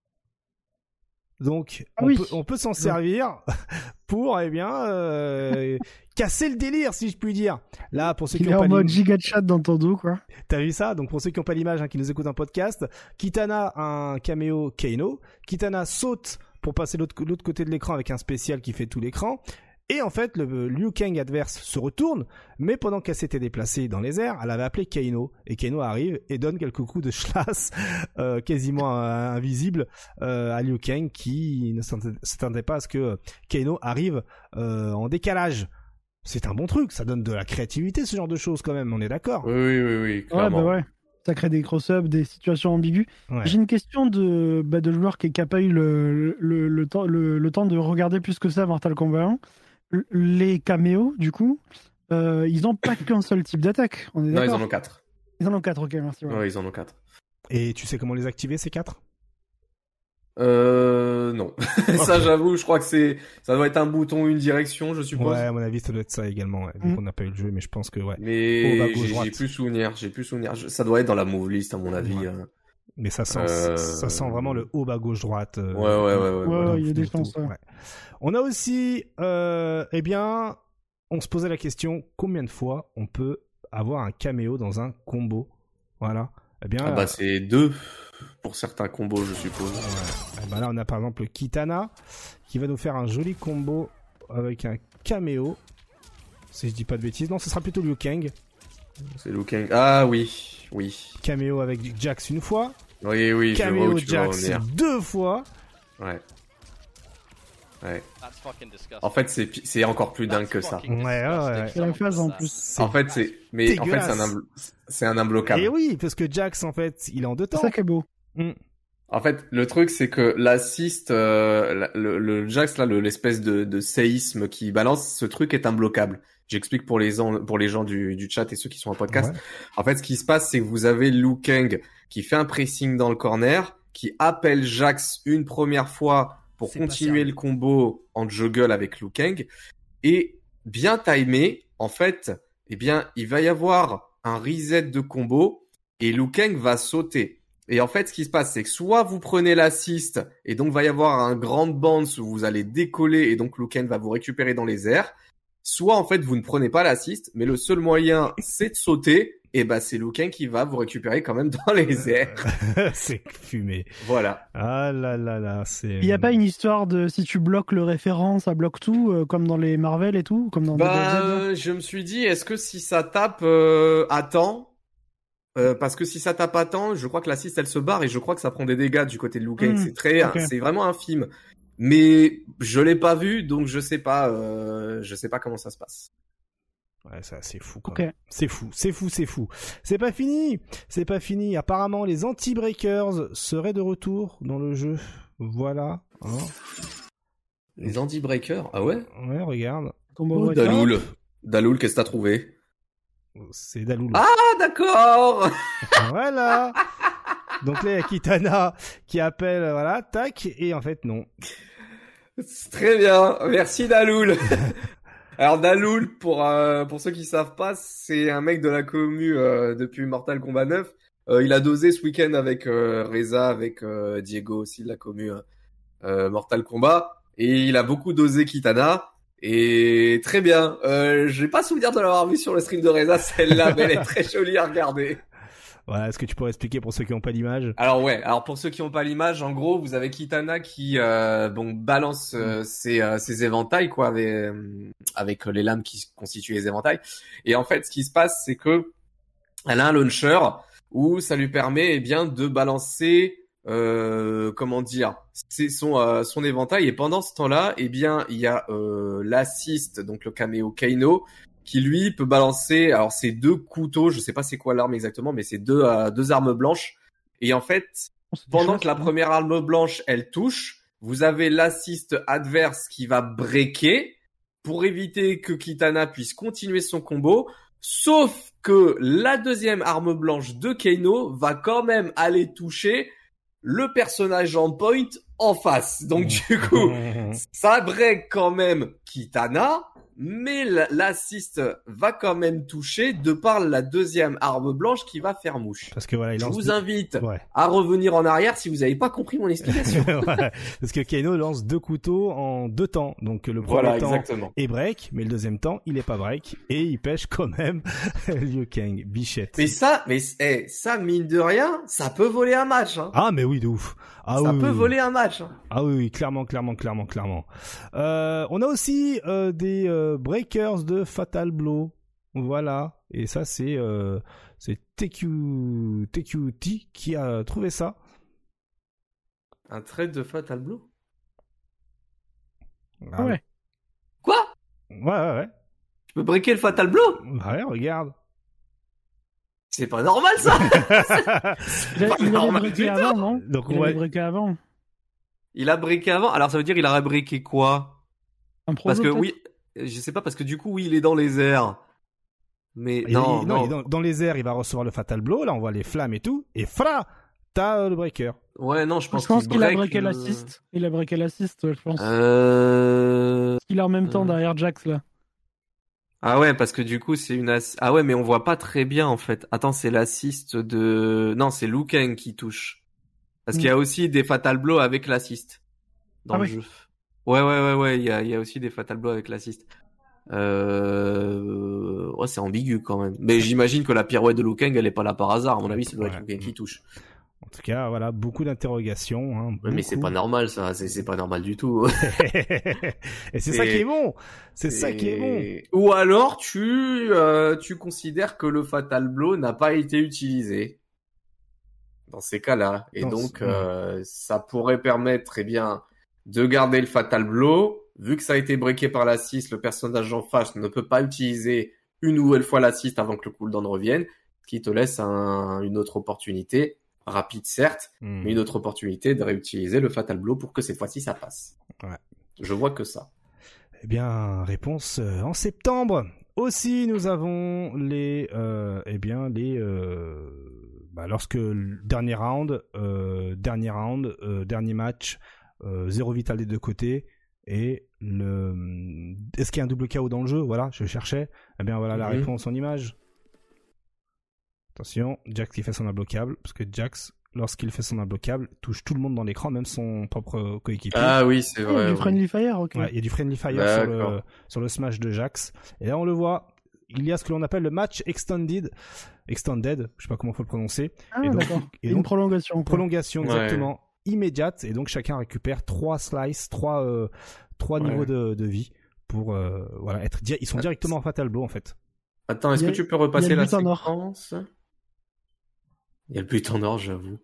Donc, Ah oui. on peut s'en servir pour, casser le délire, si je puis dire. Là, pour ceux qui Il est ont en pas mode giga chat dans ton dos, quoi. T'as vu ça? Donc pour ceux qui n'ont pas l'image, qui nous écoutent un podcast, Kitana a un caméo Kano. Kitana saute pour passer l'autre côté de l'écran avec un spécial qui fait tout l'écran. Et en fait, le Liu Kang adverse se retourne, mais pendant qu'elle s'était déplacée dans les airs, elle avait appelé Kano. Et Kano arrive et donne quelques coups de schlass quasiment invisibles à Liu Kang, qui ne s'attendait pas à ce que Kano arrive en décalage. C'est un bon truc, ça donne de la créativité, ce genre de choses quand même, on est d'accord. Oui, clairement. Ouais. Ça crée des cross-ups, des situations ambiguës. Ouais. J'ai une question de joueur qui n'a pas eu le temps de regarder plus que ça Mortal Kombat 1. Les caméos, du coup, ils n'ont pas qu'un seul type d'attaque. On est Non, d'accord. ils en ont 4. Ils en ont 4, ok, merci. Ouais. Ouais, ils en ont 4. Et tu sais comment les activer, ces 4? Non. Ça, j'avoue, je crois que ça doit être un bouton ou une direction, je suppose. Ouais, à mon avis, ça doit être ça également. Ouais. Donc on n'a pas eu le jeu, mais je pense que ouais. Haut, bas, Mais gauche, j'ai droite. plus souvenir. Ça doit être dans la move list, à mon avis. Ouais. Mais ça sent vraiment le haut, bas, gauche, droite. Ouais. Ouais, il y a des chances. Ouais. On a aussi, on se posait la question, combien de fois on peut avoir un caméo dans un combo? Voilà. Eh bien, c'est 2 pour certains combos, je suppose. ouais. Eh ben là, on a par exemple Kitana qui va nous faire un joli combo avec un caméo. Si je dis pas de bêtises, non, ce sera plutôt Liu Kang. C'est Liu Kang. Ah oui. Caméo avec Jax une fois. Oui, je vois Caméo où tu veux Jax revenir. 2 fois. Ouais. En fait, c'est encore plus dingue que ça. Ouais. C'est la phase en plus. C'est un imbloquable. Et oui, parce que Jax, en fait, il est en deux temps. C'est ça qui est beau. En fait, le truc, c'est que l'assist, le Jax, là, l'espèce de séisme qui balance, ce truc est imbloquable. J'explique pour les gens du chat et ceux qui sont en podcast. Ouais. En fait, ce qui se passe, c'est que vous avez Liu Kang qui fait un pressing dans le corner, qui appelle Jax une première fois pour continuer le combo en juggle avec Liu Kang. Et bien timé, en fait, il va y avoir un reset de combo et Liu Kang va sauter. Et en fait, ce qui se passe, c'est que soit vous prenez l'assist et donc va y avoir un grand bounce où vous allez décoller et donc Liu Kang va vous récupérer dans les airs. Soit en fait, vous ne prenez pas l'assist, mais le seul moyen, c'est de sauter. Et c'est Liu Kang qui va vous récupérer quand même dans les airs. C'est fumé. Voilà. Ah là, c'est... Il n'y a pas une histoire de si tu bloques le référent, ça bloque tout, comme dans les Marvel et tout, comme dans Je me suis dit, est-ce que si ça tape à temps, parce que si ça tape à temps, je crois que l'assist elle se barre et je crois que ça prend des dégâts du côté de Liu Kang. C'est vraiment infime. Mais je l'ai pas vu, donc je sais pas comment ça se passe. Ouais, c'est fou quand Ok. même. C'est fou. C'est pas fini. Apparemment, les anti-breakers seraient de retour dans le jeu. Voilà. Hein. Les anti-breakers, ah ouais? Ouais, regarde. Oh, Daloul, qu'est-ce que t'as trouvé? C'est Daloul. Ah, d'accord! Voilà. Donc là, il y a Kitana qui appelle, voilà, tac, et en fait, non. C'est très bien. Merci, Daloul. Alors, Daloul, pour ceux qui savent pas, c'est un mec de la commu, depuis Mortal Kombat 9. Il a dosé ce week-end avec, Reza, avec, Diego aussi de la commu, Mortal Kombat. Et il a beaucoup dosé Kitana. Et très bien. J'ai pas souvenir de l'avoir vu sur le stream de Reza, celle-là, mais elle est très jolie à regarder. Voilà, est-ce que tu pourrais expliquer pour ceux qui n'ont pas l'image? Alors pour ceux qui n'ont pas l'image, en gros, vous avez Kitana qui balance ses éventails quoi, avec les lames qui constituent les éventails. Et en fait, ce qui se passe, c'est que elle a un launcher où ça lui permet de balancer c'est son éventail. Et pendant ce temps-là, il y a l'assist, donc le caméo Kano, qui lui peut balancer, alors c'est 2 couteaux, je sais pas c'est quoi l'arme exactement, mais c'est deux armes blanches. Et en fait, pendant que la première arme blanche elle touche, vous avez l'assist adverse qui va breaker pour éviter que Kitana puisse continuer son combo. Sauf que la deuxième arme blanche de Kano va quand même aller toucher le personnage en point en face. Donc du coup, ça break quand même Kitana. mais l'assist va quand même toucher de par la deuxième arme blanche qui va faire mouche. Parce que voilà, il Je lance vous invite Ouais. à revenir en arrière si vous n'avez pas compris mon explication. Ouais. Parce que Kano lance 2 couteaux en 2 temps. Donc le premier Voilà, temps exactement. est break, mais le deuxième temps, il est pas break et il pêche quand même Liu Kang, bichette. Mais ça, mine de rien, ça peut voler un match. Hein. Ah mais oui, de ouf. Ah ça oui, peut oui. voler un match. Hein. Ah oui, clairement. On a aussi des breakers de Fatal Blow. Voilà. Et ça, c'est TQT qui a trouvé ça. Un trade de Fatal Blow. Ah Ouais. Quoi? Ouais. Tu peux breaker le Fatal Blow? Ouais, regarde. C'est pas normal ça. Il a normal breaké du avant, non? Donc Il avait breaké avant. Il a breaké avant. Alors ça veut dire il aurait breaké quoi? Un projo, Parce que peut-être. oui, je sais pas parce que du coup oui il est dans les airs. Mais Il non. est dans les airs, il va recevoir le Fatal Blow. Là, on voit les flammes et tout. Et fra, t'as le breaker. Ouais non je pense qu'il a break breaké le- l'assist. Il a breaké l'assist, je pense. Il est en même temps derrière Jax, là. Ah ouais parce que du coup c'est une ah ouais mais on voit pas très bien en fait. Attends c'est l'assist de non c'est Liu Kang qui touche. Parce qu'il y a aussi des Fatal Blow avec l'assist dans Ah le ouais. jeu. Ouais il y a aussi des Fatal Blow avec l'assist. Ouais c'est ambigu quand même. Mais j'imagine que la pirouette de Liu Kang elle est pas là par hasard. À mon avis c'est Liu Kang qui touche. En tout cas, voilà, beaucoup d'interrogations. Hein, Ouais, mais c'est pas normal ça, c'est pas normal du tout. Et c'est ça qui est bon. C'est ça qui est bon. Ou alors tu considères que le Fatal Blow n'a pas été utilisé dans ces cas-là, et Dans donc ce- ça pourrait permettre très bien de garder le Fatal Blow. Vu que ça a été breaké par l'assist, le personnage en face ne peut pas utiliser une nouvelle fois l'assist avant que le cooldown revienne, ce qui te laisse une autre opportunité. Rapide certes, mais une autre opportunité de réutiliser le Fatal Blow pour que cette fois-ci ça passe. Ouais. Je vois que ça. Eh bien, réponse en septembre. Aussi, nous avons lorsque le dernier round, dernier match, 0 vital des deux côtés, et est-ce qu'il y a un double KO dans le jeu? Voilà, je cherchais. Eh bien, voilà la réponse en image. Attention, Jax qui fait son imbloquable, parce que Jax, lorsqu'il fait son imbloquable, touche tout le monde dans l'écran, même son propre coéquipier. Ah oui, c'est Il y vrai. a du oui. Friendly Fire, ok. Ouais, il y a du Friendly Fire D'accord. sur le smash de Jax. Et là, on le voit, il y a ce que l'on appelle le match extended, je sais pas comment faut le prononcer. Ah, Et donc- d'accord. et Une donc- prolongation. quoi. Prolongation Ouais. exactement immédiate, et donc chacun récupère 3 slices, 3 niveaux de vie pour voilà être ils sont directement en Fatal Blow en fait. Attends, est-ce Il y que a- tu peux il y a repasser le la but en or. séquence? Il y a le but en or, j'avoue.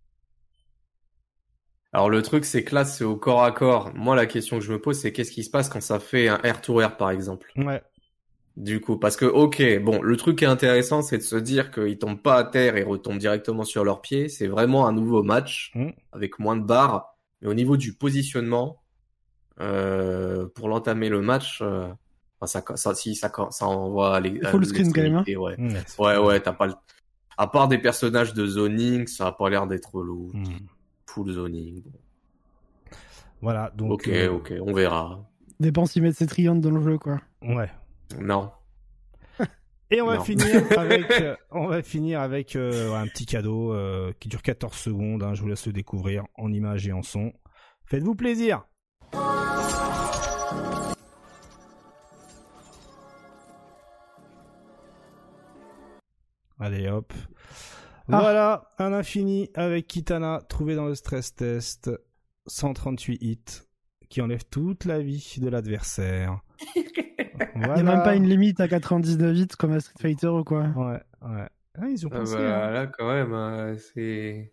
Alors le truc, c'est que là, c'est au corps à corps. Moi, la question que je me pose, c'est qu'est-ce qui se passe quand ça fait un air to air, par exemple? Ouais. Du coup, parce que, ok, bon, le truc qui est intéressant, c'est de se dire qu'ils tombent pas à terre et retombent directement sur leurs pieds. C'est vraiment un nouveau match, avec moins de barres. Mais au niveau du positionnement, pour l'entamer le match, ça envoie les, Full screen game, hein. ouais. Ouais, t'as pas à part des personnages de zoning, ça a pas l'air d'être lourd. Full zoning. Voilà, donc Ok, on verra. Dépend s'ils mettent ses triangles dans le jeu, quoi. Ouais. Non. Et on va Non. finir avec un petit cadeau qui dure 14 secondes, hein, je vous laisse le découvrir en images et en son. Faites-vous plaisir. Allez hop. Voilà, un infini avec Kitana trouvé dans le stress test. 138 hits qui enlève toute la vie de l'adversaire. Voilà. Il n'y a même pas une limite à 99 hits comme à Street Fighter ou quoi. Ouais. Ah, ils ont pensé. Là, quand même, c'est...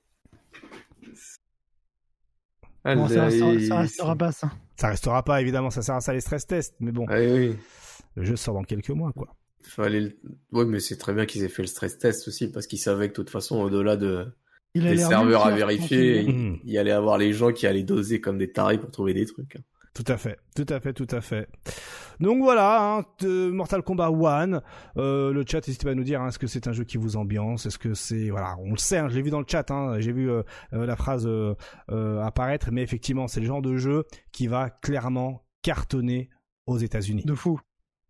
Ah, Bon, là, ça restera pas ça. Ça restera pas, évidemment, ça sert à ça les stress tests, mais bon, Ah, oui. le jeu sort dans quelques mois, quoi. Ouais, mais c'est très bien qu'ils aient fait le stress test aussi, parce qu'ils savaient que de toute façon, au-delà Il a des l'air serveurs à nul, vérifier, Mhm. il y allait avoir les gens qui allaient doser comme des tarés pour trouver des trucs. Tout à fait. Donc voilà, hein, Mortal Kombat 1. Le chat, n'hésitez pas à nous dire, hein, est-ce que c'est un jeu qui vous ambiance, est-ce que c'est, voilà, on le sait, hein, je l'ai vu dans le chat, hein, j'ai vu la phrase apparaître, mais effectivement, c'est le genre de jeu qui va clairement cartonner aux États-Unis. De fou.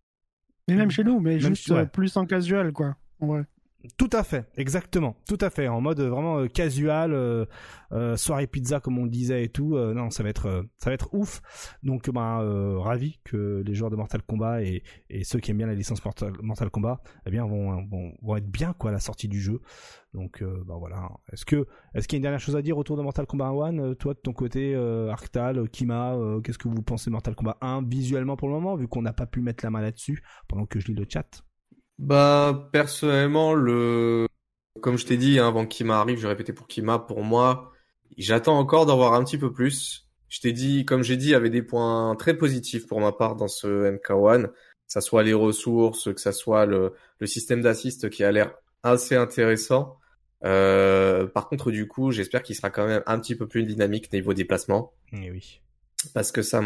Mais même chez nous, mais Même juste ouais. plus en casual, quoi. En vrai. Tout à fait, exactement, tout à fait, en mode vraiment casual, soirée pizza comme on le disait et tout. Non, ça va être ouf. Donc, ravi que les joueurs de Mortal Kombat et ceux qui aiment bien la licence Mortal Kombat, eh bien, vont être bien quoi à la sortie du jeu. Donc, voilà. Est-ce qu'il y a une dernière chose à dire autour de Mortal Kombat 1 toi de ton côté, Arctal, Kima, qu'est-ce que vous pensez de Mortal Kombat 1 visuellement pour le moment, vu qu'on n'a pas pu mettre la main là-dessus pendant que je lis le chat? Bah, personnellement, comme je t'ai dit, hein, avant que Kima arrive, je répétais pour Kima, pour moi, j'attends encore d'en voir un petit peu plus. Je t'ai dit, comme j'ai dit, il y avait des points très positifs pour ma part dans ce MK1, que ça soit les ressources, que ça soit le système d'assist qui a l'air assez intéressant. Par contre, du coup, j'espère qu'il sera quand même un petit peu plus dynamique niveau déplacement. Eh oui. Parce que ça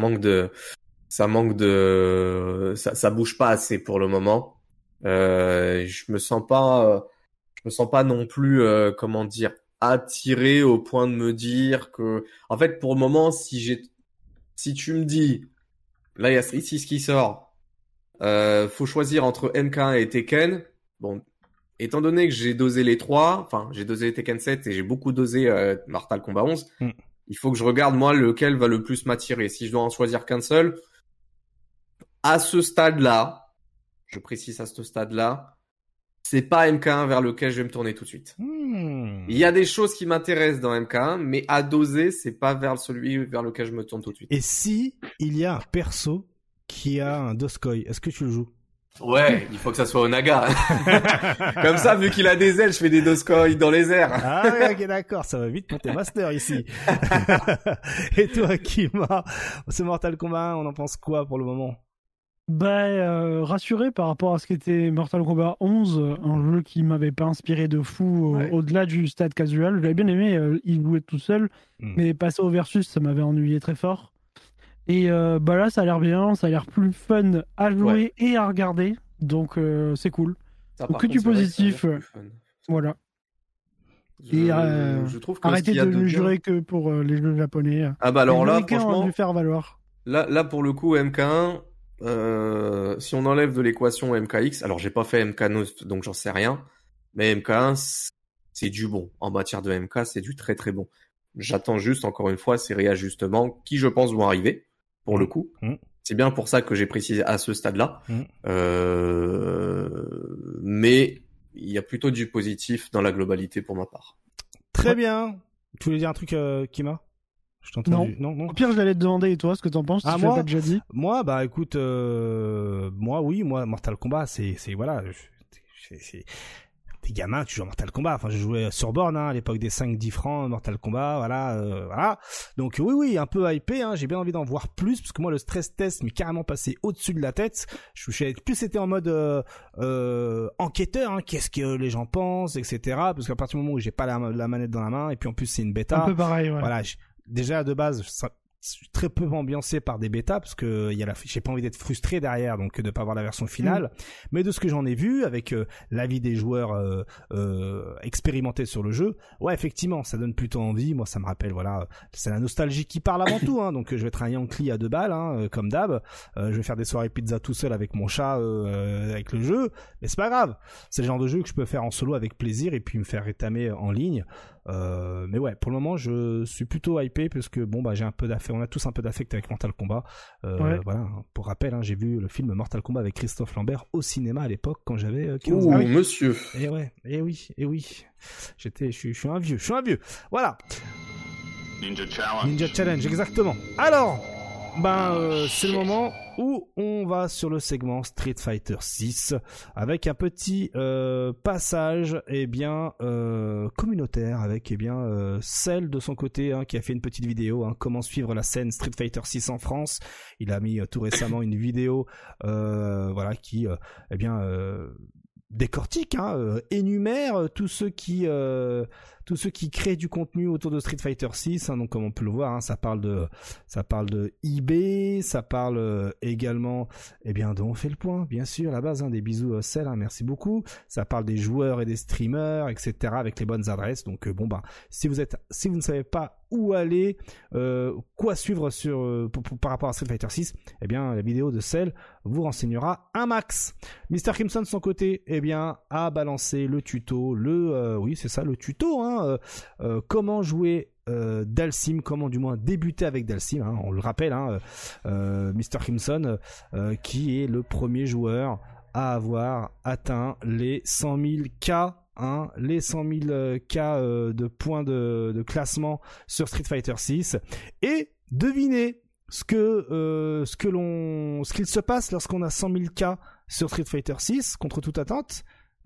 bouge pas assez pour le moment. Je me sens pas non plus, comment dire, attiré au point de me dire que, en fait, pour le moment, si tu me dis, là, il y a Street 6 qui sort, faut choisir entre MK1 et Tekken. Bon, étant donné que j'ai dosé les trois, enfin, j'ai dosé Tekken 7 et j'ai beaucoup dosé Mortal Kombat 11, il faut que je regarde, moi, lequel va le plus m'attirer. Si je dois en choisir qu'un seul, à ce stade-là, je précise à ce stade-là, c'est pas MK1 vers lequel je vais me tourner tout de suite. Il y a des choses qui m'intéressent dans MK1, mais à doser, c'est pas vers celui vers lequel je me tourne tout de suite. Et si il y a un perso qui a un Doskoi, est-ce que tu le joues? Ouais, il faut que ça soit Onaga. Comme ça, vu qu'il a des ailes, je fais des Doskoi dans les airs. Ah oui, ok, d'accord, ça va vite pour tes masters ici. Et toi, Kima, ce Mortal Kombat 1, on en pense quoi pour le moment? Rassuré par rapport à ce qu'était Mortal Kombat 11, un jeu qui m'avait pas inspiré de fou au-delà du stade casual. J'avais bien aimé y jouer tout seul, mais passer au versus, ça m'avait ennuyé très fort. Et là, ça a l'air bien, ça a l'air plus fun à jouer et à regarder, donc c'est cool. Ça, donc que du positif, voilà. Je trouve que arrêtez de ne jurer que pour les jeux japonais. Ah bah alors là, franchement, on a dû faire valoir. Là pour le coup, MK1. Si on enlève de l'équation MKX, alors j'ai pas fait MK9 donc j'en sais rien, mais MK1 c'est du bon. En matière de MK, c'est du très très bon. J'attends juste encore une fois ces réajustements qui je pense vont arriver pour le coup. C'est bien pour ça que j'ai précisé à ce stade-là. Mais il y a plutôt du positif dans la globalité pour ma part. Très bien. Tu voulais dire un truc, Kima? Non. Au pire, je l'allais te demander, et toi, ce que t'en penses, si tu l'as pas déjà dit. Moi, écoute, moi, Mortal Kombat, c'est voilà, t'es gamin, tu joues à Mortal Kombat. Enfin, je jouais sur borne, à l'époque des 5-10 francs, Mortal Kombat, voilà. Donc oui, un peu hypé, j'ai bien envie d'en voir plus, parce que moi, le stress test m'est carrément passé au-dessus de la tête. Je suis plus c'était en mode enquêteur, qu'est-ce que les gens pensent, etc. Parce qu'à partir du moment où j'ai pas la manette dans la main, et puis en plus c'est une bêta. Un peu pareil, ouais. Voilà, déjà de base, je suis très peu ambiancé par des bêtas parce que j'ai pas envie d'être frustré derrière, donc de pas avoir la version finale. Mais de ce que j'en ai vu avec l'avis des joueurs expérimentés sur le jeu, ouais, effectivement, ça donne plutôt envie. Moi, ça me rappelle, voilà, c'est la nostalgie qui parle avant tout. Donc je vais être un Yankee à 2 balles, comme d'hab. Je vais faire des soirées pizza tout seul avec mon chat, avec le jeu, mais c'est pas grave. C'est le genre de jeu que je peux faire en solo avec plaisir et puis me faire rétamer en ligne. Mais ouais, pour le moment, je suis plutôt hypé parce que j'ai un peu d'affect. On a tous un peu d'affect avec Mortal Kombat. Voilà. Pour rappel, j'ai vu le film Mortal Kombat avec Christophe Lambert au cinéma à l'époque quand j'avais 15 ans. Monsieur. Et oui. Je suis un vieux. Voilà. Ninja Challenge, exactement. Alors, c'est le moment où on va sur le segment Street Fighter 6 avec un petit passage communautaire avec celle de son côté qui a fait une petite vidéo comment suivre la scène Street Fighter 6 en France. Il a mis tout récemment une vidéo qui décortique, énumère tous ceux qui tous ceux qui créent du contenu autour de Street Fighter 6, donc comme on peut le voir, ça parle de eBay, ça parle également, de On fait le point, bien sûr, à la base, des bisous Cell, merci beaucoup. Ça parle des joueurs et des streamers, etc., avec les bonnes adresses. Donc si vous ne savez pas où aller, quoi suivre par rapport à Street Fighter 6, la vidéo de Cell vous renseignera un max. Mr. Crimson de son côté, a balancé le tuto, le tuto, comment jouer Dhalsim, comment du moins débuter avec Dhalsim, on le rappelle, Mr. Crimson qui est le premier joueur à avoir atteint les 100 000 K, les 100 000 K de points de classement sur Street Fighter 6, et devinez ce qu'il se passe lorsqu'on a 100 000 K sur Street Fighter 6 contre toute attente.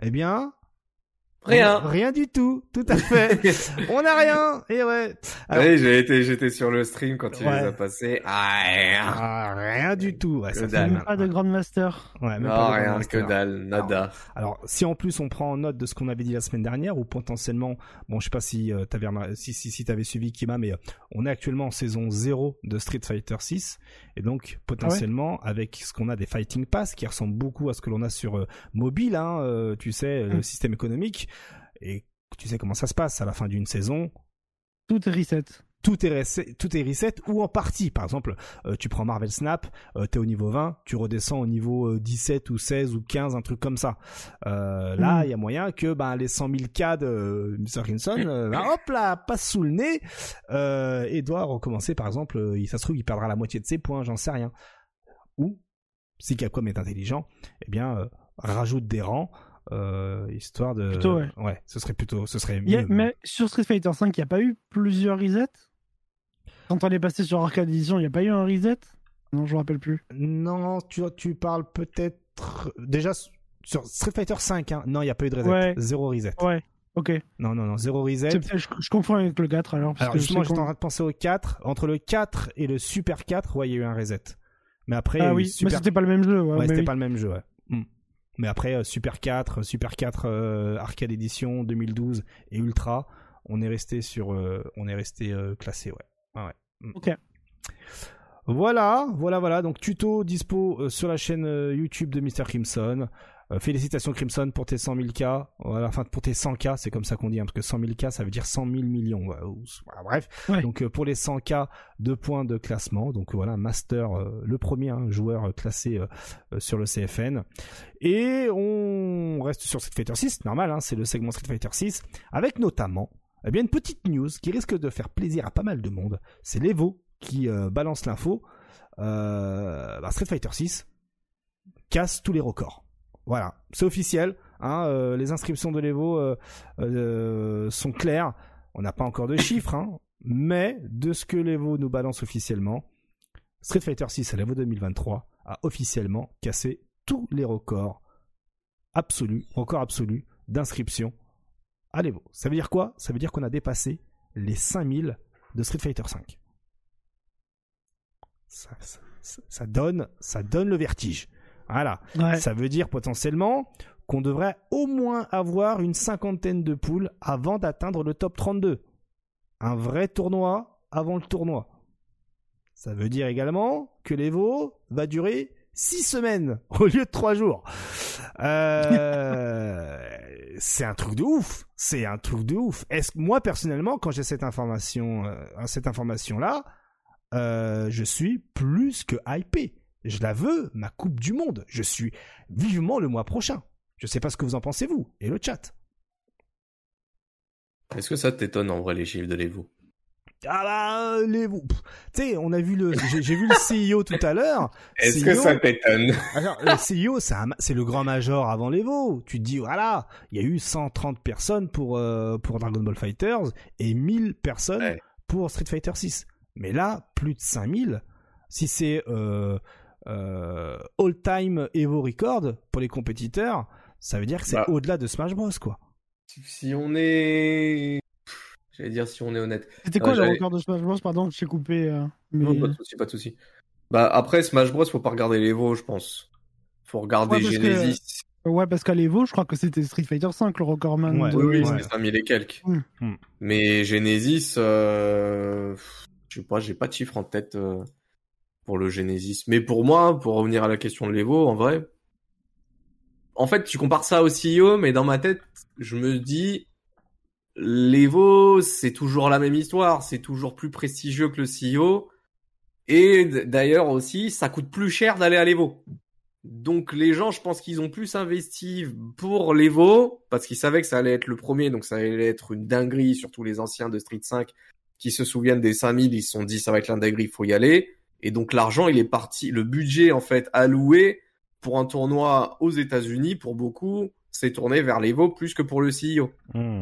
Rien du tout, tout à fait. On n'a rien, et ouais. Alors, oui, j'étais sur le stream quand il les a passés. Rien du tout. Ouais, ça fait même pas de Grandmaster. Ouais, même non, pas de rien, Grandmaster. que dalle, nada. Alors, si en plus on prend en note de ce qu'on avait dit la semaine dernière, ou potentiellement, je sais pas si t'avais suivi Kima, mais on est actuellement en saison 0 de Street Fighter 6, et donc potentiellement avec ce qu'on a des Fighting Pass qui ressemblent beaucoup à ce que l'on a sur mobile, tu sais, le système économique. Et tu sais comment ça se passe à la fin d'une saison. Tout est reset. Tout est reset ou en partie. Par exemple, tu prends Marvel Snap, t'es au niveau 20, tu redescends au niveau 17 ou 16 ou 15, un truc comme ça. Là, il y a moyen que les 100 000 K de Mr. Crimson, hop là, passe sous le nez et doit recommencer. Par exemple, ça se trouve, il perdra la moitié de ses points, j'en sais rien. Ou, si Capcom est intelligent, rajoute des rangs. Histoire de plutôt, ce serait mieux. Mais sur Street Fighter 5 il n'y a pas eu plusieurs resets quand on est passé sur Arcade Edition, il n'y a pas eu un reset? Non, je me rappelle plus. Non, tu parles peut-être déjà sur Street Fighter 5, non, il n'y a pas eu de reset. Zéro reset. Ouais, ok. Non, zéro reset. Je confonds avec le 4 alors. Alors justement, j'étais en train de penser au 4. Entre le 4 et le Super 4, il y a eu un reset. Mais après, mais c'était pas le même jeu. Pas le même jeu, Mais après, Super 4 Arcade Edition 2012 et Ultra, on est resté classé, Ok. Voilà. Donc, tuto dispo sur la chaîne YouTube de Mr. Crimson. Félicitations Crimson pour tes 100 000 K. Voilà, enfin, pour tes 100 K, c'est comme ça qu'on dit, parce que 100 000 K, ça veut dire 100 000 millions. Bref. Ouais. Donc, pour les 100 K de points de classement. Donc, voilà, Master, le premier joueur classé sur le CFN. Et on reste sur Street Fighter 6, normal, c'est le segment Street Fighter 6, avec notamment, une petite news qui risque de faire plaisir à pas mal de monde. C'est l'Evo qui balance l'info. Street Fighter 6 casse tous les records. Voilà, c'est officiel. Les inscriptions de l'Evo sont claires. On n'a pas encore de chiffres, mais de ce que l'Evo nous balance officiellement, Street Fighter 6 à l'Evo 2023 a officiellement cassé tous les records absolus d'inscription à l'Evo. Ça veut dire quoi? Ça veut dire qu'on a dépassé les 5000 de Street Fighter 5. Ça donne le vertige. Voilà. Ouais. Ça veut dire potentiellement qu'on devrait au moins avoir une cinquantaine de poules avant d'atteindre le top 32. Un vrai tournoi avant le tournoi. Ça veut dire également que l'Evo va durer 6 semaines au lieu de 3 jours. C'est un truc de ouf. Moi, personnellement, quand j'ai cette information-là, je suis plus que hypé. Je la veux, ma Coupe du Monde. Je suis vivement le mois prochain. Je sais pas ce que vous en pensez, vous, et le chat. Est-ce que ça t'étonne, en vrai, les chiffres de l'Evo? l'Evo. Tu sais, on a vu j'ai vu le CIO tout à l'heure. Est-ce que ça t'étonne? Alors, le CIO, c'est le grand major avant l'Evo. Tu te dis, voilà, il y a eu 130 personnes pour Dragon Ball FighterZ et 1000 personnes pour Street Fighter 6. Mais là, plus de 5000. Si c'est all-time Evo record pour les compétiteurs, ça veut dire que c'est au-delà de Smash Bros, quoi. Si on est... J'allais dire si on est honnête. C'était quoi le record de Smash Bros? Pardon, je t'ai coupé. Non, pas de souci. Après, Smash Bros, faut pas regarder l'Evo, je pense. Faut regarder Genesis. Ouais, parce qu'à l'Evo, je crois que c'était Street Fighter V, le recordman. Ouais. Oui, Ouais. c'était 5000 et quelques. Mm. Mais Genesis, je sais pas, j'ai pas de chiffre en tête pour le Genesis. Mais pour moi, pour revenir à la question de l'Evo, en vrai, en fait, tu compares ça au CEO, mais dans ma tête, je me dis, l'Evo, c'est toujours la même histoire, c'est toujours plus prestigieux que le CEO. Et d'ailleurs aussi, ça coûte plus cher d'aller à l'Evo. Donc les gens, je pense qu'ils ont plus investi pour l'Evo, parce qu'ils savaient que ça allait être le premier, donc ça allait être une dinguerie, surtout les anciens de Street 5 qui se souviennent des 5000, ils se sont dit ça va être la dinguerie, il faut y aller. Et donc l'argent, il est parti, le budget en fait alloué pour un tournoi aux États-Unis, pour beaucoup, s'est tourné vers l'Evo plus que pour le CEO.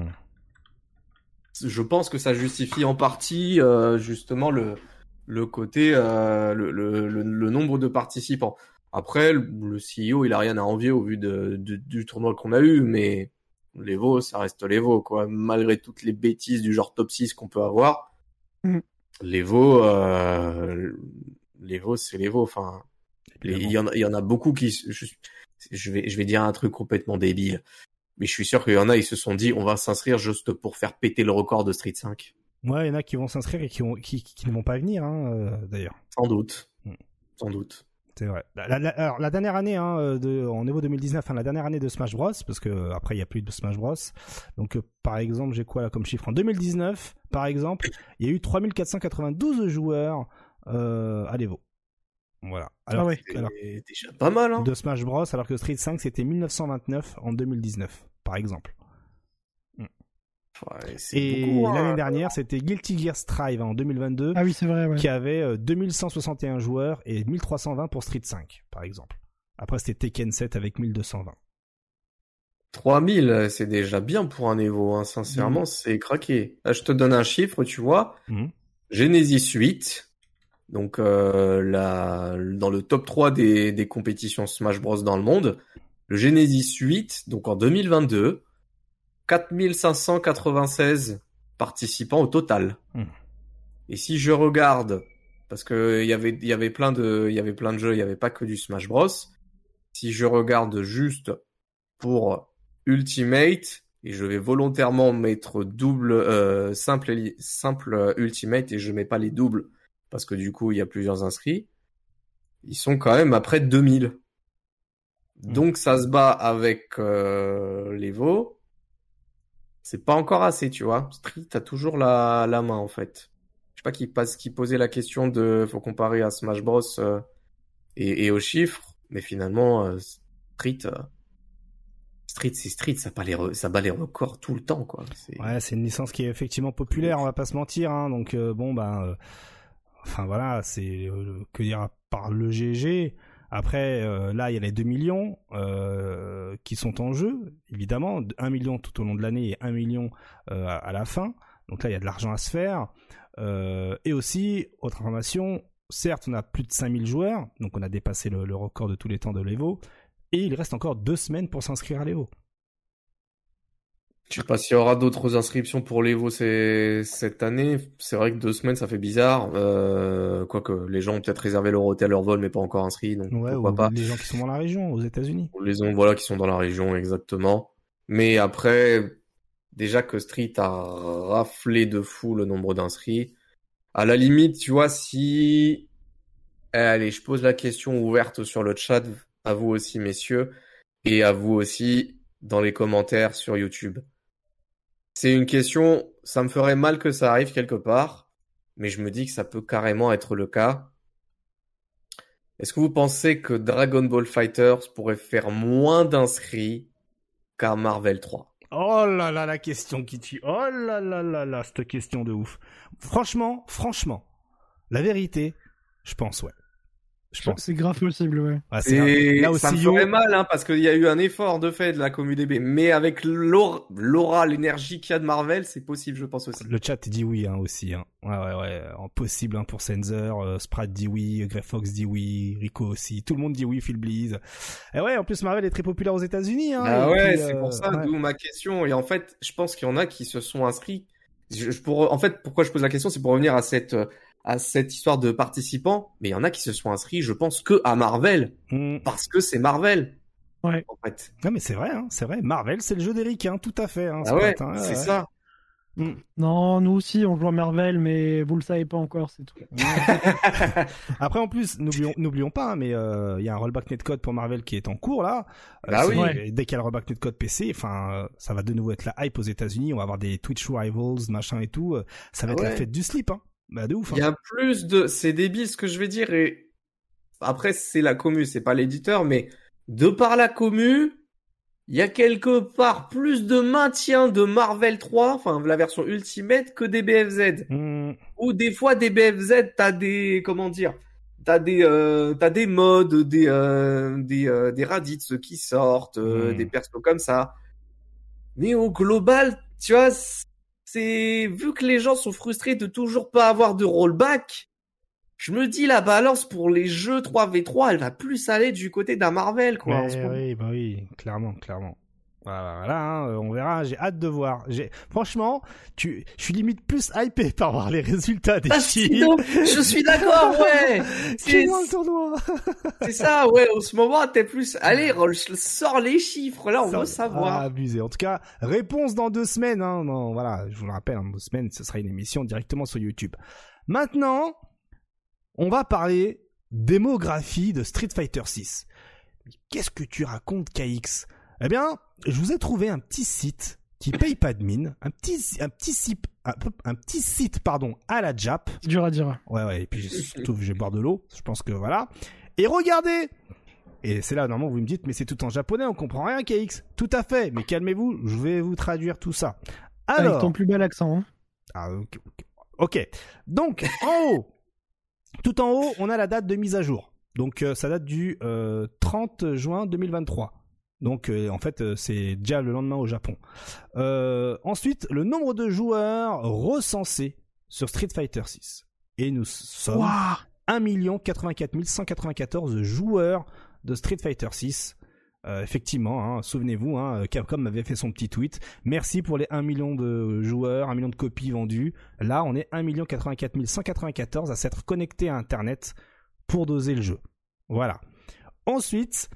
Je pense que ça justifie en partie justement le côté le nombre de participants. Après, le CEO, il a rien à envier au vu du tournoi qu'on a eu, mais l'Evo, ça reste l'Evo, quoi. Malgré toutes les bêtises du genre top 6 qu'on peut avoir, l'Evo, c'est l'Evo. Enfin, il y en a beaucoup qui, je vais dire un truc complètement débile, mais je suis sûr qu'il y en a, ils se sont dit, on va s'inscrire juste pour faire péter le record de Street 5. Ouais, il y en a qui vont s'inscrire et qui ne vont pas venir, d'ailleurs. Sans doute. Sans doute. C'est vrai. Alors, la dernière année en Evo 2019, la dernière année de Smash Bros, parce que après il y a plus de Smash Bros. Donc par exemple, j'ai quoi là comme chiffre en 2019, par exemple, il y a eu 3492 joueurs à l'Evo. Voilà. Alors, c'est déjà pas mal, hein. De Smash Bros, alors que Street 5 c'était 1929 en 2019, par exemple. Ouais, c'est et beaucoup, l'année dernière, c'était Guilty Gear Strive en 2022, ah oui, c'est vrai, ouais. qui avait 2161 joueurs et 1320 pour Street 5, par exemple. Après, c'était Tekken 7 avec 1220. 3000, c'est déjà bien pour un Evo, hein. Sincèrement, c'est craqué. Là, je te donne un chiffre, tu vois. Genesis 8, donc dans le top 3 des compétitions Smash Bros dans le monde. Le Genesis 8, donc en 2022, 4596 participants au total. Et si je regarde, parce que il y avait plein de jeux, il y avait pas que du Smash Bros. Si je regarde juste pour Ultimate, et je vais volontairement mettre double, simple Ultimate, et je mets pas les doubles, parce que du coup il y a plusieurs inscrits, ils sont quand même à près de 2000. Donc ça se bat avec l'Evo. C'est pas encore assez, tu vois. Street a toujours la main, en fait. Je sais pas qui posait la question de faut comparer à Smash Bros et aux chiffres, mais finalement Street c'est Street, ça bat les records tout le temps, quoi. Ouais, c'est une licence qui est effectivement populaire, on va pas se mentir, hein. Donc enfin voilà, c'est que dire par le GG. Après, là, il y a les 2 millions qui sont en jeu, évidemment. 1 million tout au long de l'année et 1 million à la fin. Donc là, il y a de l'argent à se faire. Et aussi, autre information, certes, on a plus de 5000 joueurs, donc on a dépassé le record de tous les temps de l'Evo. Et il reste encore 2 semaines pour s'inscrire à l'Evo. Je sais pas s'il y aura d'autres inscriptions pour l'Evo cette année. C'est vrai que 2 semaines, ça fait bizarre. Quoique, les gens ont peut-être réservé leur hôtel, leur vol, mais pas encore inscrits. Donc ouais, pourquoi ou pas. Les gens qui sont dans la région, aux États-Unis. Les gens, voilà, qui sont dans la région, exactement. Mais après, déjà que Street a raflé de fou le nombre d'inscrits. À la limite, tu vois, si... Allez, je pose la question ouverte sur le chat, à vous aussi, messieurs, et à vous aussi dans les commentaires sur YouTube. C'est une question, ça me ferait mal que ça arrive quelque part, mais je me dis que ça peut carrément être le cas. Est-ce que vous pensez que Dragon Ball FighterZ pourrait faire moins d'inscrits qu'à Marvel 3? Oh là là, la question qui tue. Oh là là là là, cette question de ouf. Franchement, la vérité, je pense, ouais. Je pense. C'est grave possible, ouais. Et là aussi, ça me ferait mal, hein, parce qu'il y a eu un effort de fait de la commu DB, mais avec l'aura, l'énergie qu'il y a de Marvel, c'est possible, je pense aussi. Le chat dit oui, hein, aussi, hein. Ouais. Possible, hein, pour Sensor, Sprat dit oui, Grey Fox dit oui, Rico aussi. Tout le monde dit oui, Phil Bleeze. Et ouais, en plus, Marvel est très populaire aux États-Unis, hein. Ah ouais, puis, c'est pour ça, d'où ma question. Et en fait, je pense qu'il y en a qui se sont inscrits. En fait, pourquoi je pose la question, c'est pour revenir à cette histoire de participants, mais il y en a qui se sont inscrits, je pense, que à Marvel, parce que c'est Marvel. Ouais. En fait. Non mais c'est vrai, hein, c'est vrai. Marvel, c'est le jeu d'Eric, hein, tout à fait. Hein, Ah ouais, Splat, hein, c'est ouais. ça. Non, nous aussi, on joue à Marvel, mais vous le savez pas encore, c'est tout. Après, en plus, n'oublions pas, hein, mais il y a un rollback netcode pour Marvel qui est en cours là. Bah oui. Et dès qu'il y a le rollback netcode PC, enfin, ça va de nouveau être la hype aux États-Unis. On va avoir des Twitch Rivals, machin et tout. Ça va être la fête du slip, hein. Bah de ouf. Hein. Il y a plus de, c'est débile ce que je vais dire et après c'est la commu, c'est pas l'éditeur, mais de par la commu, il y a quelque part plus de maintien de Marvel 3, enfin la version Ultimate, que des BFZ. Ou des fois des BFZ, t'as des, comment dire, t'as des mods, des Raditz qui sortent, des persos comme ça. Mais au global, tu vois, c'est, vu que les gens sont frustrés de toujours pas avoir de rollback, je me dis la balance pour les jeux 3v3, elle va plus aller du côté d'un Marvel, quoi. En ce moment. Oui, bah oui, clairement. Voilà, hein, on verra, j'ai hâte de voir. Franchement, je suis limite plus hypé par voir les résultats des chiffres. Je suis d'accord, ouais. C'est moi le tournoi. C'est ça, ouais, en ce moment, t'es plus, allez, sors les chiffres, là, on veut savoir. Abusé. En tout cas, réponse dans 2 semaines, hein. Non, voilà, je vous le rappelle, dans 2 semaines, ce sera une émission directement sur YouTube. Maintenant, on va parler démographie de Street Fighter 6. Qu'est-ce que tu racontes, KX? Eh bien, je vous ai trouvé un petit site qui paye pas de mine, un petit site, pardon, à la Jap. C'est dur à dire. Ouais, et puis surtout, je vais boire de l'eau, je pense que voilà. Et regardez! Et c'est là, normalement, vous me dites, mais c'est tout en japonais, on comprend rien, KX. Tout à fait, mais calmez-vous, je vais vous traduire tout ça. Alors. Avec ton plus bel accent, hein. Ah, ok. Donc, en haut. Tout en haut, on a la date de mise à jour. Donc, ça date du 30 juin 2023. Donc, en fait, c'est déjà le lendemain au Japon. Ensuite, le nombre de joueurs recensés sur Street Fighter 6. Et nous sommes 1 084 194 joueurs de Street Fighter 6. Effectivement, hein, souvenez-vous, hein, Capcom m'avait fait son petit tweet. Merci pour les 1 million de joueurs, 1 million de copies vendues. Là, on est 1 084 194 à s'être connectés à Internet pour doser le jeu. Voilà. Ensuite,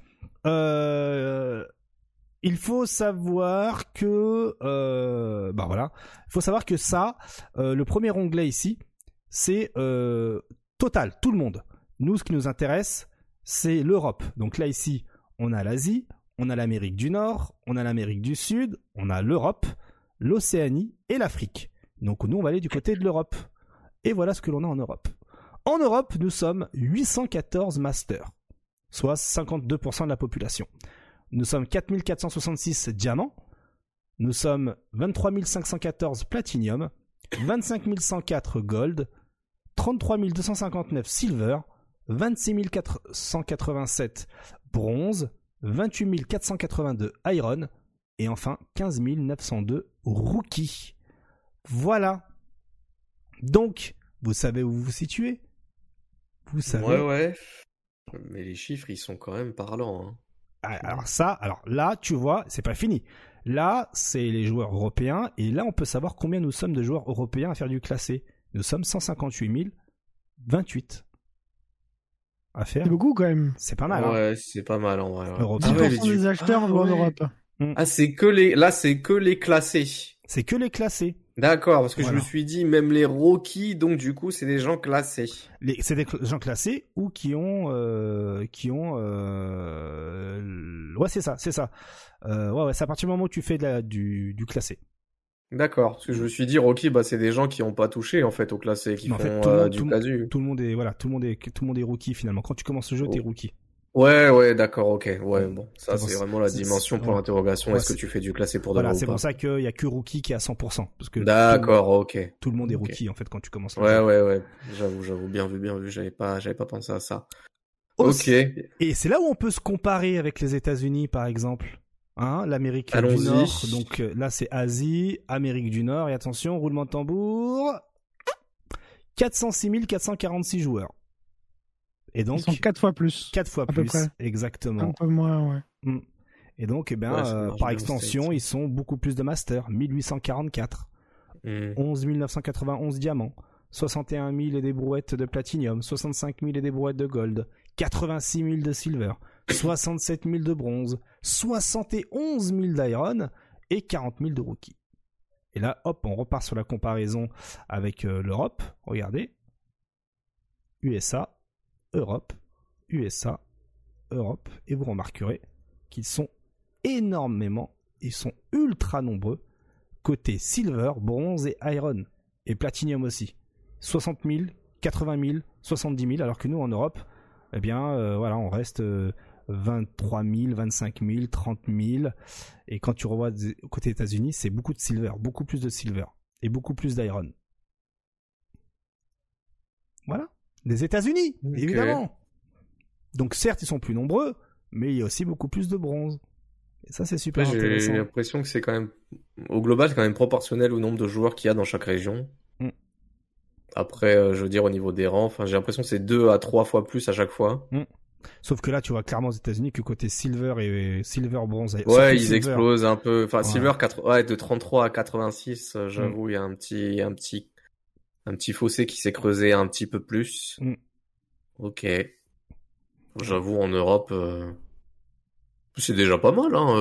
il faut savoir que, il faut savoir que ça, le premier onglet ici, c'est total, tout le monde. Nous, ce qui nous intéresse, c'est l'Europe. Donc là, ici, on a l'Asie, on a l'Amérique du Nord, on a l'Amérique du Sud, on a l'Europe, l'Océanie et l'Afrique. Donc nous, on va aller du côté de l'Europe. Et voilà ce que l'on a en Europe. En Europe, nous sommes 814 masters, soit 52% de la population. Nous sommes 4466 diamants, nous sommes 23 514 platinum, 25 104 gold, 33 259 silver, 26 487 bronze, 28 482 iron et enfin 15 902 rookies. Voilà. Donc, vous savez où vous vous situez? Vous savez. Ouais. Mais les chiffres, ils sont quand même parlants. Hein. Alors là, tu vois, c'est pas fini. Là, c'est les joueurs européens et là, on peut savoir combien nous sommes de joueurs européens à faire du classé. Nous sommes 158 028. À faire. C'est beaucoup quand même. C'est pas mal. Ouais, hein. c'est pas mal en vrai. Ouais. 10% des acheteurs vont en Europe. Ah, c'est que les classés. C'est que les classés. D'accord, parce que Voilà. je me suis dit même les rookies, donc du coup c'est des gens classés. C'est des gens classés ou qui ont ouais, c'est ça. Ouais, c'est à partir du moment où tu fais du classé. D'accord, parce que je me suis dit rookie, bah c'est des gens qui ont pas touché en fait au classé, qui Mais en font fait, du casu. tout le monde est rookie finalement. Quand tu commences le jeu, t'es rookie. Ouais, d'accord, ok. Ouais, bon, ça c'est vraiment la c'est- dimension pour ouais. l'interrogation. Ouais, Est-ce que tu fais du classé pour de Voilà, vrai ou c'est pas? pour ça qu'il y a que rookie qui est à 100%. Parce que D'accord, ok. tout le monde est Ok. rookie en fait quand tu commences le jeu. Ouais. J'avoue, bien vu. J'avais pas pensé à ça. Aussi- Ok. Et c'est là où on peut se comparer avec les États-Unis, par exemple. Hein, l'Amérique du Allons-y. Nord. Donc là, c'est Asie, Amérique du Nord. Et attention, roulement de tambour. 406 446 joueurs. Et donc, Ils sont 4 fois plus. 4 fois à peu plus. près. Exactement. Un peu moins, ouais. Et donc, Ouais, ça marche par bien, extension, States. ils sont beaucoup plus de masters. 1844. 11 991 diamants. 61 000 et des brouettes de platinium. 65 000 et des brouettes de gold. 86 000 de silver. 67 000 de bronze, 71 000 d'iron et 40 000 de rookie. Et là, hop, on repart sur la comparaison avec l'Europe. Regardez. USA, Europe, USA, Europe. Et vous remarquerez qu'ils sont énormément, ils sont ultra nombreux côté silver, bronze et iron. Et platinum aussi. 60 000, 80 000, 70 000, alors que nous en Europe, eh bien, voilà, on reste 23 000, 25 000, 30 000. Et quand tu revois côté États-Unis, c'est beaucoup de silver, beaucoup plus de silver et beaucoup plus d'iron. Voilà, des États-Unis, évidemment. Donc certes, ils sont plus nombreux, mais il y a aussi beaucoup plus de bronze. Et ça, c'est super intéressant. J'ai l'impression que c'est quand même, au global, c'est quand même proportionnel au nombre de joueurs qu'il y a dans chaque région. Après, je veux dire, au niveau des rangs, j'ai l'impression que c'est 2 à 3 fois plus à chaque fois. Sauf que là, tu vois clairement aux États-Unis que côté silver et silver bronze. Ouais, ils explosent un peu. Enfin, silver, de 33 à 86, j'avoue, il y a un petit fossé qui s'est creusé un petit peu plus. Ok. J'avoue, en Europe, c'est déjà pas mal, hein.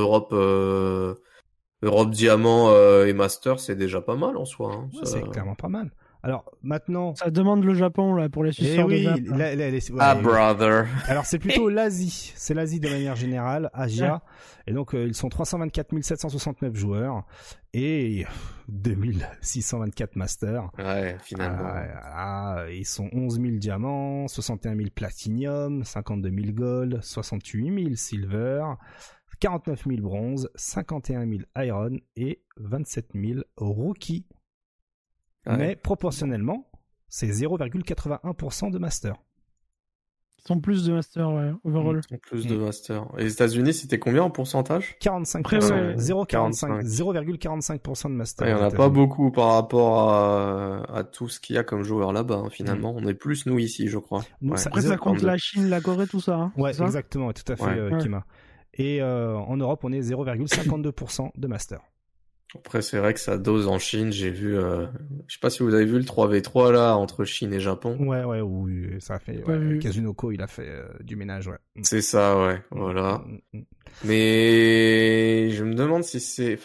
Europe Diamant et Master, c'est déjà pas mal en soi. Hein. Ouais, c'est clairement pas mal. Alors maintenant, ça demande le Japon là pour les suceurs de Japon. Brother. Alors c'est plutôt l'Asie, c'est l'Asie de manière générale, Asia. Ouais. Et donc ils sont 324 769 joueurs et 2624 masters. Ouais, finalement. Ils sont 11 000 diamants, 61 000 platinum, 52 000 gold, 68 000 silver, 49 000 bronze, 51 000 iron et 27 000 rookie. Ouais. Mais proportionnellement, c'est 0,81% de master. Ils sont plus de master, ouais, overall. Ils sont plus de master. Et les États-Unis, c'était combien en pourcentage? 45%. 0,45% de master. Il n'y en a pas beaucoup par rapport à tout ce qu'il y a comme joueurs là-bas, hein, finalement. On est plus, nous, ici, je crois. Nous, Après, ça compte la Chine, la Corée, tout ça. Hein, ouais, exactement, tout à fait, Kima. Et en Europe, on est 0,52% de master. Après, c'est vrai que ça dose en Chine. J'ai vu, je sais pas si vous avez vu le 3v3 là, entre Chine et Japon. Ouais, oui, ça a fait, Kazunoko, il a fait du ménage, ouais. C'est ça, ouais, voilà. Mais, je me demande si c'est,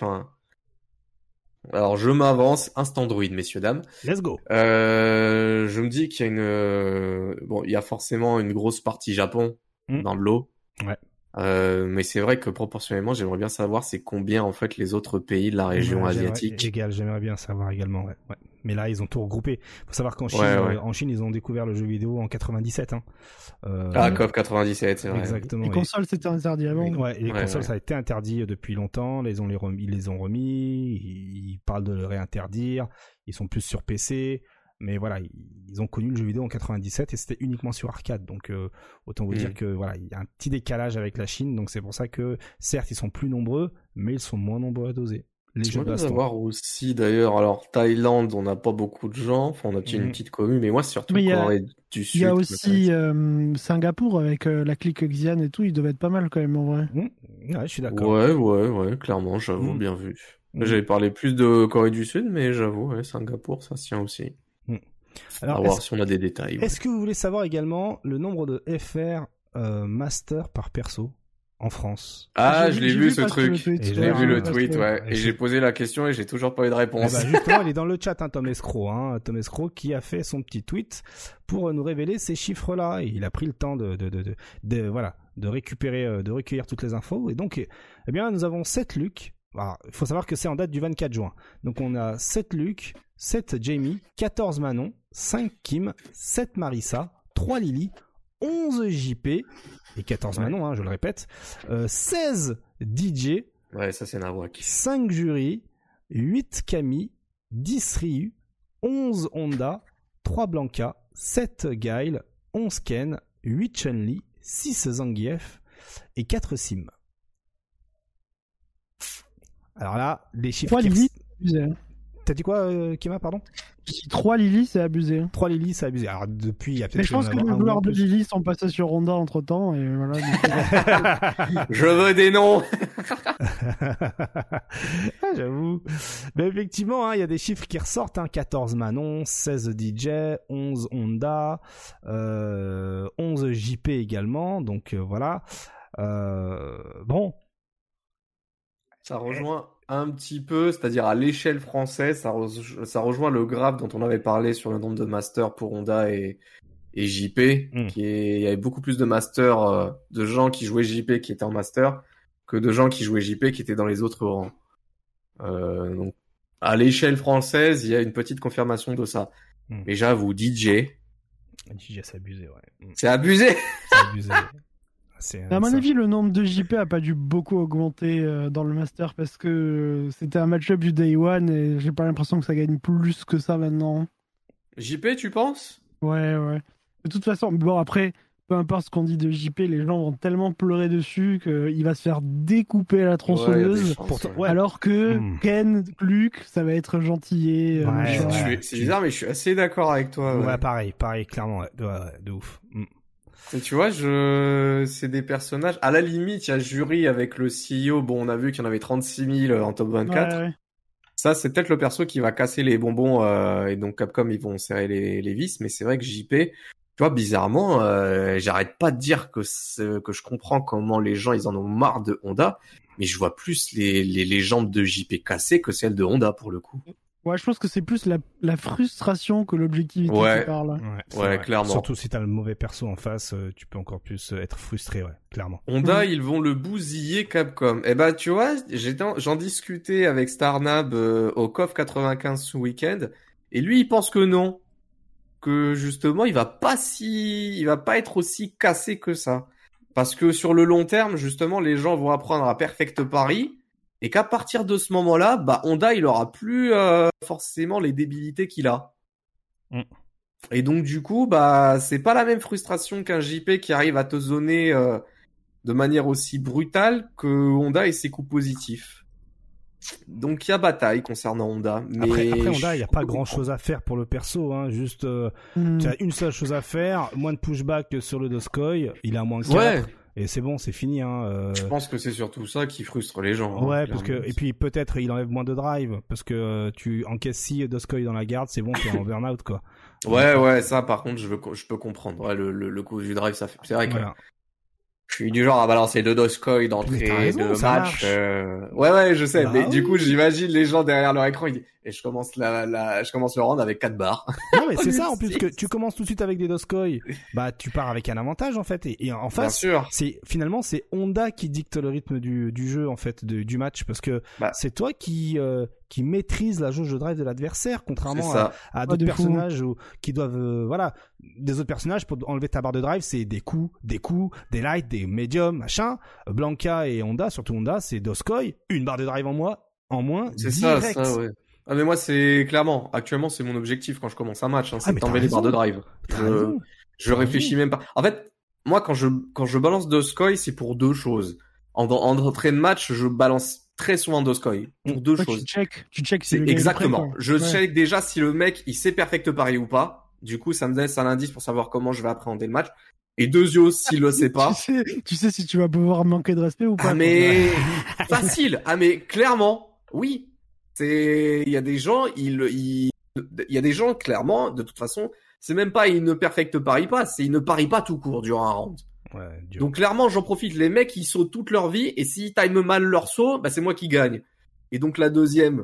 alors, je m'avance, instant druide, messieurs, dames. Let's go. Je me dis qu'il y a il y a forcément une grosse partie Japon dans le lot. Ouais. Mais c'est vrai que proportionnellement, j'aimerais bien savoir c'est combien en fait les autres pays de la région asiatique. J'aimerais bien savoir également. Ouais. Mais là, ils ont tout regroupé. Faut savoir qu'en Chine, en Chine, ils ont découvert le jeu vidéo en 97. Hein. CoF 97, c'est vrai. Exactement. Les consoles, c'était interdit avant. Ouais, les consoles, ça a été interdit depuis longtemps. Là, ils les ont remis. Ils parlent de le réinterdire. Ils sont plus sur PC. Mais voilà, ils ont connu le jeu vidéo en 97 et c'était uniquement sur arcade. Donc autant vous dire que voilà, il y a un petit décalage avec la Chine. Donc c'est pour ça que certes ils sont plus nombreux, mais ils sont moins nombreux à doser. Les jeux de baston. Voir aussi d'ailleurs, alors Thaïlande, on n'a pas beaucoup de gens. Enfin, on a une petite commune, mais moi c'est surtout Corée du Sud. Il y a aussi Singapour avec la clique Xian et tout. Ils doivent être pas mal quand même en vrai. Ouais, je suis d'accord. Ouais, clairement, j'avoue, bien vu. J'avais parlé plus de Corée du Sud, mais j'avoue, Singapour, ça se tient aussi. Alors, à voir si on a des détails. Est-ce que vous voulez savoir également le nombre de FR master par perso en France? Je l'ai vu ce truc. J'ai vu le tweet, ouais. Et j'ai posé la question et j'ai toujours pas eu de réponse. Justement, il est dans le chat, Tom Escroc, Tom Escroc qui a fait son petit tweet pour nous révéler ces chiffres-là. Et il a pris le temps de récupérer, de recueillir toutes les infos. Et donc, eh bien, nous avons 7 Luc. Il faut savoir que c'est en date du 24 juin. Donc on a 7 Luc, 7 Jamie, 14 Manon, 5 Kim, 7 Marissa, 3 Lily, 11 JP et 14 Manon, je le répète, 16 DJ, ouais, ça c'est Nawak, 5 Jury, 8 Camille, 10 Ryu, 11 Honda, 3 Blanca, 7 Guile, 11 Ken, 8 Chun-Li, 6 Zangief et 4 Sim. Alors là, les chiffres... 3 Lily, c'est abusé. T'as dit quoi, Kima, pardon? 3 Lily, c'est abusé. 3 Lily, c'est abusé. Alors depuis, il y a peut-être... Mais je pense que les joueurs de Lily sont passés sur Honda entre-temps, et voilà. Je veux des noms. J'avoue. Mais effectivement, il y a des chiffres qui ressortent. 14 Manon, 16 DJ, 11 Honda, 11 JP également. Donc voilà. Bon. Ça rejoint un petit peu, c'est-à-dire à l'échelle française, ça rejoint le graphe dont on avait parlé sur le nombre de masters pour Honda et JP, il y avait beaucoup plus de masters, de gens qui jouaient JP qui étaient en master que de gens qui jouaient JP qui étaient dans les autres rangs. Donc, à l'échelle française, il y a une petite confirmation de ça. Mais j'avoue, DJ, c'est abusé, ouais. C'est abusé. C'est abusé. À mon avis, le nombre de JP a pas dû beaucoup augmenter dans le Master parce que c'était un match-up du Day One et j'ai pas l'impression que ça gagne plus que ça maintenant. JP, tu penses? Ouais. De toute façon, bon après, peu importe ce qu'on dit de JP, les gens vont tellement pleurer dessus qu'il va se faire découper à la tronçonneuse. Alors que Ken, Luke, ça va être gentillet. C'est bizarre, mais je suis assez d'accord avec toi. Ouais, pareil, clairement, de ouf. Et tu vois, c'est des personnages. À la limite, il y a Jury avec le CEO. Bon, on a vu qu'il y en avait 36 000 en top 24. Ouais. Ça, c'est peut-être le perso qui va casser les bonbons. Et donc, Capcom, ils vont serrer les vis. Mais c'est vrai que JP, tu vois, bizarrement, j'arrête pas de dire que je comprends comment les gens, ils en ont marre de Honda. Mais je vois plus les jambes de JP cassées que celles de Honda, pour le coup. Ouais, je pense que c'est plus la frustration que l'objectivité qui parle. Ouais, clairement. Surtout si t'as le mauvais perso en face, tu peux encore plus être frustré, clairement. Honda, ils vont le bousiller Capcom. Eh ben, tu vois, j'en discutais avec Starnab au KOF 95 ce week-end, et lui, il pense que non. Que justement, il va pas être aussi cassé que ça. Parce que sur le long terme, justement, les gens vont apprendre à Perfect Paris, et qu'à partir de ce moment-là, Honda, il aura plus forcément les débilités qu'il a. Et donc du coup, c'est pas la même frustration qu'un JP qui arrive à te zoner de manière aussi brutale que Honda et ses coups positifs. Donc il y a bataille concernant Honda. Mais après Honda, il y a pas grand-chose à faire pour le perso, juste tu as une seule chose à faire, moins de pushback sur le Doskoi, il a moins 4. Ouais. Et c'est bon, c'est fini. Je pense que c'est surtout ça qui frustre les gens. Ouais, parce que et puis peut-être il enlève moins de drive parce que tu encaisses 6 Doskoi dans la garde, c'est bon, t'es en burn-out quoi. Ouais, ça par contre je peux comprendre. Ouais, le coup du drive, ça fait. C'est vrai que je suis du genre à balancer 2 Doskoi d'entrée de match. Ouais, je sais. Mais du coup, j'imagine les gens derrière leur écran, ils disent et je commence le round avec 4 barres. Non mais c'est ça en plus que tu commences tout de suite avec des Doskoi, tu pars avec un avantage en fait et en face c'est Honda qui dicte le rythme du jeu en fait du match parce que c'est toi qui maîtrise la jauge de drive de l'adversaire contrairement à d'autres personnages qui doivent des autres personnages pour enlever ta barre de drive, c'est des coups, des lights, des médiums, machin. Blanca et Honda, surtout Honda, c'est Doskoi, une barre de drive en moins c'est direct. Ça ouais. Ah mais moi c'est clairement actuellement c'est mon objectif quand je commence un match c'est d'enlever les barres de drive. Je réfléchis même pas. En fait, moi quand je balance Doskoi, c'est pour deux choses. En entrée de match, je balance très souvent Doskoi pour deux choses. Tu check si c'est exactement. Je check déjà si le mec il sait perfect pareil ou pas. Du coup, ça me laisse un indice pour savoir comment je vais appréhender le match. Et deuxios, s'il le sait pas. Tu sais si tu vas pouvoir manquer de respect ou pas. Ah mais facile. Ah mais clairement, oui. Il y a des gens, il y a des gens clairement, de toute façon, c'est même pas ils ne perfect parient pas, c'est ils ne parient pas tout court durant un round. Ouais, donc clairement, j'en profite. Les mecs, ils sautent toute leur vie et s'ils time mal leur saut, c'est moi qui gagne. Et donc la deuxième,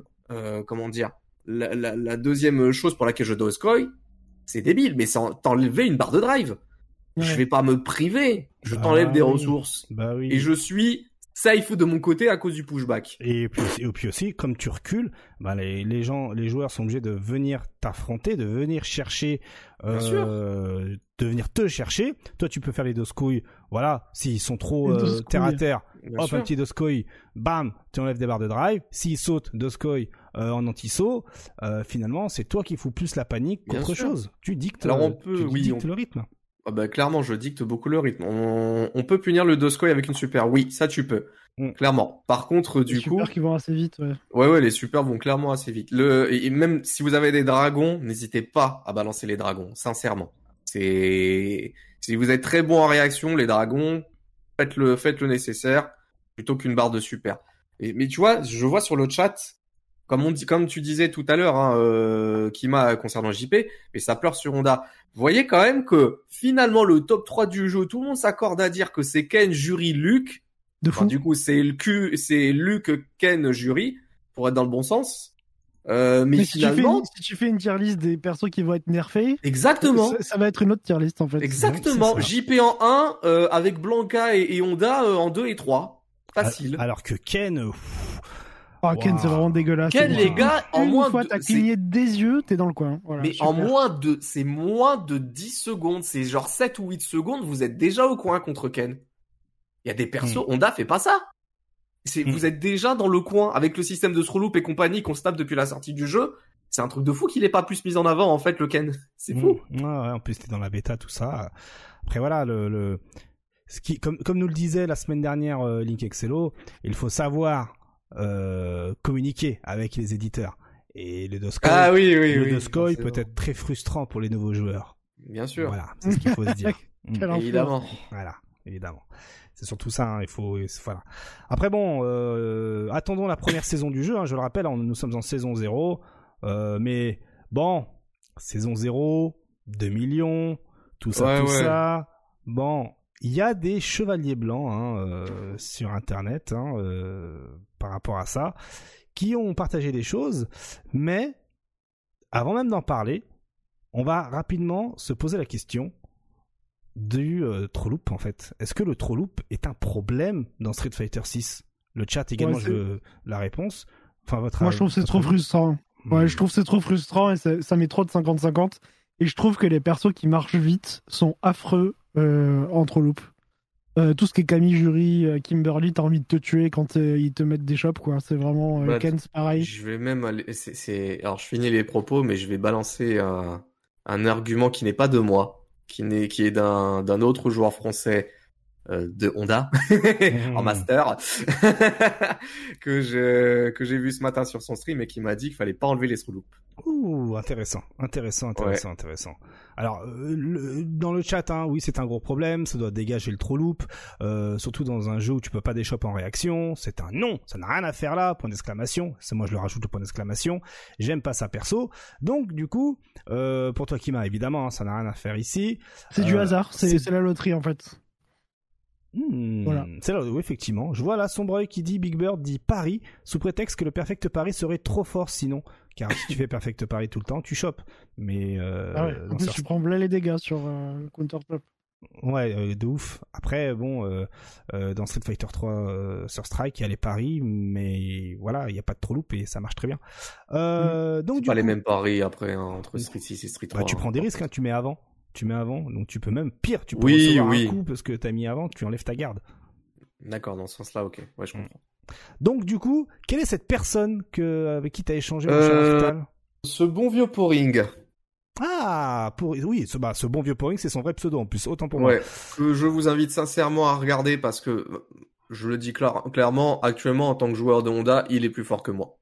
la deuxième chose pour laquelle je Doskoi, c'est débile, mais c'est t'enlever une barre de drive. Ouais. Je vais pas me priver. Je t'enlève des ressources. Oui. Et je suis safe de mon côté à cause du pushback. Et puis aussi, comme tu recules, les joueurs sont obligés de venir t'affronter, de venir chercher, de venir te chercher. Toi, tu peux faire les Doskoi. Voilà, s'ils sont trop terre à terre, un petit Doskoi, bam, tu enlèves des barres de drive. S'ils sautent Doskoi en anti-saut, finalement, c'est toi qui fous plus la panique qu'autre chose. Tu dictes, le rythme. Clairement, je dicte beaucoup le rythme. On peut punir le Doskoi avec une super. Oui, ça tu peux. Clairement. Par contre, du coup. Les supers qui vont assez vite, ouais. Ouais, les supers vont clairement assez vite. Et même si vous avez des dragons, n'hésitez pas à balancer les dragons, sincèrement. Si vous êtes très bon en réaction, les dragons, faites le nécessaire plutôt qu'une barre de super. Mais tu vois, je vois sur le chat, comme tu disais tout à l'heure, hein, Kima concernant JP, mais ça pleure sur Honda. Vous voyez quand même que finalement le top 3 du jeu, tout le monde s'accorde à dire que c'est Ken, Jury, Luke. De fou. Du coup, c'est Luke, Ken, Jury, pour être dans le bon sens. Mais finalement, si tu fais une tier list des persos qui vont être nerfés, exactement, ça va être une autre tier list en fait. Exactement. JP en 1, avec Blanca et Honda en 2 et 3. Facile. Alors que Ken... Ken, c'est vraiment dégueulasse. Ken, les gars, en moins fois, t'as cligné des yeux, t'es dans le coin. Voilà, mais super. c'est moins de 10 secondes, c'est genre 7 ou 8 secondes, vous êtes déjà au coin contre Ken. Il y a des persos, Honda fait pas ça. Vous êtes déjà dans le coin avec le système de throw-loop et compagnie qu'on se tape depuis la sortie du jeu. C'est un truc de fou qu'il ait pas plus mis en avant, en fait, le Ken. C'est fou. Ouais, en plus, t'es dans la bêta, tout ça. Après, voilà, comme nous le disait la semaine dernière Link Excello, il faut savoir communiquer avec les éditeurs. Et le Doscoy, le Doscoy peut être très frustrant pour les nouveaux joueurs. Bien sûr. Voilà, c'est ce qu'il faut se dire. Évidemment. Voilà, évidemment. C'est surtout ça, hein, voilà. Après bon, attendons la première saison du jeu, hein, je le rappelle, nous sommes en saison 0, mais bon, saison 0, 2 millions, tout ça, bon, il y a des chevaliers blancs sur internet par rapport à ça, qui ont partagé des choses, mais avant même d'en parler, on va rapidement se poser la question du throw-loop en fait. Est-ce que le throw-loop est un problème dans Street Fighter 6 ? Le chat également, je veux la réponse. Enfin, Moi, je trouve que c'est trop frustrant. Ouais, je trouve que c'est trop frustrant et ça met trop de 50-50. Et je trouve que les persos qui marchent vite sont affreux en throw-loop. Tout ce qui est Camille, Jury, Kimberly, t'as envie de te tuer quand ils te mettent des chops, quoi. C'est vraiment Ken, c'est pareil. Je vais même aller... Alors, je finis les propos, mais je vais balancer un argument qui n'est pas de moi. Qui est d'un autre joueur français de Honda en master que j'ai vu ce matin sur son stream et qui m'a dit qu'il fallait pas enlever les throw-loops. Ouh, intéressant. Alors dans le chat, oui, c'est un gros problème, ça doit dégager le throw-loop, surtout dans un jeu où tu peux pas déchop en réaction, c'est un non, ça n'a rien à faire là, point d'exclamation, c'est moi je le rajoute le point d'exclamation, j'aime pas ça perso, donc du coup, pour toi Kima, évidemment, ça n'a rien à faire ici. C'est du hasard, c'est la loterie en fait. Voilà. C'est là où effectivement, je vois là Sombreuil qui dit Big Bird dit Paris sous prétexte que le perfect Paris serait trop fort sinon, car si tu fais perfect Paris tout le temps, tu chopes. Mais en plus tu prends plein les dégâts sur counter top. Ouais, de ouf. Après bon, dans Street Fighter 3 sur Strike, il y a les paris, mais voilà, il n'y a pas de trop loop et ça marche très bien. Donc c'est pas les mêmes paris après entre Street 6 et Street 3. Bah, tu prends des risques, tu mets avant, donc tu peux même pire, tu peux recevoir un coup parce que t'as mis avant, tu enlèves ta garde. D'accord, dans ce sens-là, ok, ouais, je comprends. Donc du coup, quelle est cette personne avec qui t'as échangé mon cher Vital ? Ce bon vieux Poring. Ah, oui, ce bon vieux Poring, c'est son vrai pseudo en plus, autant pour moi. Ouais, que je vous invite sincèrement à regarder parce que, je le dis clairement, actuellement, en tant que joueur de Honda, il est plus fort que moi.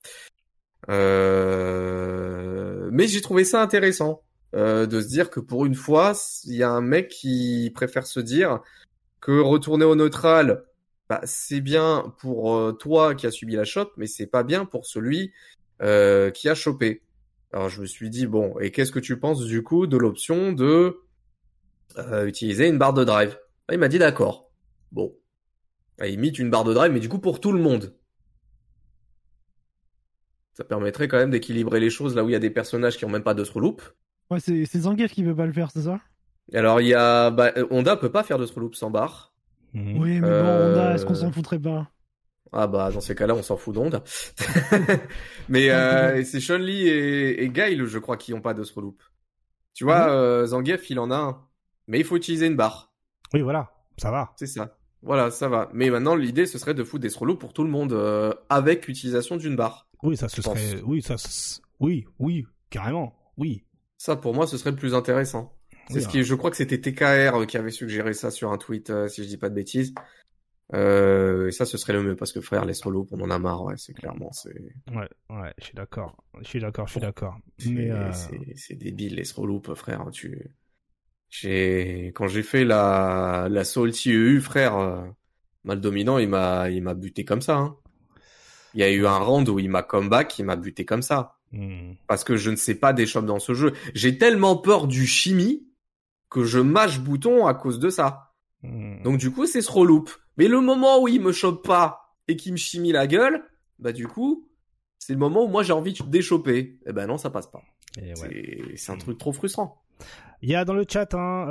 Mais j'ai trouvé ça intéressant. De se dire que pour une fois, il y a un mec qui préfère se dire que retourner au neutral, c'est bien pour toi qui as subi la chope, mais c'est pas bien pour celui qui a chopé. Alors je me suis dit, bon, et qu'est-ce que tu penses du coup de l'option de utiliser une barre de drive ? Il m'a dit d'accord. Bon, il imite une barre de drive, mais du coup pour tout le monde. Ça permettrait quand même d'équilibrer les choses là où il y a des personnages qui ont même pas de throw loop. Ouais, c'est Zangief qui peut pas le faire, c'est ça ? Alors il y a Honda peut pas faire de throw loop sans barre. Oui, mais bon, Honda, est-ce qu'on s'en foutrait pas ? Ah dans ces cas-là, on s'en fout d'Honda. Mais c'est Chun-Li et Guile, je crois, qui ont pas de throw loop. Tu vois, Zangief, il en a un. Mais il faut utiliser une barre. Oui, voilà, ça va. C'est ça. Voilà, ça va. Mais maintenant, l'idée, ce serait de foutre des throw loops pour tout le monde avec l'utilisation d'une barre. Oui, ça ce serait... Oui, carrément, oui. Ça, pour moi, ce serait le plus intéressant. C'est je crois que c'était TKR qui avait suggéré ça sur un tweet, si je dis pas de bêtises. Et ça, ce serait le mieux, parce que frère, les throw loops, on en a marre, ouais, c'est clairement, c'est... Ouais, je suis d'accord. Mais c'est débile, les throw loops, frère, quand j'ai fait la Salty EU, frère, mal dominant, il m'a buté comme ça, hein. Il y a eu un round où il m'a comeback, il m'a buté comme ça. Parce que je ne sais pas des shops dans ce jeu. J'ai tellement peur du shimmy que je mâche bouton à cause de ça. Donc du coup, c'est ce reloop. Mais le moment où il me chope pas et qu'il me chimie la gueule, bah du coup, c'est le moment où moi j'ai envie de déchoper. Eh ben non, ça passe pas. C'est un truc trop frustrant. Il y a dans le chat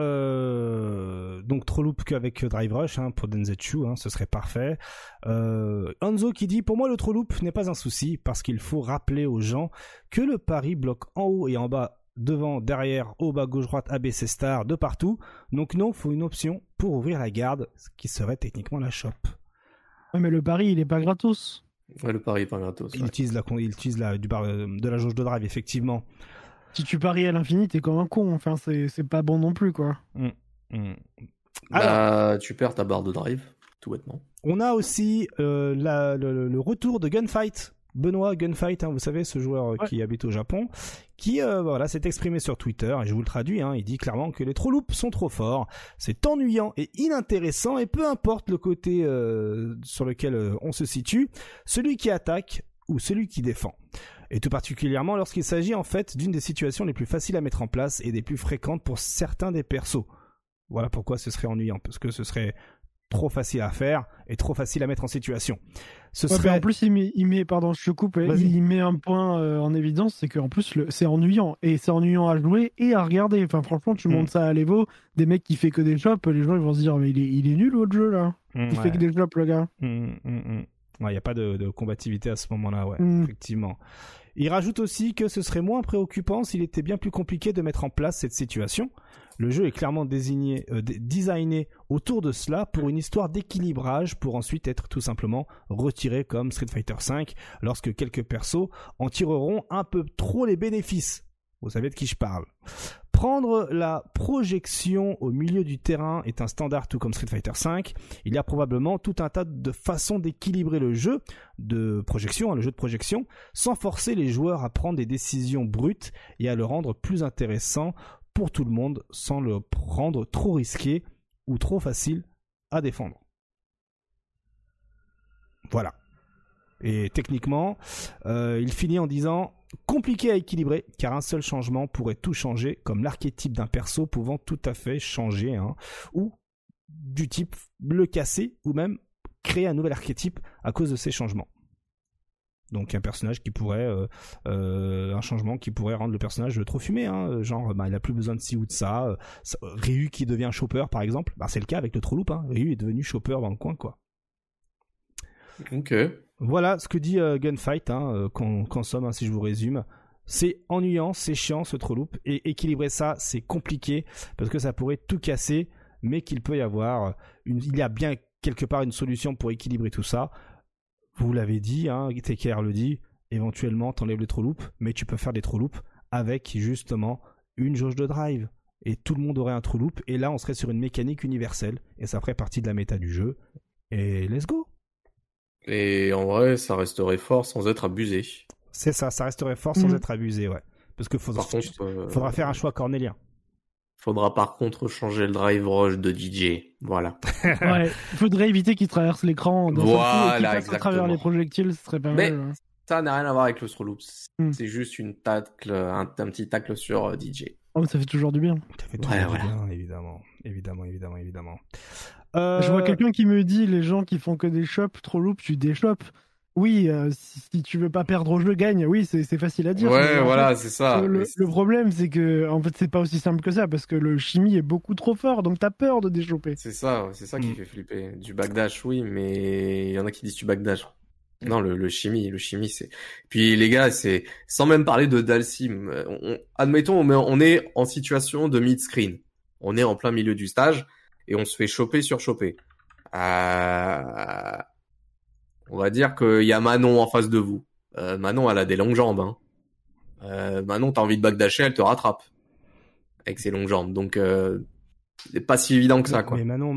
donc trop loop qu'avec Drive Rush pour Densetsu, ce serait parfait. Hanzo qui dit pour moi le trop loop n'est pas un souci parce qu'il faut rappeler aux gens que le pari bloque en haut et en bas, devant, derrière, haut, bas, gauche, droite, ABC star, de partout. Donc non, faut une option pour ouvrir la garde, ce qui serait techniquement la shop. Ouais, mais le pari il est pas gratos. Ouais, le pari est pas gratos. Il utilise de la jauge de drive effectivement. Si tu paries à l'infini, t'es comme un con. Enfin, c'est pas bon non plus, quoi. Alors, tu perds ta barre de drive, tout bêtement. On a aussi le retour de Gunfight. Benoît Gunfight, vous savez, ce joueur qui habite au Japon, qui s'est exprimé sur Twitter, et je vous le traduis, il dit clairement que les trop loops sont trop forts, c'est ennuyant et inintéressant, et peu importe le côté sur lequel on se situe, celui qui attaque ou celui qui défend. Et tout particulièrement lorsqu'il s'agit en fait d'une des situations les plus faciles à mettre en place et des plus fréquentes pour certains des persos. Voilà pourquoi ce serait ennuyant, parce que ce serait trop facile à faire et trop facile à mettre en situation. En plus, il met, pardon, je te coupe, il met un point en évidence, c'est qu'en plus, c'est ennuyant. Et c'est ennuyant à jouer et à regarder. Enfin, franchement, tu montes ça à l'Evo, des mecs qui fait que des shops, les gens ils vont se dire, mais il est nul votre jeu là. Il fait que des shops, le gars. Il n'y a pas de combativité à ce moment-là, effectivement. Il rajoute aussi que ce serait moins préoccupant s'il était bien plus compliqué de mettre en place cette situation. Le jeu est clairement designé autour de cela pour une histoire d'équilibrage pour ensuite être tout simplement retiré comme Street Fighter V lorsque quelques persos en tireront un peu trop les bénéfices. Vous savez de qui je parle. Prendre la projection au milieu du terrain est un standard tout comme Street Fighter V. Il y a probablement tout un tas de façons d'équilibrer le jeu de projection, le jeu de projection, sans forcer les joueurs à prendre des décisions brutes et à le rendre plus intéressant pour tout le monde sans le rendre trop risqué ou trop facile à défendre. Voilà. Et techniquement, il finit en disant compliqué à équilibrer car un seul changement pourrait tout changer, comme l'archétype d'un perso pouvant tout à fait changer, ou du type le casser ou même créer un nouvel archétype à cause de ces changements. Donc un personnage qui pourrait un changement qui pourrait rendre le personnage trop fumé, genre il a plus besoin de ci ou de ça. Ryu qui devient chopper par exemple, c'est le cas avec le trop loop, Ryu est devenu chopper dans le coin quoi. Ok. Voilà ce que dit Gunfight, qu'en somme, si je vous résume. C'est ennuyant, c'est chiant ce trop loop, et équilibrer ça, c'est compliqué, parce que ça pourrait tout casser, mais qu'il peut y avoir, il y a bien quelque part une solution pour équilibrer tout ça. Vous l'avez dit, TKR le dit, éventuellement t'enlèves le trop loop, mais tu peux faire des trop loops avec justement une jauge de drive, et tout le monde aurait un trop loop, et là on serait sur une mécanique universelle, et ça ferait partie de la méta du jeu, et let's go. Et en vrai, ça resterait fort sans être abusé. C'est ça resterait fort sans être abusé, Parce que faudra faire un choix cornélien. Faudra par contre changer le drive rush de DJ. Voilà. Il faudrait éviter qu'il traverse l'écran. Voilà, exactement. À travers les projectiles, ce serait pas mal. Mais ça n'a rien à voir avec le throw loop. C'est juste un petit tacle sur DJ. Oh, mais ça fait toujours du bien. Ça fait toujours du bien, évidemment. Je vois quelqu'un qui me dit les gens qui font que des shops, trop loop, tu déchopes. Oui, si tu veux pas perdre au jeu, gagne. Oui, c'est facile à dire. Ouais, voilà, c'est ça. Le problème, c'est que en fait, c'est pas aussi simple que ça parce que le chimie est beaucoup trop fort, donc t'as peur de déchoper. C'est ça qui fait flipper. Du backdash, oui, mais il y en a qui disent du backdash. Non, le chimie, c'est. Puis les gars, c'est sans même parler de Dalsim. Admettons, on est en situation de mid-screen. On est en plein milieu du stage. Et on se fait choper sur choper. On va dire qu'il y a Manon en face de vous. Manon, elle a des longues jambes. Manon, t'as envie de backdasher, elle te rattrape. Avec ses longues jambes. Donc, c'est pas si évident que ça, quoi. Mais Manon,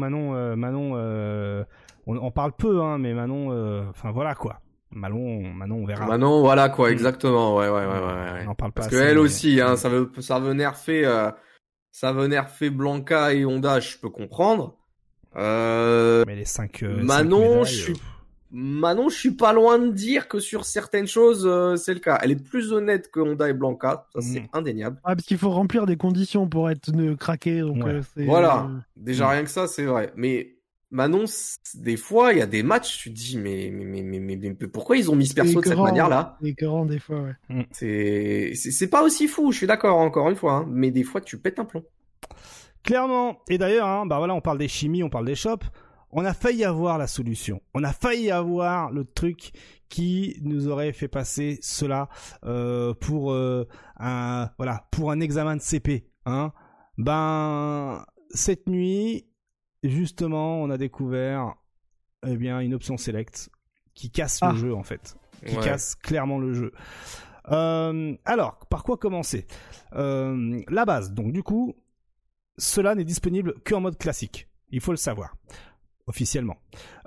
on parle peu, mais Manon, voilà, quoi. Manon, on verra. Manon, voilà, quoi, exactement. Ouais. On en parle pas. Parce que elle aussi, ça veut nerfer... Ça veut nerfer Blanca et Honda, je peux comprendre. Mais les 5 Manon, Manon, je suis pas loin de dire que sur certaines choses, c'est le cas. Elle est plus honnête que Honda et Blanca, ça c'est indéniable. Ah, parce qu'il faut remplir des conditions pour être craqué. Donc c'est... Voilà, déjà rien que ça, c'est vrai. Mais Manon, des fois, il y a des matchs, tu te dis, mais pourquoi ils ont mis ce perso de cette manière-là? C'est écœurant des fois, ouais. C'est pas aussi fou, je suis d'accord, encore une fois, hein, mais des fois, tu pètes un plomb. Clairement. Et d'ailleurs, hein, bah voilà, on parle des chimies, on parle des shops. On a failli avoir la solution. On a failli avoir le truc qui nous aurait fait passer cela pour un examen de CP. Hein. Ben cette nuit, justement, on a découvert une option select qui casse le jeu en fait, qui casse clairement le jeu. Alors, par quoi commencer? La base. Donc du coup, cela n'est disponible qu'en mode classique. Il faut le savoir. Officiellement.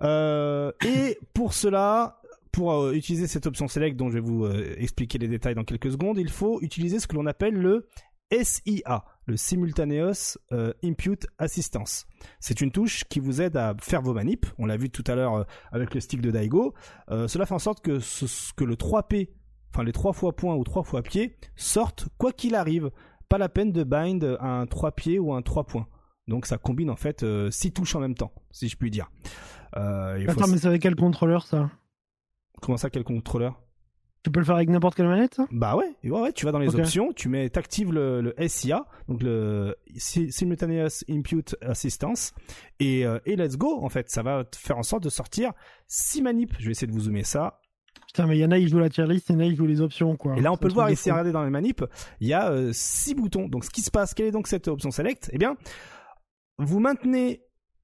Et pour cela, pour utiliser cette option select dont je vais vous expliquer les détails dans quelques secondes, il faut utiliser ce que l'on appelle le SIA, le Simultaneous Input Assistance. C'est une touche qui vous aide à faire vos manips. On l'a vu tout à l'heure avec le stick de Daigo. Cela fait en sorte que le 3P, enfin les 3 fois point ou 3 fois pied, sortent quoi qu'il arrive. Pas la peine de bind un 3 pieds ou un 3 points. Donc ça combine en fait 6 touches en même temps, si je puis dire. Attends, mais c'est avec quel contrôleur ça? Comment ça, quel contrôleur? Tu peux le faire avec n'importe quelle manette ça? Bah ouais, tu vas dans les options, t'actives le SIA, donc le Simultaneous Input Assistance, et let's go en fait, ça va te faire en sorte de sortir 6 manips. Je vais essayer de vous zoomer ça. Putain, mais il y en a, ils jouent la tier list, il y en a, ils jouent les options, quoi. Et là, on peut le voir ici, regardez dans les manips, il y a 6 boutons. Donc, ce qui se passe, quelle est donc cette option select? Eh bien, vous maintenez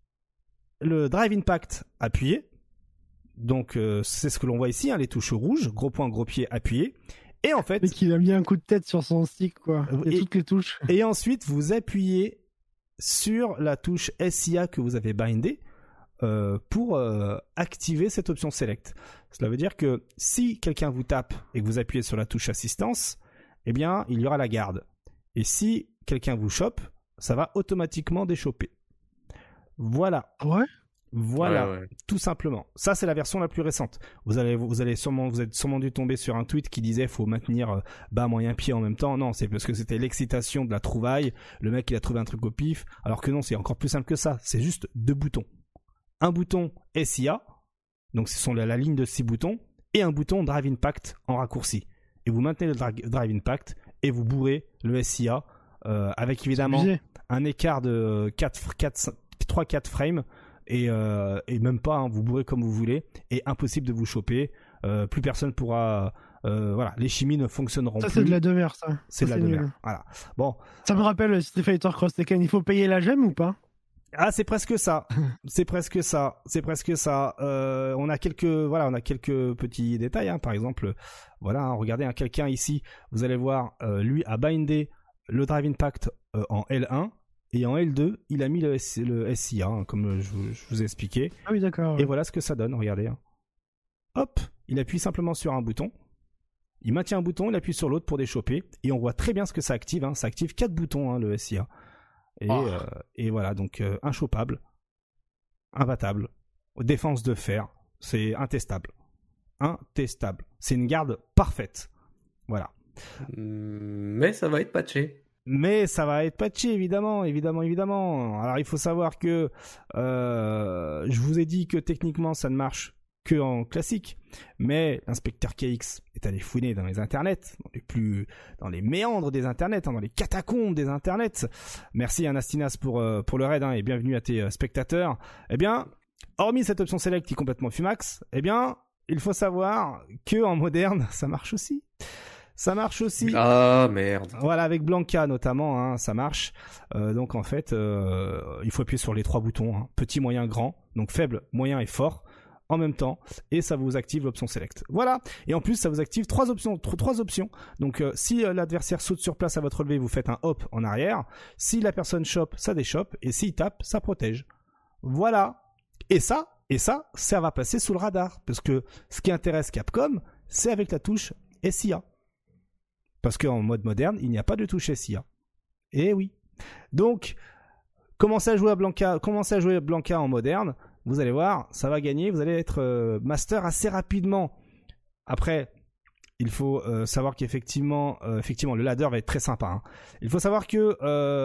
le Drive Impact appuyé. Donc, c'est ce que l'on voit ici, hein, les touches rouges, gros point, gros pied appuyé. Et en fait... Mais qu'il a mis un coup de tête sur son stick, quoi. Et toutes les touches. Et ensuite, vous appuyez sur la touche SIA que vous avez bindée. Pour activer cette option select. Cela veut dire que si quelqu'un vous tape et que vous appuyez sur la touche assistance, eh bien, il y aura la garde. Et si quelqu'un vous chope, ça va automatiquement déchoper. Voilà. Ouais. Voilà, tout simplement. Ça, c'est la version la plus récente. Vous êtes sûrement dû tomber sur un tweet qui disait faut maintenir bas, moyen, pied en même temps. Non, c'est parce que c'était l'excitation de la trouvaille. Le mec, il a trouvé un truc au pif. Alors que non, c'est encore plus simple que ça. C'est juste 2 boutons. Un bouton SIA, donc ce sont la ligne de 6 boutons, et un bouton Drive Impact en raccourci. Et vous maintenez le Drive Impact et vous bourrez le SIA avec évidemment un écart de 3-4 frames et même pas, hein, vous bourrez comme vous voulez et impossible de vous choper. Plus personne pourra... voilà, les chimies ne fonctionneront plus. Ça, c'est de la demeure, ça. C'est de la demeure. Voilà. Bon. Ça me rappelle Street Fighter Cross Tekken. Il faut payer la gemme ou pas? Ah, c'est presque ça. C'est presque ça. On a quelques petits détails, hein. Par exemple, voilà, hein, regardez, hein, quelqu'un ici, vous allez voir, lui a bindé le Drive Impact en L1 et en L2, il a mis le SIA, hein, comme je vous ai expliqué. Ah oui, d'accord. Et voilà ce que ça donne, regardez. Hein. Hop, il appuie simplement sur un bouton. Il maintient un bouton, il appuie sur l'autre pour déchoper et on voit très bien ce que ça active, hein. Ça active 4 boutons, hein, le SIA. Et voilà, donc inchopable, imbattable, défense de fer, c'est intestable. C'est une garde parfaite. Voilà. Mais ça va être patché. Évidemment. Alors il faut savoir que je vous ai dit que techniquement ça ne marche que en classique, mais l'inspecteur KX est allé fouiner dans les internets, dans les méandres des internets, hein, dans les catacombes des internets. Merci Anastinas pour le raid, hein, et bienvenue à tes spectateurs. Eh bien, hormis cette option select qui est complètement fumax, eh bien, il faut savoir que en moderne, ça marche aussi. Ah merde. Voilà, avec Blanca notamment, hein, ça marche. Donc en fait, il faut appuyer sur les 3 boutons, hein, petit, moyen, grand, donc faible, moyen et fort. En même temps, et ça vous active l'option select. Voilà, et en plus ça vous active 3 options. Donc si l'adversaire saute sur place à votre relevé, vous faites un hop en arrière. Si la personne chope, ça déchope, et s'il tape, ça protège. Voilà. Et ça va passer sous le radar, parce que ce qui intéresse Capcom, c'est avec la touche SIA. Parce qu'en mode moderne, il n'y a pas de touche SIA. Et oui. Donc, commencez à jouer Blanca en moderne. vous allez voir, ça va gagner, vous allez être master assez rapidement. Après, il faut savoir qu'effectivement le ladder va être très sympa. Hein. Il faut savoir que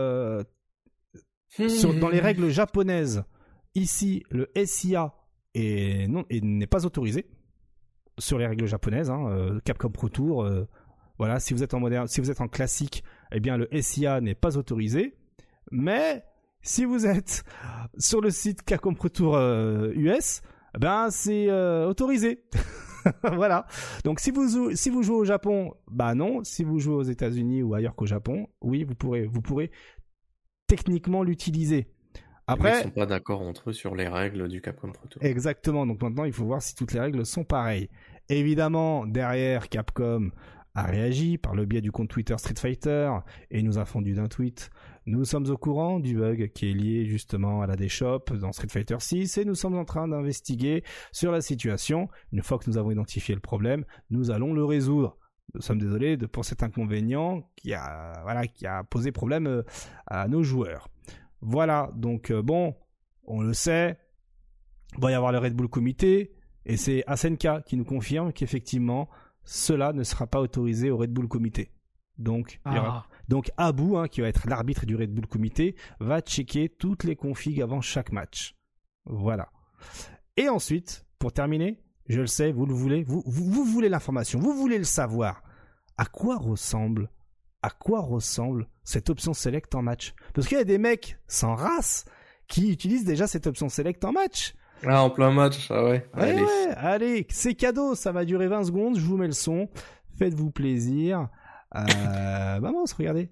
dans les règles japonaises, ici, le SIA n'est pas autorisé sur les règles japonaises. Hein. Capcom Pro Tour, voilà, si vous êtes en classique, eh bien le SIA n'est pas autorisé. Mais si vous êtes sur le site Capcom Pro Tour US, ben c'est autorisé. Voilà. Donc si vous jouez au Japon, bah non. Si vous jouez aux États-Unis ou ailleurs qu'au Japon, oui, vous pourrez techniquement l'utiliser. Après, ils sont pas d'accord entre eux sur les règles du Capcom Pro Tour. Exactement. Donc maintenant, il faut voir si toutes les règles sont pareilles. Évidemment, derrière, Capcom a réagi par le biais du compte Twitter Street Fighter et nous a fondu d'un tweet. Nous sommes au courant du bug qui est lié justement à la D-Shop dans Street Fighter 6 et nous sommes en train d'investiguer sur la situation. Une fois que nous avons identifié le problème, nous allons le résoudre. Nous sommes désolés pour cet inconvénient qui a posé problème à nos joueurs. Voilà, donc bon, on le sait, il va y avoir le Red Bull Comité et c'est SNK qui nous confirme qu'effectivement cela ne sera pas autorisé au Red Bull Comité. Donc, Abu, qui va être l'arbitre du Red Bull Comité, va checker toutes les configs avant chaque match. Voilà. Et ensuite, pour terminer, je le sais, vous le voulez, vous voulez l'information, vous voulez le savoir. À quoi ressemble cette option select en match? Parce qu'il y a des mecs sans race qui utilisent déjà cette option select en match. Ah, en plein match, ah ouais. Allez, c'est cadeau, ça va durer 20 secondes, je vous mets le son, faites-vous plaisir. Vamos, regardez.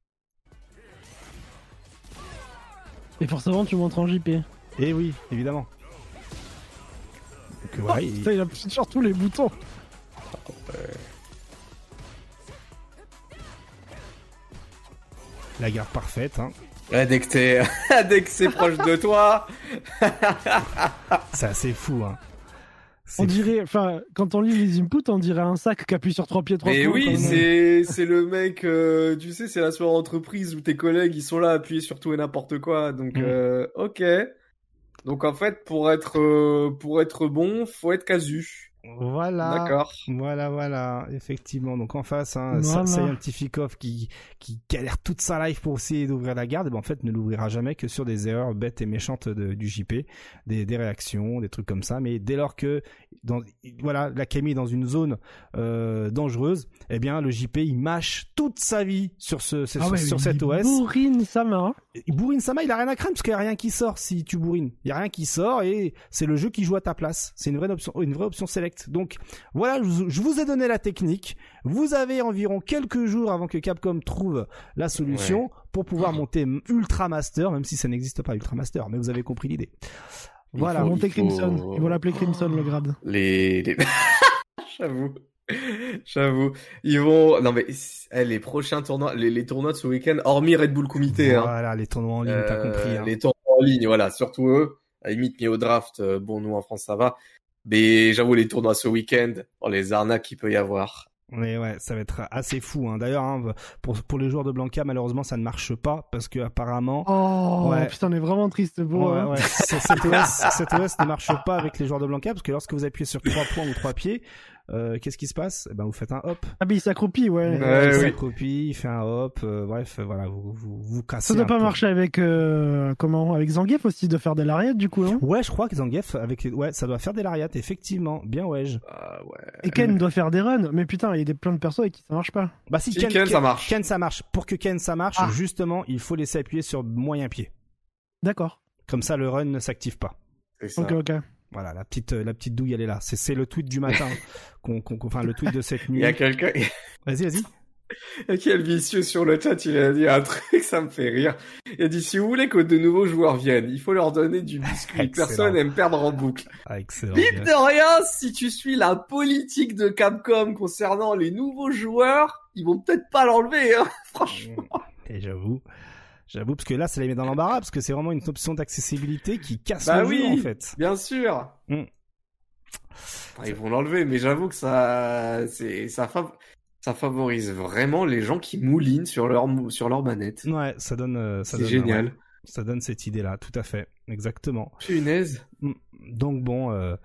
Et forcément, tu montres en JP. Eh oui, évidemment. Donc, voilà, putain, il appuie sur tous les boutons. La garde parfaite, hein. Dès que c'est proche de toi. C'est assez fou, hein. On dirait, enfin, quand on lit les inputs, on dirait un sac qui appuie sur 3 pieds, 3 Mais points. oui, c'est le mec, tu sais, c'est la soirée entreprise où tes collègues, ils sont là à appuyer sur tout et n'importe quoi. Donc, ok. Donc, en fait, pour être bon, faut être casu. Voilà. D'accord. Voilà. Effectivement. Donc, en face, Scientificov qui galère toute sa life pour essayer d'ouvrir la garde, et ben, en fait, ne l'ouvrira jamais que sur des erreurs bêtes et méchantes du JP, des réactions, des trucs comme ça. Mais dès lors que, la Camille est dans une zone, dangereuse, eh bien, le JP, il mâche toute sa vie sur cet OS. Bourrine Sama. Bourrine Sama, il a rien à craindre parce qu'il y a rien qui sort si tu bourrines. Il y a rien qui sort et c'est le jeu qui joue à ta place. C'est une vraie option select. Donc voilà, je vous ai donné la technique. Vous avez environ quelques jours avant que Capcom trouve la solution pour pouvoir monter Ultra Master, même si ça n'existe pas Ultra Master, mais vous avez compris l'idée. Voilà. Monter Crimson. Ils vont l'appeler Crimson le grade. J'avoue. Ils vont. Non mais les prochains tournois, les tournois de ce week-end, hormis Red Bull Comité. Voilà, les tournois en ligne, t'as compris. Les tournois en ligne, voilà, surtout eux. À la limite, mis au draft, bon, nous en France ça va. Mais j'avoue, les tournois ce week-end, les arnaques qu'il peut y avoir. Mais ouais, ça va être assez fou. Hein. D'ailleurs, pour les joueurs de Blanca, malheureusement, ça ne marche pas parce que apparemment. Oh, putain, on est vraiment triste pour eux. Ouais. Cet OS ne marche pas avec les joueurs de Blanca parce que lorsque vous appuyez sur 3 points ou 3 pieds, qu'est-ce qui se passe? Eh ben, vous faites un hop. Ah, mais il s'accroupit, il s'accroupit, il fait un hop. Bref, voilà, vous cassez. Ça doit pas marcher avec avec Zangief aussi de faire des lariats du coup, hein? Ouais, je crois que Zangief ça doit faire des lariats, effectivement, bien ouais. Et Ken doit faire des runs, mais putain, il y a plein de persos avec qui ça marche pas. Bah si Ken ça marche. Ken ça marche. Pour que Ken ça marche, justement, il faut laisser appuyer sur moyen pied. D'accord. Comme ça, le run ne s'active pas. C'est ça. Ok. Voilà, la petite douille, elle est là. C'est le tweet du matin, enfin le tweet de cette nuit. Il y a quelqu'un. Vas-y. Quel vicieux sur le chat, il a dit un truc, ça me fait rire. Il a dit, si vous voulez que de nouveaux joueurs viennent, il faut leur donner du biscuit. Personne n'aime perdre en boucle. Excellent. Bip de rien, si tu suis la politique de Capcom concernant les nouveaux joueurs, ils vont peut-être pas l'enlever, hein, franchement. Et j'avoue, parce que là, ça les met dans l'embarras, parce que c'est vraiment une option d'accessibilité qui casse le jeu, en fait. Bien sûr. Ils vont l'enlever, mais j'avoue que ça favorise vraiment les gens qui moulinent sur leur manette. Ouais, ça donne génial. Ça donne cette idée-là, tout à fait. exactement. Punaise. Donc bon,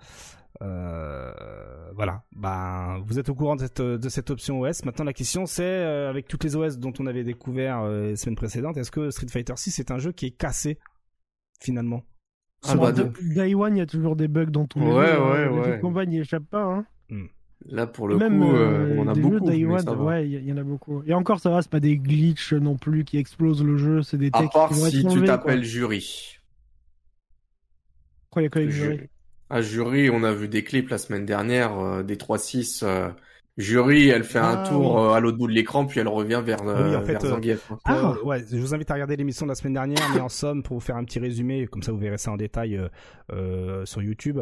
voilà. Ben, vous êtes au courant de cette option OS. Maintenant, la question c'est, avec toutes les OS dont on avait découvert les semaines précédentes, est-ce que Street Fighter 6 est un jeu qui est cassé finalement? Day One, il y a toujours des bugs dans tous les jeux. Les combats n'y échappent pas. Hein. Là, pour le même, coup, on en a beaucoup. Day One, ouais, il y en a beaucoup. Et encore, ça va, c'est pas des glitches non plus qui explosent le jeu, c'est des textes. À part qui vont si être tu enlevés, t'appelles quoi. Jury. Pourquoi il y a quand même Jury? À Jury, on a vu des clips la semaine dernière, des 3-6. Jury, elle fait un tour à l'autre bout de l'écran, puis elle revient vers Zangief. Ouais, je vous invite à regarder l'émission de la semaine dernière, mais en somme, pour vous faire un petit résumé, comme ça vous verrez ça en détail sur YouTube.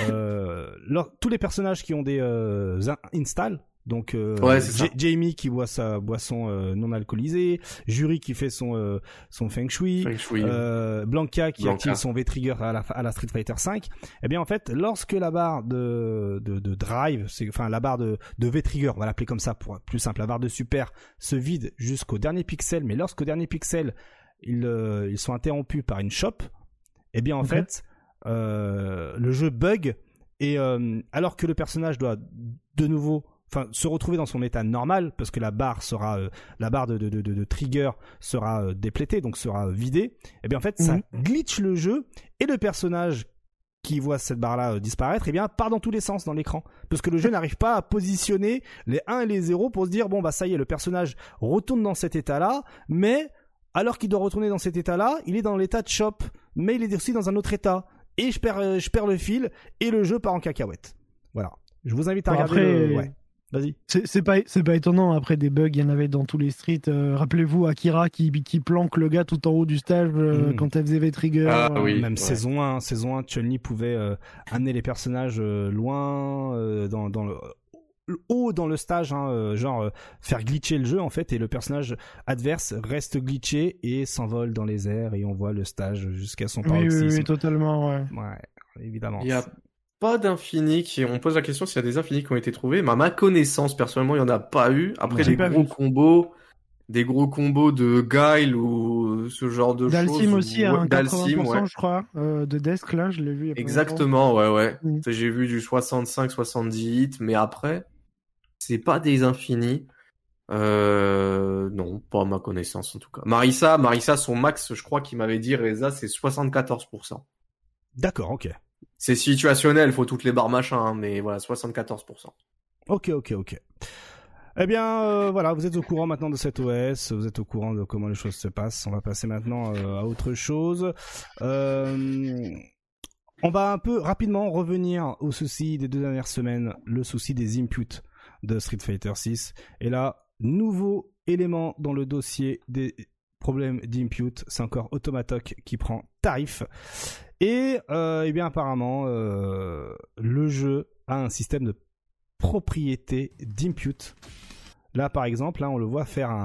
Tous les personnages qui ont des install, donc Jamie qui boit sa boisson non alcoolisée, Jury qui fait son feng shui, Blanca qui active son V-Trigger à la Street Fighter 5. Eh bien en fait, lorsque la barre de drive, la barre de V-Trigger, on va l'appeler comme ça pour être plus simple, la barre de super se vide jusqu'au dernier pixel, mais lorsqu'au dernier pixel ils sont interrompus par une shop, eh bien en fait le jeu bug et alors que le personnage doit de nouveau se retrouver dans son état normal, parce que la barre de trigger sera déplétée, donc sera vidée, et bien en fait ça glitch le jeu, et le personnage qui voit cette barre-là disparaître, et bien part dans tous les sens dans l'écran, parce que le jeu n'arrive pas à positionner les 1 et les 0 pour se dire bon bah ça y est, le personnage retourne dans cet état-là, mais alors qu'il doit retourner dans cet état-là, il est dans l'état de shop, mais il est aussi dans un autre état, et je perds le fil, et le jeu part en cacahuète. Voilà. Je vous invite à regarder. Ouais. Vas-y. C'est pas étonnant, après des bugs, il y en avait dans tous les streets. Rappelez-vous Akira qui planque le gars tout en haut du stage quand elle faisait V-Trigger. Même saison 1, Chun-Li pouvait amener les personnages loin dans le haut dans le stage, faire glitcher le jeu en fait, et le personnage adverse reste glitché et s'envole dans les airs, et on voit le stage jusqu'à son paroxysme. Oui, totalement, ouais. Ouais, évidemment. Il y a pas d'infini on pose la question s'il y a des infinis qui ont été trouvés, mais à ma connaissance, personnellement, il y en a pas eu. Après, des gros combos de Guile ou ce genre de choses. Dalsim aussi, un 80%, je crois, de Desk, là, je l'ai vu il y a pas exactement, ouais. J'ai vu du 65-70 hits, mais après, c'est pas des infinis. Non, pas à ma connaissance, en tout cas. Marissa, son max, je crois qu'il m'avait dit, Reza, c'est 74%. D'accord, ok. C'est situationnel, faut toutes les barres machin, mais voilà, 74%. Ok. Eh bien, voilà, vous êtes au courant maintenant de cette OS, vous êtes au courant de comment les choses se passent. On va passer maintenant à autre chose. On va un peu rapidement revenir au souci des 2 dernières semaines, le souci des inputs de Street Fighter 6. Et là, nouveau élément dans le dossier des problèmes d'input, c'est encore Automatok qui prend tarif. Et bien apparemment, le jeu a un système de propriété d'input. Là, par exemple, on le voit faire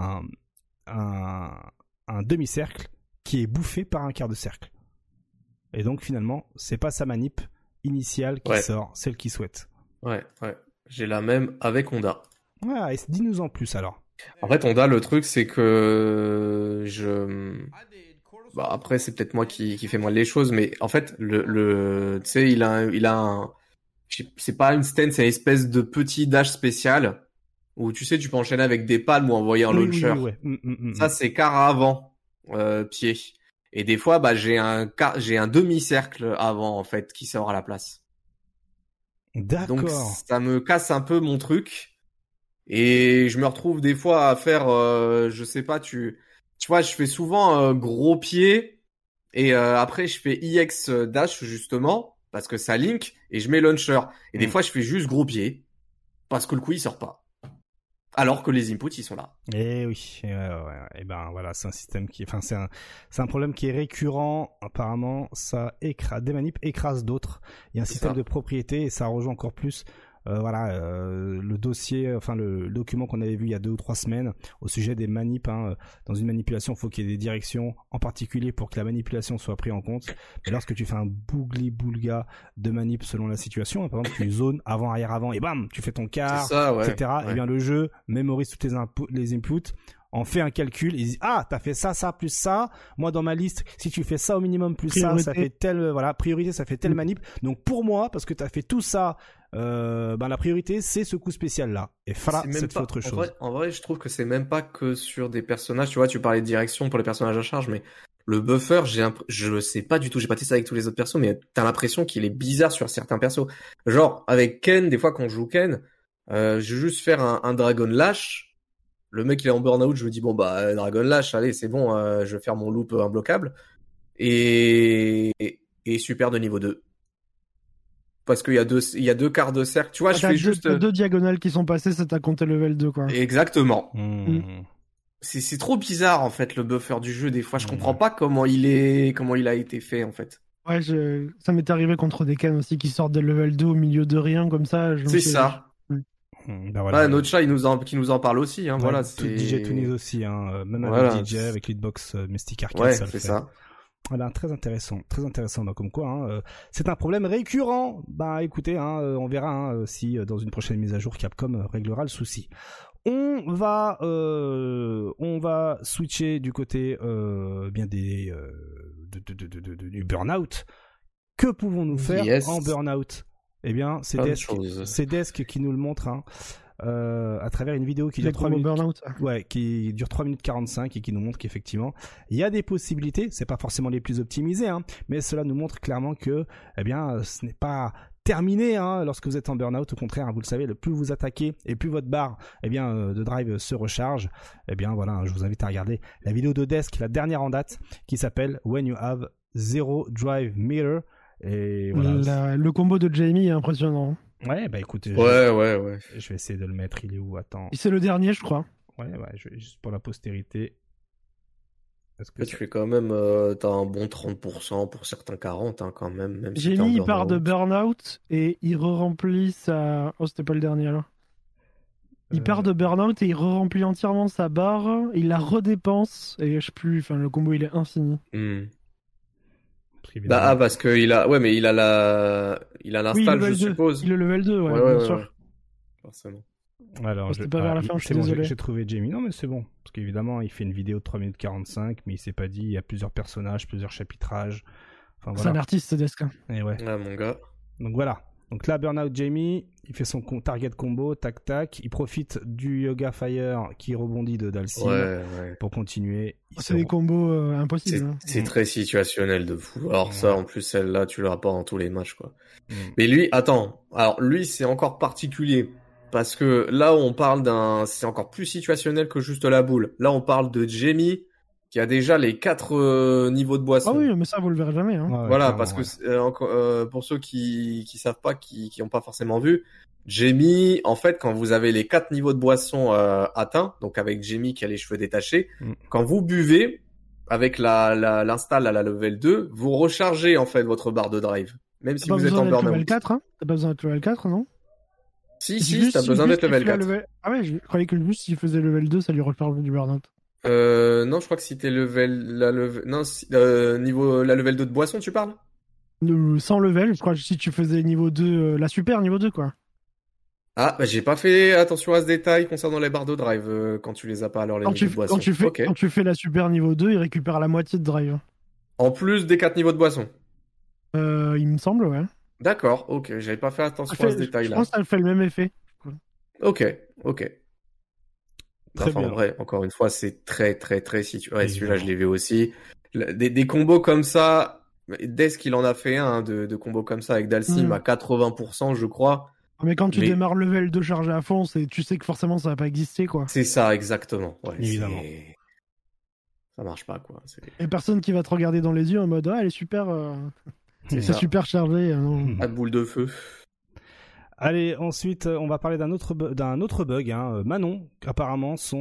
un demi-cercle qui est bouffé par un quart de cercle. Et donc, finalement, c'est pas sa manip initiale qui sort, celle qu'il souhaite. Ouais. J'ai la même avec Honda. Ouais, et dis-nous en plus alors. En fait, Honda, le truc, c'est que après, c'est peut-être moi qui fais mal les choses, mais en fait, tu sais, il a un, c'est pas une stand, c'est une espèce de petit dash spécial où tu sais, tu peux enchaîner avec des palmes ou envoyer un launcher. Oui. Ça, c'est quart avant, pied. Et des fois, j'ai un demi-cercle avant, en fait, qui sort à la place. D'accord. Donc, ça me casse un peu mon truc. Et je me retrouve des fois à faire, je sais pas, tu vois, je fais souvent gros pied et après je fais IX dash justement parce que ça link et je mets launcher. Et des fois je fais juste gros pied parce que le coup il sort pas. Alors que les inputs ils sont là. Eh oui, et ben voilà, c'est un système c'est un problème qui est récurrent. Apparemment, des manips écrasent d'autres. Il y a un système de propriété et ça rejoint encore plus. Le dossier, le document qu'on avait vu il y a 2 ou 3 semaines au sujet des manips. Dans une manipulation, il faut qu'il y ait des directions en particulier pour que la manipulation soit prise en compte. Et lorsque tu fais un bougli-boulga de manip selon la situation, par exemple, tu zones avant, arrière, avant, et bam, tu fais ton quart, etc. Ouais. Et bien le jeu mémorise toutes les inputs on fait un calcul, ils disent t'as fait ça plus ça, moi dans ma liste si tu fais ça au minimum plus priorité. ça fait telle priorité, ça fait telle manip, donc pour moi parce que t'as fait tout ça la priorité c'est ce coup spécial là et ça te fait autre chose. En vrai je trouve que c'est même pas que sur des personnages, tu vois, tu parlais de direction pour les personnages à charge, mais le buffer, je le sais pas du tout, j'ai pas testé avec tous les autres persos, mais t'as l'impression qu'il est bizarre sur certains persos. Genre avec Ken, des fois quand je joue Ken, je vais juste faire un Dragon Lash. Le mec il est en burn-out, je me dis Dragon Lash, allez c'est bon, je vais faire mon loop imbloquable et super de niveau 2 parce qu'il y a deux quarts de cercle, tu vois, je fais juste deux diagonales qui sont passées, ça t'a compté level 2 quoi. Exactement. C'est trop bizarre en fait le buffer du jeu, des fois je comprends pas comment il a été fait en fait. Ouais, ça m'est arrivé contre des cannes aussi qui sortent de level 2 au milieu de rien comme ça. C'est ça. Voilà. Notre chat qui nous en parle aussi, hein, voilà. Tout DJ Tunis aussi, hein, même voilà. avec DJ, avec l'hitbox Mystic Arcade, ouais, ça le fait. Ça. Voilà, très intéressant, comme quoi, hein, c'est un problème récurrent. Écoutez, hein, on verra si dans une prochaine mise à jour Capcom réglera le souci. On va switcher du côté du burn-out. Que pouvons-nous faire en burn-out? Eh bien, c'est Desk qui nous le montre, hein, à travers une vidéo qui dure 3 minutes. Qui dure 3 minutes 45 et qui nous montre qu'effectivement, il y a des possibilités. C'est pas forcément les plus optimisées, hein, mais cela nous montre clairement que, ce n'est pas terminé, hein, lorsque vous êtes en burn-out. Au contraire, hein, vous le savez, le plus vous attaquez et plus votre barre, de drive se recharge. Voilà, je vous invite à regarder la vidéo de Desk, la dernière en date, qui s'appelle When You Have Zero Drive Meter. Et voilà. Le combo de Jamie est impressionnant. Ouais, écoutez. Ouais. Je vais essayer de le mettre. Il est où? Attends. C'est le dernier, je crois. Ouais, juste pour la postérité. Tu fais quand même, t'as un bon 30%, pour certains 40%, hein, quand même si Jamie, il part de burn-out et il re-remplit sa... Oh, c'était pas le dernier, là. Il part de burn-out et il re-remplit entièrement sa barre, il la redépense, et je sais plus, le combo, il est infini. Parce que il a l'install, je suppose. Il est level 2, bien sûr. Forcément. Alors, c'était pas vers la fin, je suis désolé. J'ai trouvé Jamie. Non, mais c'est bon. Parce qu'évidemment, il fait une vidéo de 3 minutes 45, mais il s'est pas dit, il y a plusieurs personnages, plusieurs chapitrages. Enfin, voilà. C'est un artiste, Desk. Et ouais. Mon gars. Donc voilà. Donc là, Burnout Jamie, il fait son target combo, tac tac. Il profite du Yoga Fire qui rebondit de Dalsim pour continuer. C'est des combos impossibles. C'est très situationnel de fou. Alors ça, en plus, celle-là, tu l'auras pas dans tous les matchs, quoi. Mais lui, attends. Alors lui, c'est encore particulier. Parce que là, on parle c'est encore plus situationnel que juste la boule. Là, on parle de Jamie qui a déjà les 4 niveaux de boisson. Ah oui, mais ça, vous le verrez jamais. Hein. Voilà, parce que pour ceux qui savent pas, qui ont pas forcément vu, Jamie, en fait, quand vous avez les 4 niveaux de boisson atteints, donc avec Jamie qui a les cheveux détachés, quand vous buvez, avec l'install à la level 2, vous rechargez en fait votre barre de drive. Même si vous êtes en burn-out. Level 4, hein. T'as pas besoin d'être level 4, non? Si, t'as besoin d'être level 4. Ah ouais, je croyais que juste s'il faisait level 2, ça lui recharge du burn-out. Non, je crois que si t'es niveau la level 2 de boisson, tu parles? Sans level, je crois que si tu faisais niveau 2, la super niveau 2, quoi. Ah, j'ai pas fait attention à ce détail concernant les barres de drive quand tu les as pas, alors les niveaux de boisson. Quand tu fais la super niveau 2, il récupère la moitié de drive. En plus des 4 niveaux de boisson? Il me semble, ouais. D'accord, ok, j'avais pas fait attention à ce détail-là. Je pense que ça fait le même effet. Ok. Très bien. En vrai, encore une fois, c'est très situé. Ouais, celui-là, je l'ai vu aussi. Des combos comme ça, Desk, il en a fait un de combos comme ça avec Dalsim à 80%, je crois. Mais quand tu démarres level 2 chargé à fond, tu sais que forcément ça va pas exister, quoi. C'est ça, exactement. Ouais, évidemment. Ça marche pas, quoi. Et personne qui va te regarder dans les yeux en mode elle est super. C'est super chargé. Pas de boule de feu. Allez, ensuite, on va parler d'un autre bug. Hein. Manon, apparemment, son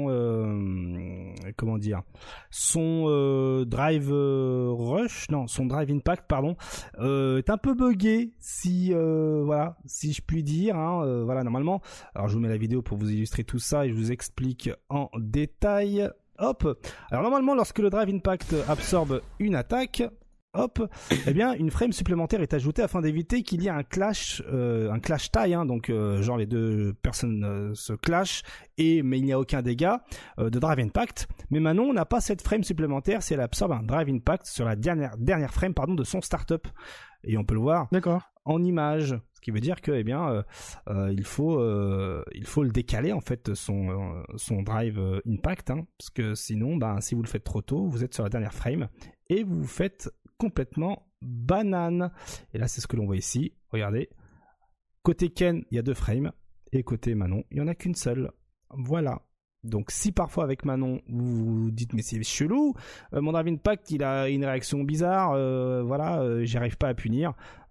drive son drive impact, est un peu buggé, si je puis dire. Hein. Normalement. Alors, je vous mets la vidéo pour vous illustrer tout ça et je vous explique en détail. Hop. Alors, normalement, lorsque le drive impact absorbe une attaque, hop, eh bien une frame supplémentaire est ajoutée afin d'éviter qu'il y ait un clash taille, hein, donc genre les deux personnes se clashent mais il n'y a aucun dégât de Drive Impact. Mais Manon n'a pas cette frame supplémentaire si elle absorbe un Drive Impact sur la dernière frame de son startup. Et on peut le voir en image, ce qui veut dire que il faut le décaler en fait son Drive Impact, hein, parce que sinon si vous le faites trop tôt, vous êtes sur la dernière frame et vous vous faites complètement banane. Et là c'est ce que l'on voit ici, regardez, côté Ken il y a 2 frames et côté Manon il n'y en a qu'une seule. Voilà. Donc si parfois avec Manon vous vous dites mais c'est chelou, mon Drive Impact il a une réaction bizarre, j'y arrive pas à punir,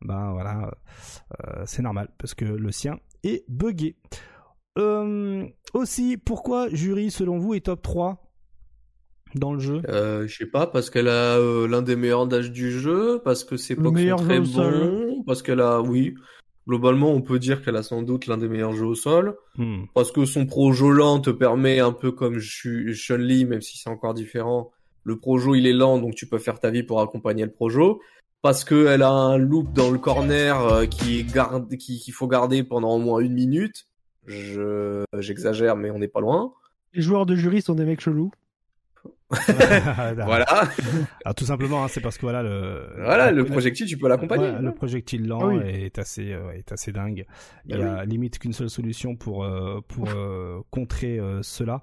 c'est normal parce que le sien est buggé. Aussi, pourquoi Jury selon vous est top 3 dans le jeu? Je sais pas, parce qu'elle a l'un des meilleurs dash du jeu, parce que ses pocs sont très bons, parce qu'elle a, globalement, on peut dire qu'elle a sans doute l'un des meilleurs jeux au sol, parce que son projo lent te permet, un peu comme Chun-Li, même si c'est encore différent, le projo il est lent, donc tu peux faire ta vie pour accompagner le projo, parce qu'elle a un loop dans le corner qu'il faut garder pendant au moins 1 minute, j'exagère, mais on n'est pas loin. Les joueurs de Jury sont des mecs chelous. Voilà. Alors, tout simplement, hein, c'est parce que le projectile, tu peux l'accompagner. Le projectile lent est assez dingue. Il y a limite qu'une seule solution pour contrer cela.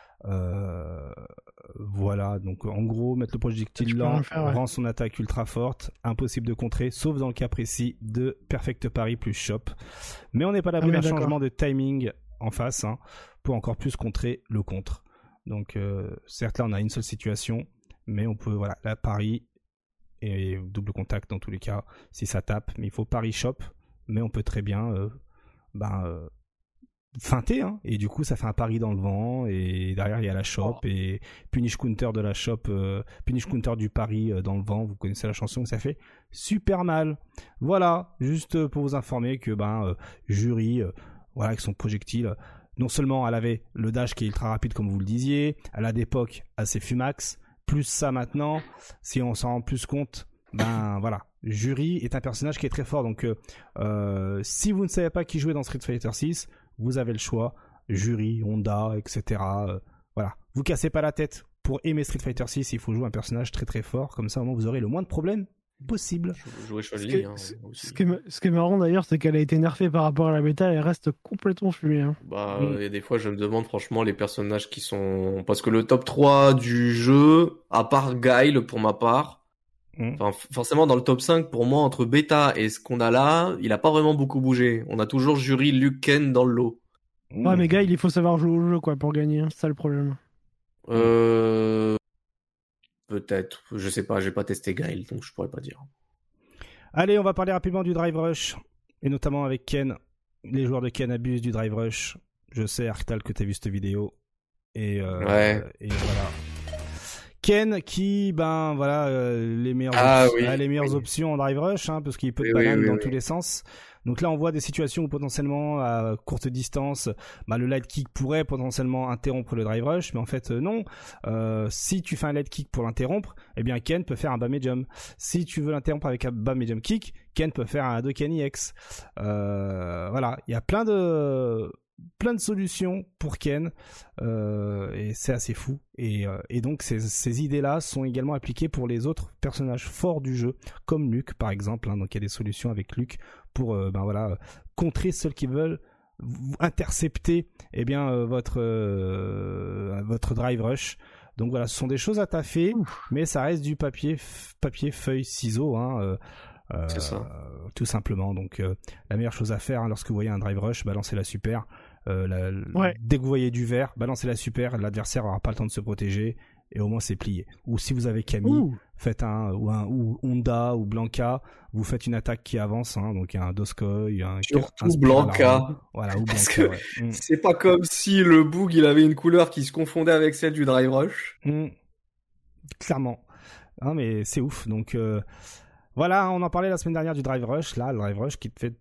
Voilà, donc en gros, mettre le projectile lent rend son attaque ultra forte, impossible de contrer, sauf dans le cas précis de Perfect Parry plus Chop. Mais on n'est pas là pour un changement de timing en face, hein, pour encore plus contrer le contre. Donc certes là on a une seule situation, mais on peut la pari et double contact dans tous les cas si ça tape, mais il faut pari Chop, mais on peut très bien feinter, hein, et du coup ça fait un pari dans le vent et derrière il y a la Chop et punish counter de la Chop, punish counter du pari dans le vent, vous connaissez la chanson, ça fait super mal. Voilà, juste pour vous informer que Jury avec son projectile, non seulement elle avait le dash qui est ultra rapide comme vous le disiez, elle a des pocs assez fumax, plus ça maintenant, si on s'en rend plus compte, Jury est un personnage qui est très fort, donc si vous ne savez pas qui jouer dans Street Fighter 6, vous avez le choix, Jury, Honda, etc. Vous cassez pas la tête, pour aimer Street Fighter 6, il faut jouer un personnage très très fort, comme ça au moins vous aurez le moins de problèmes possible. Ce qui est marrant d'ailleurs, c'est qu'elle a été nerfée par rapport à la bêta, elle reste complètement fumée. Hein. Et des fois je me demande franchement les personnages qui sont... Parce que le top 3 du jeu, à part Guile pour ma part, forcément dans le top 5 pour moi, entre bêta et ce qu'on a là, il a pas vraiment beaucoup bougé. On a toujours Jury, Luke, Ken dans le lot. Ouais mais Guile il faut savoir jouer au jeu pour gagner, c'est ça le problème. Peut-être, je sais pas, j'ai pas testé Guile, donc je pourrais pas dire. Allez, on va parler rapidement du Drive Rush, et notamment avec Ken. Les joueurs de Ken abusent du Drive Rush. Je sais, Arctal, que t'as vu cette vidéo. Et voilà. Ken qui, les meilleures options en Drive Rush, hein, parce qu'il peut te banane dans tous les sens. Donc là, on voit des situations où potentiellement, à courte distance, le light kick pourrait potentiellement interrompre le drive rush, mais en fait, non. Si tu fais un light kick pour l'interrompre, Ken peut faire un bas medium. Si tu veux l'interrompre avec un bas medium kick, Ken peut faire un Hadouken EX. Il y a plein de solutions pour Ken, et c'est assez fou. Et donc, ces idées-là sont également appliquées pour les autres personnages forts du jeu, comme Luke, par exemple. Hein, donc, il y a des solutions avec Luke pour contrer ceux qui veulent intercepter votre drive rush. Donc voilà, ce sont des choses à taffer, mais ça reste du papier feuille ciseaux, hein, c'est ça. Tout simplement. Donc la meilleure chose à faire, lorsque vous voyez un drive rush, balancez la super. Dès que vous voyez du vert, balancez la super, l'adversaire n'aura pas le temps de se protéger et au moins c'est plié. Ou si vous avez Camille, faites ou Honda ou Blanca, vous faites une attaque qui avance, hein, donc il y a un Doskoy, surtout Blanca. Voilà, ou Parce Blanca. Que c'est pas comme si le Boog il avait une couleur qui se confondait avec celle du Drive Rush. Clairement. Hein, mais c'est ouf. Donc voilà, on en parlait la semaine dernière du Drive Rush. Là, le Drive Rush qui fait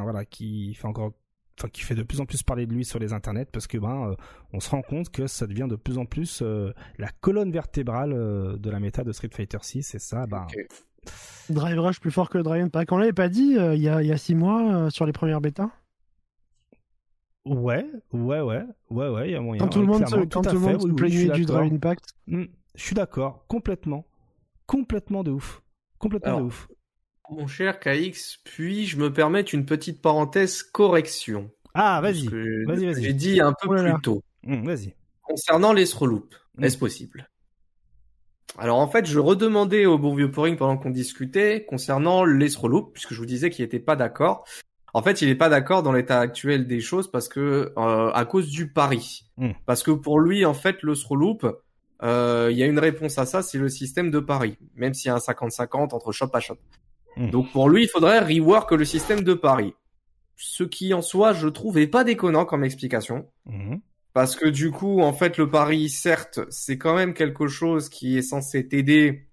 de plus en plus parler de lui sur les internets, parce que on se rend compte que ça devient de plus en plus la colonne vertébrale de la méta de Street Fighter 6, et ça Drive Rush plus fort que le Drive Impact. On l'avait pas dit il y a 6 mois sur les premières bêtas. Ouais, il y a moyen. Quand tout le monde se plaignait du Drive Impact. Je suis d'accord, complètement de ouf. Complètement de ouf. Mon cher KX, puis-je me permettre une petite parenthèse correction? Ah, vas-y. J'ai dit un peu plus tôt. Vas-y. Concernant les Throloops, est-ce possible? Alors en fait, je redemandais au bon vieux Poring pendant qu'on discutait concernant les Throloops, puisque je vous disais qu'il n'était pas d'accord. En fait, il n'est pas d'accord dans l'état actuel des choses parce que à cause du pari. Parce que pour lui, en fait, le Throloop, il y a une réponse à ça, c'est le système de pari, même s'il y a un 50-50 entre shop à shop. Donc pour lui, il faudrait rework le système de pari. Ce qui en soi, je trouve, est pas déconnant comme explication. Parce que du coup, en fait, le pari, certes, c'est quand même quelque chose qui est censé t'aider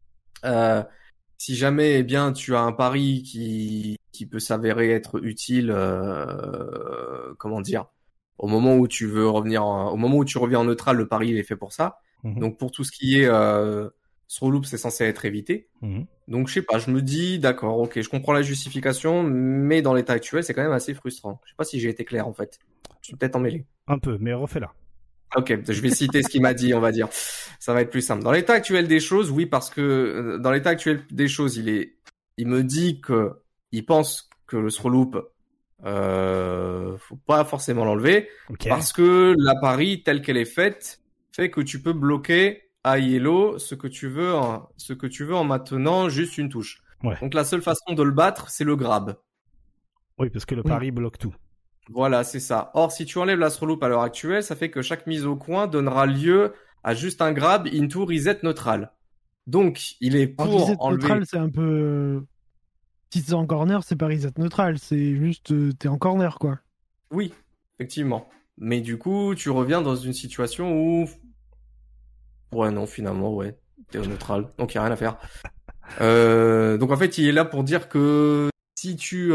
si jamais, eh bien, tu as un pari qui peut s'avérer être utile, comment dire, au moment où tu veux revenir, au moment où tu reviens en neutral, le pari il est fait pour ça. Donc pour tout ce qui est Throloop, c'est censé être évité. Donc je sais pas, je me dis d'accord, ok, je comprends la justification, mais dans l'état actuel, c'est quand même assez frustrant. Je sais pas si j'ai été clair en fait. Je suis peut-être emmêlé. Un peu, mais refais-la. Ok, je vais citer ce qu'il m'a dit, on va dire. Ça va être plus simple. Dans l'état actuel des choses, oui, parce que dans l'état actuel des choses, il me dit que il pense que le Throloop, faut pas forcément l'enlever, parce que la pari telle qu'elle est faite fait que tu peux bloquer à Yellow ce que tu veux en maintenant juste une touche. Donc la seule façon de le battre, c'est le grab. Oui, parce que le pari bloque tout. Voilà, c'est ça. Or, si tu enlèves la Throloop à l'heure actuelle, ça fait que chaque mise au coin donnera lieu à juste un grab into reset neutral. Donc, il est pour reset enlever... neutral, c'est un peu... Si c'est en corner, c'est pas reset neutral, c'est juste t'es en corner, quoi. Oui, effectivement. Mais du coup, tu reviens dans une situation où... Ouais, non, finalement, ouais. T'es au neutral, donc il n'y a rien à faire. Donc en fait, il est là pour dire que si tu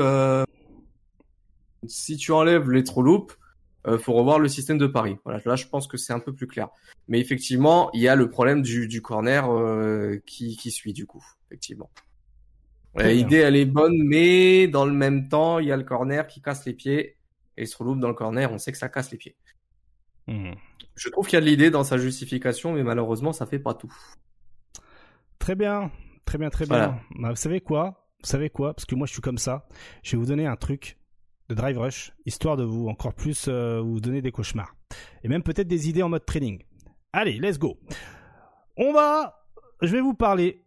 enlèves les Throloops, faut revoir le système de pari. Voilà, là je pense que c'est un peu plus clair. Mais effectivement, il y a le problème du corner qui suit du coup, effectivement. L'idée elle est bonne, mais dans le même temps, il y a le corner qui casse les pieds. Et Throloop dans le corner, on sait que ça casse les pieds. Je trouve qu'il y a de l'idée dans sa justification, mais malheureusement, ça fait pas tout. Très bien. Bah, vous savez quoi, parce que moi je suis comme ça. Je vais vous donner un truc de Drive Rush, histoire de vous encore plus vous donner des cauchemars. Et même peut-être des idées en mode training. Allez, let's go. Je vais vous parler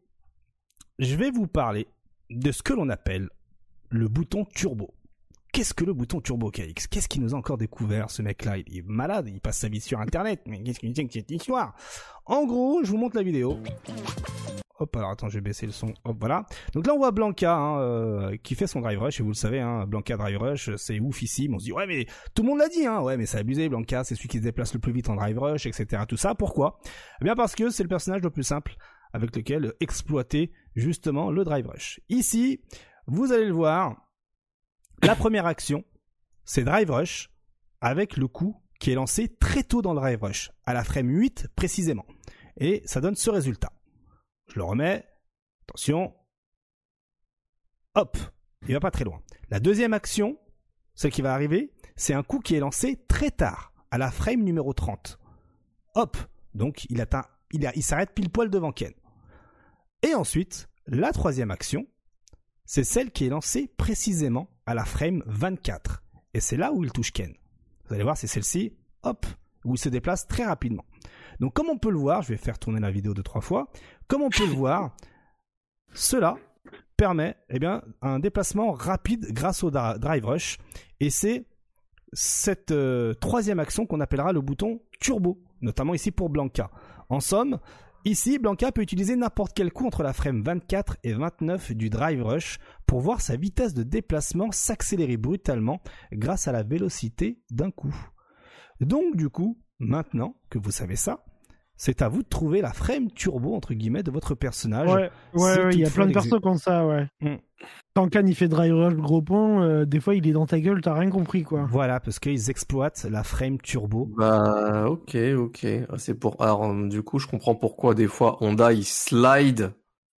de ce que l'on appelle le bouton turbo. Qu'est-ce que le bouton turbo, KX? Qu'est-ce qu'il nous a encore découvert, ce mec-là? Il est malade, il passe sa vie sur Internet. Mais qu'est-ce qu'il dit que cette histoire? En gros, je vous montre la vidéo. Hop, alors attends, je vais baisser le son. Hop, voilà. Donc là, on voit Blanca qui fait son Drive Rush. Et vous le savez, Blanca Drive Rush, c'est oufissime. On se dit, ouais, mais tout le monde l'a dit. Ouais, mais c'est abusé, Blanca. C'est celui qui se déplace le plus vite en Drive Rush, etc. Tout ça, pourquoi? Eh bien parce que c'est le personnage le plus simple avec lequel exploiter justement le Drive Rush. Ici, vous allez le voir. La première action, c'est Drive Rush avec le coup qui est lancé très tôt dans le Drive Rush, à la frame 8 précisément. Et ça donne ce résultat. Je le remets. Attention. Hop. Il va pas très loin. La deuxième action, celle qui va arriver, c'est un coup qui est lancé très tard, à la frame numéro 30. Hop. Donc, il s'arrête pile poil devant Ken. Et ensuite, la troisième action, c'est celle qui est lancée précisément à la frame 24. Et c'est là où il touche Ken. Vous allez voir, c'est celle-ci, hop, où il se déplace très rapidement. Donc comme on peut le voir, je vais faire tourner la vidéo 2-3 fois, comme on peut le voir, cela permet un déplacement rapide grâce au Drive Rush. Et c'est cette troisième action qu'on appellera le bouton turbo, notamment ici pour Blanca. En somme, ici, Blanca peut utiliser n'importe quel coup entre la frame 24 et 29 du Drive Rush pour voir sa vitesse de déplacement s'accélérer brutalement grâce à la vélocité d'un coup. Donc du coup, maintenant que vous savez ça, c'est à vous de trouver la frame turbo entre guillemets de votre personnage. Ouais, il y a plein de persos comme ça, ouais. Quand Khan il fait Drive Rush gros pont, des fois il est dans ta gueule, t'as rien compris quoi. Voilà, parce qu'ils exploitent la frame turbo. Bah ok. C'est pour. Alors du coup, je comprends pourquoi des fois Honda il slide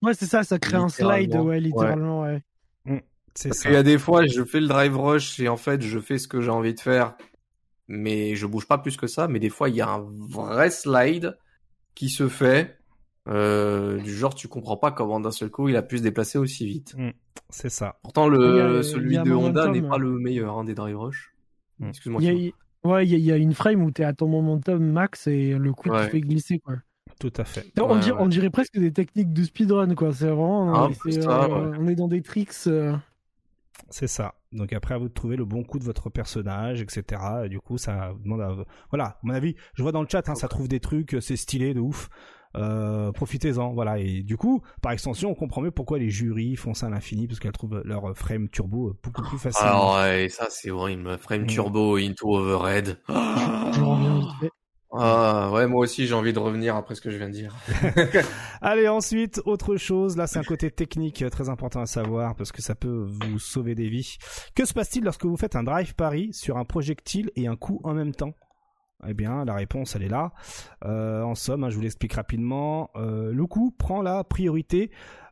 Ouais, c'est ça crée un slide, ouais, littéralement, ouais. C'est Parce ça. qu'il y a des fois, je fais le drive rush et en fait, je fais ce que j'ai envie de faire, mais je bouge pas plus que ça. Mais des fois, il y a un vrai slide qui se fait, du genre, tu comprends pas comment d'un seul coup il a pu se déplacer aussi vite. C'est ça. Pourtant, celui y a de momentum, Honda n'est pas le meilleur des drive rush. Excuse-moi. Il y a une frame où t'es à ton momentum max et le coup te fait glisser, quoi. Tout à fait. On dirait presque des techniques de speedrun, quoi. C'est vraiment. On est dans des tricks. C'est ça. Donc après, à vous de trouver le bon coup de votre personnage, etc. Et du coup, ça demande à... Voilà, à mon avis, je vois dans le chat, ça trouve des trucs, c'est stylé de ouf. Profitez-en, voilà. Et du coup, par extension, on comprend mieux pourquoi les jurys font ça à l'infini, parce qu'elles trouvent leur frame turbo beaucoup plus facile. Alors ouais, ça c'est horrible, frame turbo into overhead. Je reviens vite fait. Ah ouais, moi aussi j'ai envie de revenir après ce que je viens de dire. Allez, ensuite, autre chose, là c'est un côté technique très important à savoir parce que ça peut vous sauver des vies. Que se passe-t-il lorsque vous faites un drive pari sur un projectile et un coup en même temps ? Eh bien, la réponse, elle est là. En somme, je vous l'explique rapidement. Le coup prend la priorité.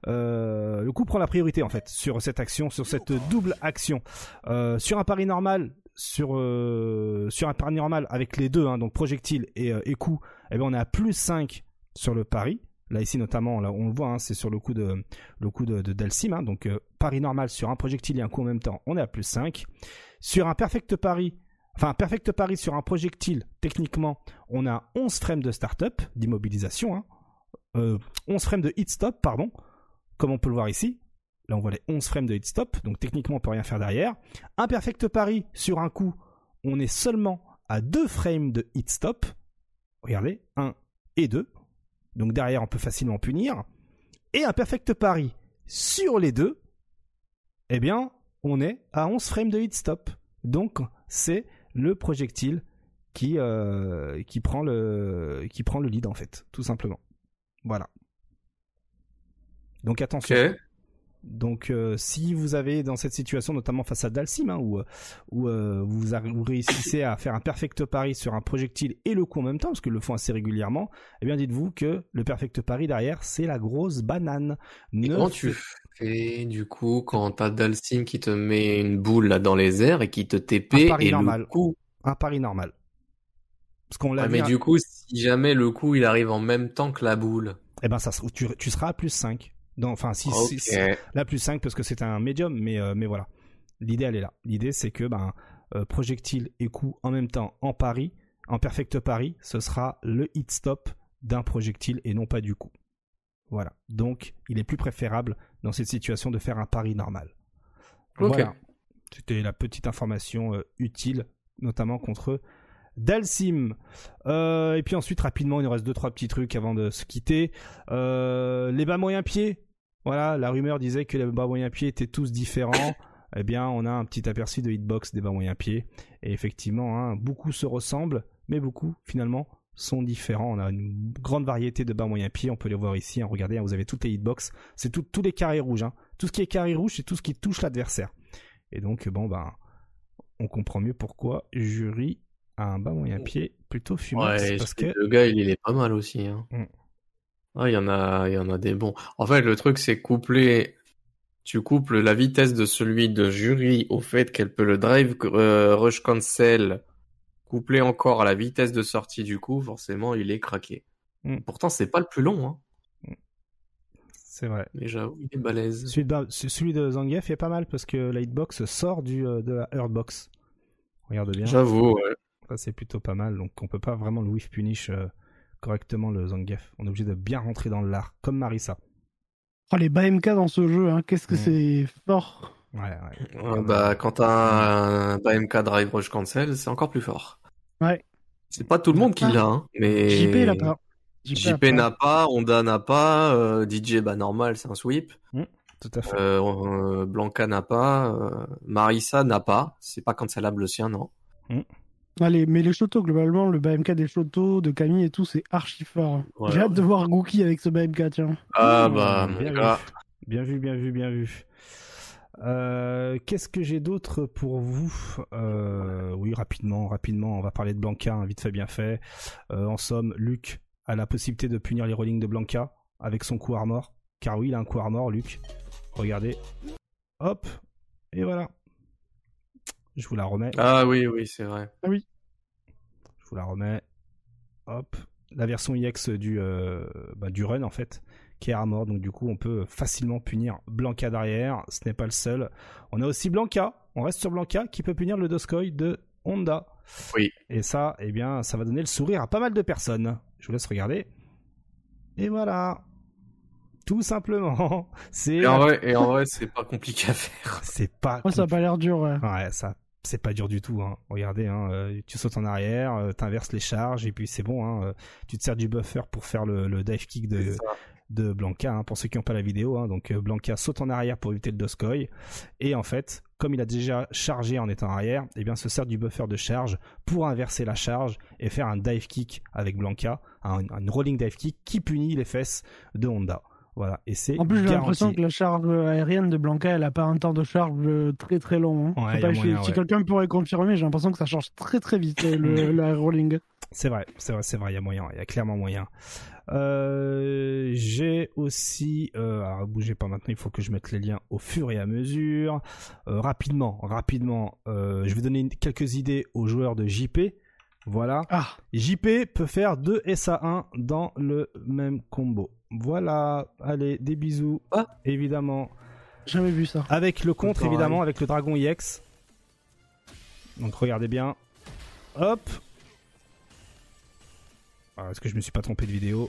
En fait sur cette action, sur cette double action. Sur un pari normal. Sur un pari normal avec les deux, donc projectile et coup, eh bien on est à plus 5 sur le pari. Là ici notamment, là on le voit, c'est sur le coup de Dalsim, donc pari normal sur un projectile et un coup en même temps, on est à plus 5. Sur un perfect pari sur un projectile, techniquement, on a 11 frames de start-up, d'immobilisation, 11 frames de hit stop, pardon, comme on peut le voir ici. Là, on voit les 11 frames de hit stop, donc techniquement, on peut rien faire derrière. Un perfect pari sur un coup, on est seulement à 2 frames de hit stop. Regardez, 1 et 2. Donc derrière, on peut facilement punir. Et un perfect pari sur les deux, eh bien, on est à 11 frames de hit stop. Donc, c'est le projectile qui prend le lead, en fait, tout simplement. Voilà. Donc, attention. Okay. Donc, si vous avez dans cette situation, notamment face à Dalsim, où vous réussissez à faire un perfect pari sur un projectile et le coup en même temps, parce qu'ils le font assez régulièrement, eh bien, dites-vous que le perfect pari derrière, c'est la grosse banane. Et comment tu fais, du coup, quand t'as Dalsim qui te met une boule là dans les airs et qui te TP et normal. Le coup... Un pari normal. Parce qu'on l'a mais du coup, si jamais le coup, il arrive en même temps que la boule... Eh ben, tu seras à plus 5. Là plus 5 parce que c'est un médium, mais voilà. L'idée elle est là. L'idée c'est que projectile et coup en même temps en pari, en perfect pari, ce sera le hit stop d'un projectile et non pas du coup. Voilà. Donc il est plus préférable dans cette situation de faire un pari normal. Voilà. C'était la petite information utile, notamment contre Dalsim. Et puis ensuite rapidement il nous reste 2-3 petits trucs avant de se quitter. Les bas moyens pieds, voilà, la rumeur disait que les bas moyens pieds étaient tous différents. Eh bien on a un petit aperçu de hitbox des bas moyens pieds et effectivement beaucoup se ressemblent mais beaucoup finalement sont différents. On a une grande variété de bas moyens pieds, on peut les voir ici, regardez, vous avez toutes les hitbox, c'est tous les carrés rouges, tout ce qui est carré rouge c'est tout ce qui touche l'adversaire et donc on comprend mieux pourquoi Jury un bas moyen pied plutôt fumax, parce que le gars il est pas mal aussi. Il y en a des bons. En fait, le truc c'est tu couples la vitesse de celui de Jury au fait qu'elle peut le drive rush cancel couplé encore à la vitesse de sortie du coup, forcément il est craqué. Pourtant c'est pas le plus long. C'est vrai. Mais j'avoue, il est balèze. Celui de Zangief est pas mal parce que la hitbox sort de la Earthbox. Regarde bien. J'avoue, ouais. Ça, c'est plutôt pas mal. Donc, on peut pas vraiment le whiff punish correctement le Zangief. On est obligé de bien rentrer dans l'art, comme Marissa. Oh, les bas MK dans ce jeu, qu'est-ce que c'est fort. Ouais. Quand t'as un bas MK Drive Rush Cancel, c'est encore plus fort. Ouais. C'est pas tout le monde qui l'a, mais... JP l'a pas. JP n'a pas, Honda n'a pas, DJ normal, c'est un sweep. Tout à fait. Blanca n'a pas, Marissa n'a pas, c'est pas cancelable le sien, non. Allez, mais les Shoto, globalement, le BMK des Shoto, de Camille et tout, c'est archi fort. Ouais. J'ai hâte de voir Gookie avec ce BMK, tiens. Mon gars. Bien vu. Qu'est-ce que j'ai d'autre pour vous ? Oui, rapidement, on va parler de Blanca, vite fait, bien fait. En somme, Luc a la possibilité de punir les rollings de Blanca avec son coup armor. car oui, il a un coup armor, Luc. Regardez. Hop. Et voilà. Je vous la remets. Ah oui, c'est vrai. Ah oui. Je vous la remets. Hop. La version EX du run, en fait, qui est armor. Donc, du coup, on peut facilement punir Blanka derrière. Ce n'est pas le seul. On a aussi Blanka. On reste sur Blanka, qui peut punir le Doskoi de Honda. Oui. Et ça, eh bien, ça va donner le sourire à pas mal de personnes. Je vous laisse regarder. Et voilà. Tout simplement. Et en vrai, c'est pas compliqué à faire. C'est pas. Ça a pas l'air dur, ouais. Ouais, ça, c'est pas dur du tout. Hein. Regardez, tu sautes en arrière, t'inverses les charges et puis c'est bon. Hein, tu te sers du buffer pour faire le dive kick de Blanka. Hein, pour ceux qui n'ont pas la vidéo, hein. Donc Blanka saute en arrière pour éviter le Doskoi et en fait, comme il a déjà chargé en étant arrière, eh bien, se sert du buffer de charge pour inverser la charge et faire un dive kick avec Blanka, un rolling dive kick qui punit les fesses de Honda. Voilà, et c'est en plus, j'ai garanti. l'impression que la charge aérienne de Blanka, elle a pas un temps de charge très très long. Hein. Ouais, si quelqu'un pourrait confirmer, j'ai l'impression que ça charge très très vite la rolling. C'est vrai, il y a moyen, il y a clairement moyen. J'ai aussi, alors bougez pas maintenant, il faut que je mette les liens au fur et à mesure. Rapidement, je vais donner quelques idées aux joueurs de JP. Voilà. JP peut faire 2 SA1 dans le même combo. Voilà, allez, des bisous, évidemment. Jamais vu ça. Avec le contre, évidemment, avec le Dragon EX. Donc regardez bien. Hop. Alors, est-ce que je me suis pas trompé de vidéo?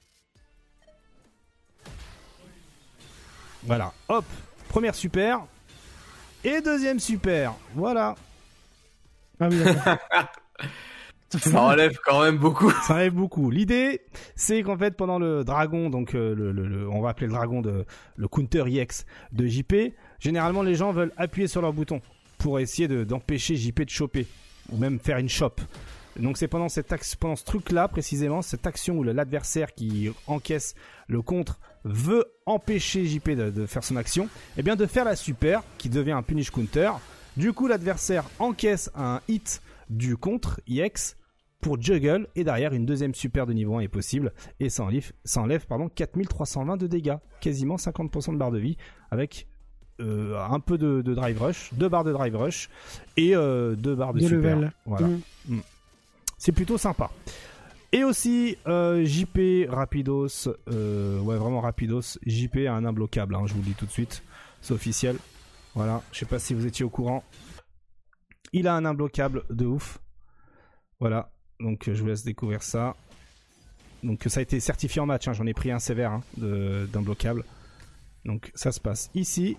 Voilà, hop. Première super. Et deuxième super. Voilà. Ah oui, d'accord. Ça enlève quand même beaucoup. Ça enlève beaucoup. L'idée, c'est qu'en fait, pendant le dragon, donc on va appeler le dragon le counter EX de JP, généralement les gens veulent appuyer sur leur bouton pour essayer d'empêcher JP de choper ou même faire une chope. Donc c'est pendant ce truc-là, précisément, cette action où l'adversaire qui encaisse le contre veut empêcher JP de faire son action, et bien de faire la super qui devient un punish counter. Du coup, l'adversaire encaisse un hit du contre EX pour juggle et derrière une deuxième super de niveau 1 est possible et ça enlève 4320 de dégâts, quasiment 50% de barre de vie avec un peu de drive rush, 2 barres de drive rush et 2 barres de super. Level. Voilà. C'est plutôt sympa. Et aussi JP Rapidos, vraiment Rapidos, JP a un imbloquable, hein, je vous le dis tout de suite, c'est officiel. Voilà, je sais pas si vous étiez au courant. Il a un imbloquable de ouf. Voilà, donc je vous laisse découvrir ça. Donc ça a été certifié en match, hein. J'en ai pris un sévère hein, d'imbloquable. Donc ça se passe ici.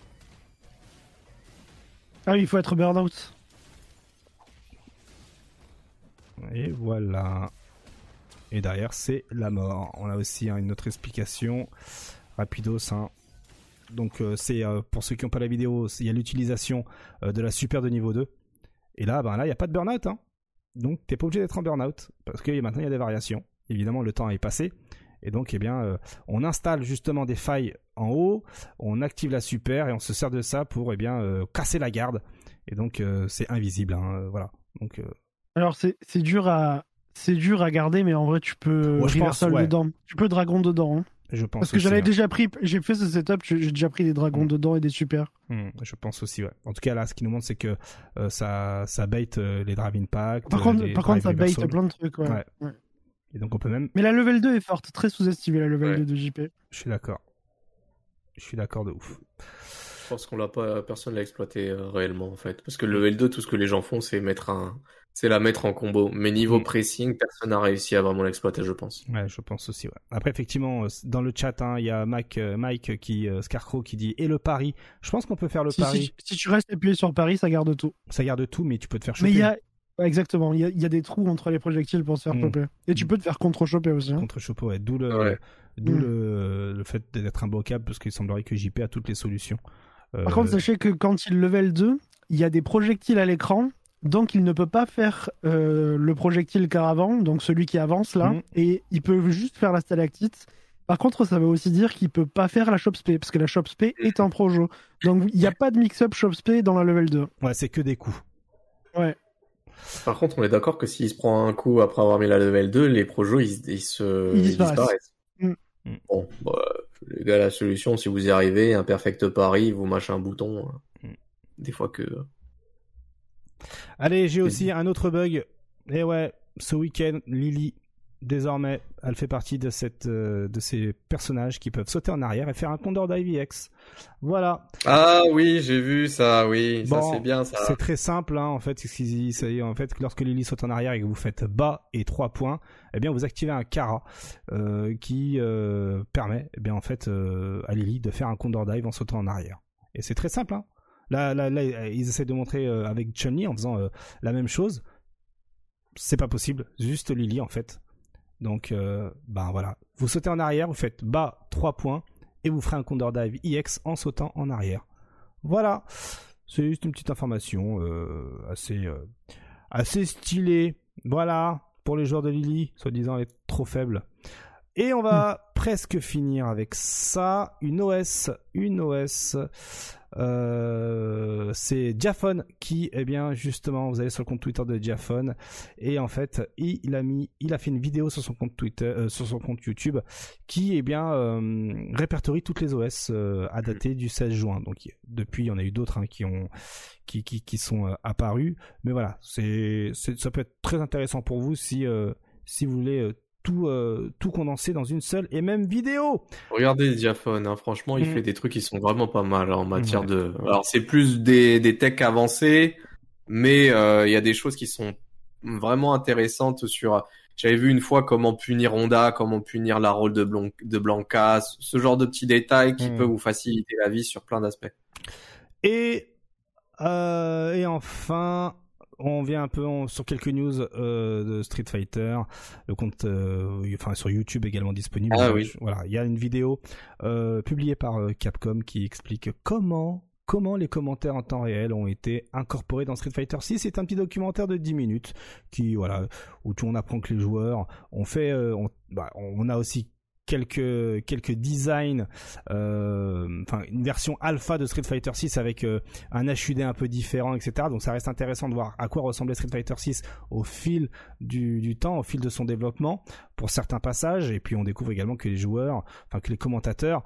Ah oui, il faut être burn-out. Et voilà. Et derrière c'est la mort. On a aussi hein, une autre explication. Rapidos, hein. Donc c'est pour ceux qui n'ont pas la vidéo, il y a l'utilisation de la super de niveau 2. Et là, il n'y a pas de burn-out. Hein. Donc, tu n'es pas obligé d'être en burn-out. Parce que maintenant, il y a des variations. Évidemment, le temps est passé. Et donc, on installe justement des failles en haut. On active la super et on se sert de ça pour casser la garde. Et donc, c'est invisible. Hein, voilà. Donc, alors, c'est dur à garder, mais en vrai, tu peux reversal dedans. Tu peux dragon dedans. Hein. Je pense parce que aussi, j'ai fait ce setup, j'ai déjà pris des dragons dedans et des super. Je pense aussi, ouais. En tout cas, là, ce qui nous montre, c'est que ça bait les drive impact. Par contre, ça bait plein de trucs, ouais. Et donc, on peut même. Mais la level 2 est forte, très sous-estimée, la level 2 de JP. Je suis d'accord. Je suis d'accord de ouf. Je pense personne l'a exploité réellement, en fait. Parce que le level 2, tout ce que les gens font, c'est la mettre en combo. Mais niveau pressing, personne n'a réussi à vraiment l'exploiter, je pense. Ouais, je pense aussi, ouais. Après, effectivement, dans le chat, il y a Mike Scarecrow qui dit, et le pari. Je pense qu'on peut faire le pari. Si tu restes appuyé sur pari, ça garde tout. Ça garde tout, mais tu peux te faire choper. Exactement, il y a des trous entre les projectiles pour se faire choper. Et tu peux te faire contre-choper aussi. Hein. Contre-choper, ouais. D'où le fait d'être imbloquable, parce qu'il semblerait que JP a toutes les solutions. Par contre, sachez que quand il level 2, il y a des projectiles à l'écran. Donc il ne peut pas faire le projectile qu'avant, donc celui qui avance là, et il peut juste faire la stalactite. Par contre, ça veut aussi dire qu'il peut pas faire la chop spé, parce que la chop spé est un projo. Donc il n'y a pas de mix-up chop spé dans la level 2. Ouais, c'est que des coups. Ouais. Par contre, on est d'accord que s'il se prend un coup après avoir mis la level 2, les projos ils disparaissent. Bon, les gars, la solution, si vous y arrivez, un perfect pari, vous mâchez un bouton. Des fois que... Allez, j'ai aussi un autre bug. Et ouais, ce week-end, Lily, désormais, elle fait partie de ces personnages qui peuvent sauter en arrière et faire un Condor Dive EX. Voilà. Ah oui, j'ai vu ça, oui. Bon, ça, c'est bien, ça. C'est très simple, hein, en fait. En fait, lorsque Lily saute en arrière et que vous faites bas et 3 points, eh bien, vous activez un Kara qui permet, eh bien, en fait, à Lily de faire un Condor Dive en sautant en arrière. Et c'est très simple, hein. Là, ils essaient de montrer avec Chun-Li en faisant la même chose. C'est pas possible, juste Lily, en fait. Donc, voilà. Vous sautez en arrière, vous faites bas 3 points et vous ferez un Condor Dive EX en sautant en arrière. Voilà. C'est juste une petite information assez stylée. Voilà. Pour les joueurs de Lily, soi-disant elle est trop faible. Et on va presque finir avec ça. Une OS. C'est Diaphone qui, eh bien, justement, vous allez sur le compte Twitter de Diaphone et en fait, il a fait une vidéo sur son compte Twitter, sur son compte YouTube, qui, eh bien, répertorie toutes les OS à dater du 16 juin. Donc, depuis, il y en a eu d'autres qui sont apparus, mais voilà, ça peut être très intéressant pour vous si vous voulez tout condensé dans une seule et même vidéo. Regardez Diaphone, hein, franchement, il fait des trucs qui sont vraiment pas mal en matière de... Alors, c'est plus des techs avancés, mais il y a des choses qui sont vraiment intéressantes sur... J'avais vu une fois comment punir Honda, comment punir la rôle de Blanca, ce genre de petits détails qui peuvent vous faciliter la vie sur plein d'aspects. Et enfin... On vient un peu sur quelques news de Street Fighter, le compte, sur YouTube également disponible. Ah oui. Voilà, il y a une vidéo publiée par Capcom qui explique comment les commentaires en temps réel ont été incorporés dans Street Fighter 6. C'est un petit documentaire de 10 minutes où on apprend que les joueurs ont fait, on a aussi quelques designs, une version alpha de Street Fighter 6 avec un HUD un peu différent, etc. Donc ça reste intéressant de voir à quoi ressemblait Street Fighter 6 au fil du temps, au fil de son développement pour certains passages. Et puis on découvre également que que les commentateurs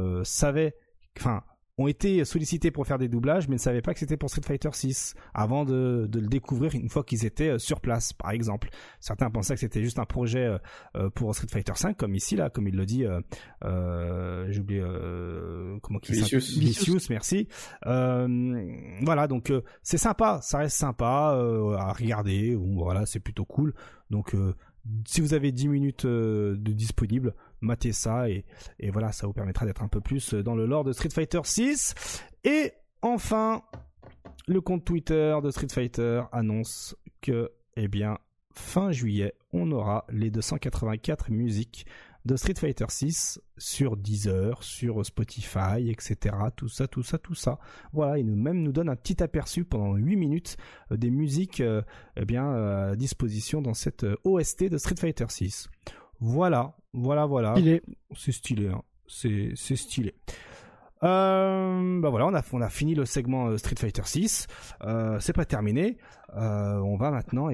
ont été sollicités pour faire des doublages, mais ne savaient pas que c'était pour Street Fighter 6 avant de le découvrir une fois qu'ils étaient sur place, par exemple. Certains pensaient que c'était juste un projet pour Street Fighter 5, comme ici, là, comme il le dit, j'ai oublié, Vicious, merci. Voilà, donc c'est sympa, ça reste sympa à regarder, voilà, c'est plutôt cool. Donc, si vous avez 10 minutes de disponible, matez ça et voilà, ça vous permettra d'être un peu plus dans le lore de Street Fighter 6. Et enfin, le compte Twitter de Street Fighter annonce que, eh bien, fin juillet, on aura les 284 musiques de Street Fighter 6 sur Deezer, sur Spotify, etc. Tout ça. Voilà, il nous donne un petit aperçu pendant 8 minutes des musiques à disposition dans cette OST de Street Fighter 6. Voilà. C'est stylé, hein. C'est stylé. Voilà, on a fini le segment Street Fighter 6. C'est pas terminé. On va maintenant,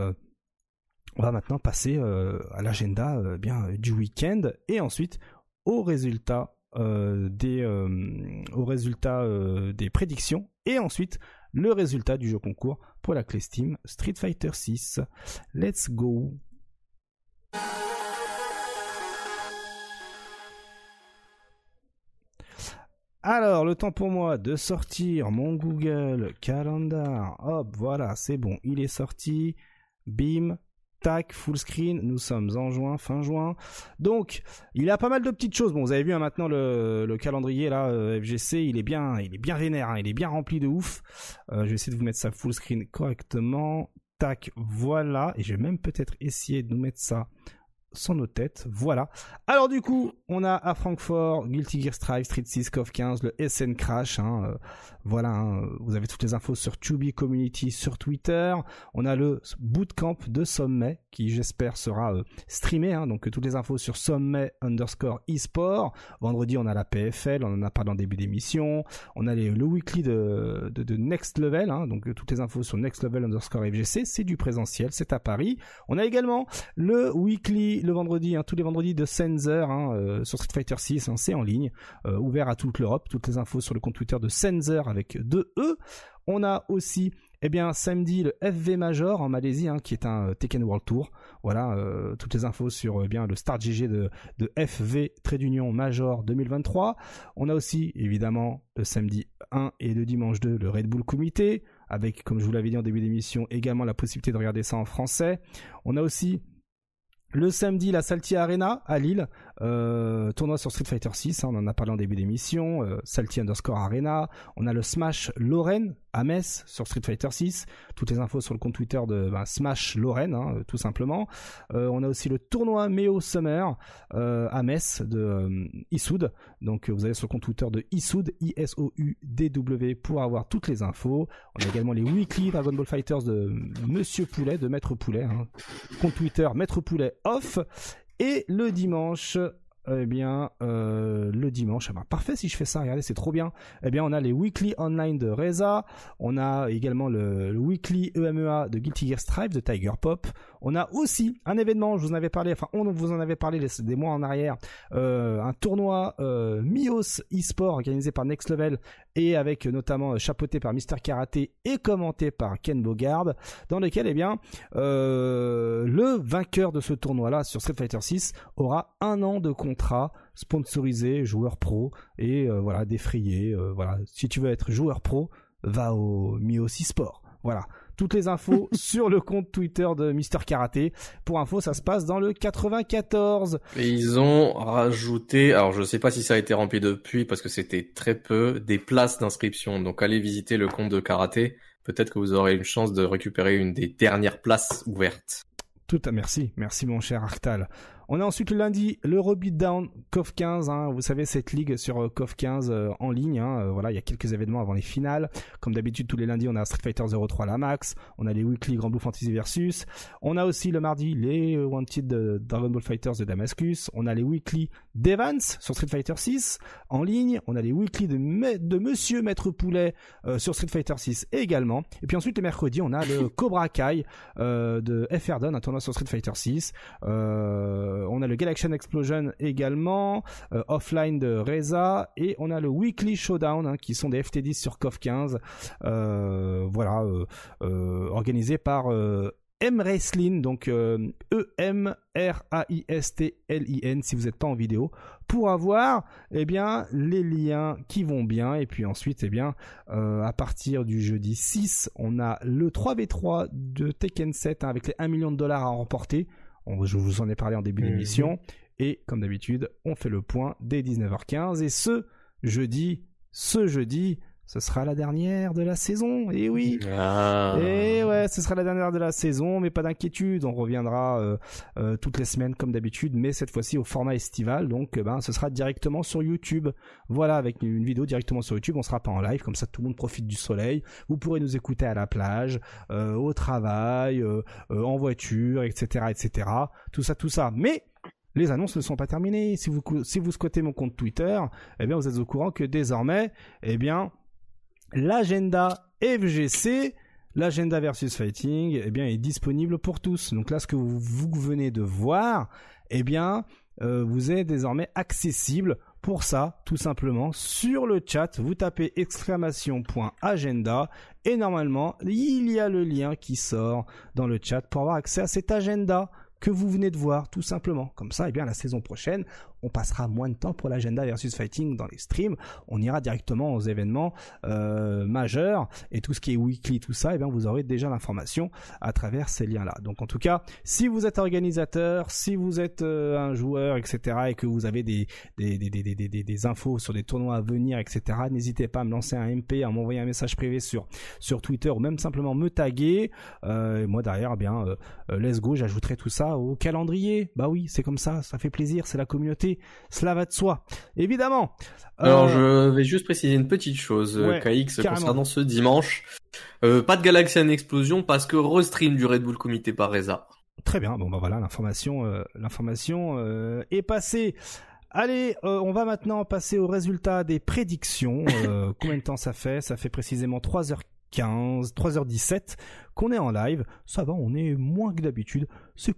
passer à l'agenda du week-end et ensuite aux résultats des prédictions et ensuite le résultat du jeu concours pour la clé Steam Street Fighter 6. Let's go. Alors, le temps pour moi de sortir mon Google Calendar. Hop, voilà, c'est bon, il est sorti. Bim. Tac, full screen, nous sommes en juin, fin juin. Donc, il y a pas mal de petites choses. Bon, vous avez vu maintenant le calendrier là, FGC, il est bien vénère, hein, il est bien rempli de ouf. Je vais essayer de vous mettre ça full screen correctement. Tac, voilà. Et je vais même peut-être essayer de nous mettre ça sans nos têtes, voilà. Alors du coup, on a à Francfort, Guilty Gear Strive, Street 6, KOF 15, le SN Crash, voilà, vous avez toutes les infos sur Tubi Community, sur Twitter. On a le bootcamp de Sommet, qui j'espère sera streamé, donc toutes les infos sur Sommet_esport. Vendredi, on a la PFL, on en a parlé en début d'émission. On a le weekly de Next Level, donc toutes les infos sur Next Level_FGC, c'est du présentiel, c'est à Paris. On a également le weekly le vendredi, tous les vendredis de 16h sur Street Fighter 6, c'est en ligne, ouvert à toute l'Europe. Toutes les infos sur le compte Twitter de Sensor avec 2 E. On a aussi samedi le FV Major en Malaisie, qui est un Tekken World Tour. Voilà, toutes les infos sur le Start GG de FV Major 2023. On a aussi évidemment le samedi 1 et le dimanche 2 le Red Bull Comité, avec, comme je vous l'avais dit en début d'émission, également la possibilité de regarder ça en français. On a aussi le samedi, la Salty Arena à Lille, tournoi sur Street Fighter 6, on en a parlé en début d'émission, Salty_Arena. On a le Smash Lorraine à Metz sur Street Fighter 6. Toutes les infos sur le compte Twitter de Smash Lorraine, tout simplement. On a aussi le tournoi Meo Summer à Metz de Issoud. Donc vous allez sur le compte Twitter de Issoud, ISOUDW, pour avoir toutes les infos. On a également les Weekly Dragon Ball Fighters de Monsieur Poulet, de Maître Poulet. Compte Twitter Maître Poulet off. Et le dimanche, parfait si je fais ça, regardez, c'est trop bien. On a les Weekly Online de Reza, on a également le Weekly EMEA de Guilty Gear Strive de Tiger Pop. On a aussi un événement, on vous en avait parlé des mois en arrière, un tournoi Mios eSport organisé par Next Level et avec notamment chapeauté par Mister Karaté et commenté par Ken Bogard, dans lequel le vainqueur de ce tournoi-là sur Street Fighter 6 aura 1 an de contrat sponsorisé, joueur pro et défrayé. Si tu veux être joueur pro, va au Mios eSport. Voilà. Toutes les infos sur le compte Twitter de Mister Karaté. Pour info, ça se passe dans le 94. Et ils ont rajouté, alors je sais pas si ça a été rempli depuis parce que c'était très peu, des places d'inscription. Donc allez visiter le compte de Karaté. Peut-être que vous aurez une chance de récupérer une des dernières places ouvertes. Merci mon cher Arctal. On a ensuite le lundi le Beatdown KOF 15, vous savez, cette ligue sur KOF 15 en ligne, il y a quelques événements avant les finales. Comme d'habitude, tous les lundis, on a Street Fighter 03 la max, on a les Weekly Grand Blue Fantasy Versus, on a aussi le mardi les Wanted de Dragon Ball Fighters de Damascus, on a les Weekly d'Evans sur Street Fighter 6 en ligne, on a les Weekly de Monsieur Maître Poulet sur Street Fighter 6 également. Et puis ensuite, les mercredis, on a le Cobra Kai de FRDon, un tournoi sur Street Fighter 6. On a le Galaxian Explosion également, offline de Reza, et on a le Weekly Showdown qui sont des FT10 sur KOF 15, organisé par M-Wrestling, donc EMRAISTLIN si vous n'êtes pas en vidéo, pour avoir les liens qui vont bien. Et puis ensuite à partir du jeudi 6, on a le 3v3 de Tekken 7 avec les $1 million à remporter. Je vous en ai parlé en début d'émission. Et comme d'habitude, on fait le point dès 19h15. Et ce jeudi, ce sera la dernière de la saison. Et oui. Et ouais, ce sera la dernière de la saison. Mais pas d'inquiétude, on reviendra toutes les semaines comme d'habitude. Mais cette fois-ci au format estival. Donc ce sera directement sur YouTube. Voilà, avec une vidéo directement sur YouTube. On sera pas en live. Comme ça, tout le monde profite du soleil. Vous pourrez nous écouter à la plage, au travail, en voiture, etc., etc. Tout ça. Mais les annonces ne sont pas terminées. Si vous squattez mon compte Twitter, vous êtes au courant que désormais, l'agenda FGC, l'agenda versus fighting, est disponible pour tous. Donc là, ce que vous venez de voir, vous êtes désormais accessible pour ça, tout simplement, sur le chat. Vous tapez !agenda et normalement, il y a le lien qui sort dans le chat pour avoir accès à cet agenda que vous venez de voir, tout simplement. Comme ça, la saison prochaine, on passera moins de temps pour l'agenda versus fighting dans les streams. On ira directement aux événements majeurs, et tout ce qui est weekly, tout ça, vous aurez déjà l'information à travers ces liens-là. Donc en tout cas, si vous êtes organisateur, si vous êtes un joueur, etc., et que vous avez des infos sur des tournois à venir, etc., n'hésitez pas à me lancer un MP, à m'envoyer un message privé sur Twitter, ou même simplement me taguer. Et moi derrière, let's go, j'ajouterai tout ça au calendrier. Bah oui, c'est comme ça fait plaisir, c'est la communauté, cela va de soi, évidemment. Alors je vais juste préciser une petite chose, KX, carrément. Concernant ce dimanche, pas de Galaxian Explosion parce que restream du Red Bull Comité par Reza. Très bien, voilà, l'information est passée. Allez, on va maintenant passer aux résultats des prédictions. Combien de temps ça fait ? Ça fait précisément 3h15, 3h17 qu'on est en live. Ça va, on est moins que d'habitude. C'est cool.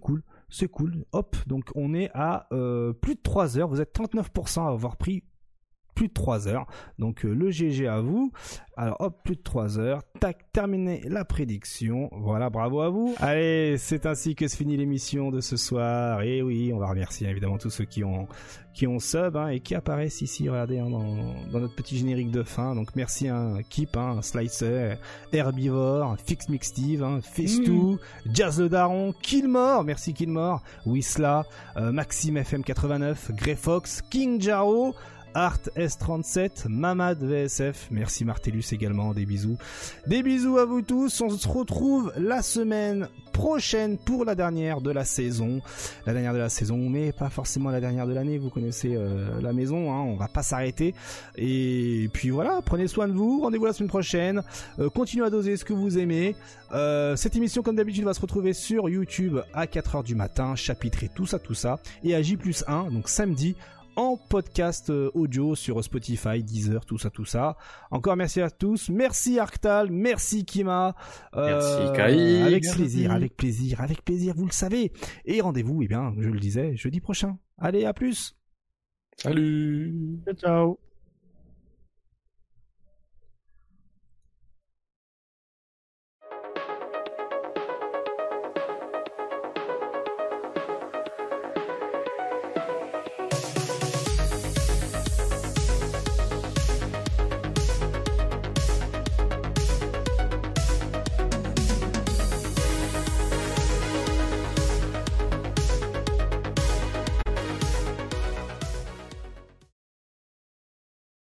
C'est cool. Hop, donc on est à plus de 3 heures. Vous êtes 39% à avoir pris plus de 3 heures. Donc le GG à vous. Alors hop, plus de 3 heures. Tac, terminé la prédiction. Voilà, bravo à vous. Allez, c'est ainsi que se finit l'émission de ce soir. Et oui, on va remercier évidemment tous ceux qui ont sub et qui apparaissent ici, regardez, dans notre petit générique de fin. Donc merci Kip, Slicer, Herbivore, Fix Mix Steve, Festou, Jazz le Daron, Killmore, merci Killmore, Wisla, Maxime FM89, Greyfox, King Jaro, Art S37, Mamad VSF, merci Martellus également, des bisous. Des bisous à vous tous, on se retrouve la semaine prochaine pour la dernière de la saison. La dernière de la saison, mais pas forcément la dernière de l'année, vous connaissez la maison, on va pas s'arrêter. Et puis voilà, prenez soin de vous, rendez-vous la semaine prochaine, continuez à doser ce que vous aimez. Cette émission comme d'habitude va se retrouver sur YouTube à 4h du matin, chapitré tout ça, et à J+1, donc samedi, en podcast audio sur Spotify, Deezer, tout ça. Encore merci à tous. Merci Arctal, merci Kima. Merci Kai. Avec plaisir, vous le savez. Et rendez-vous, je le disais, jeudi prochain. Allez, à plus. Salut. Ciao.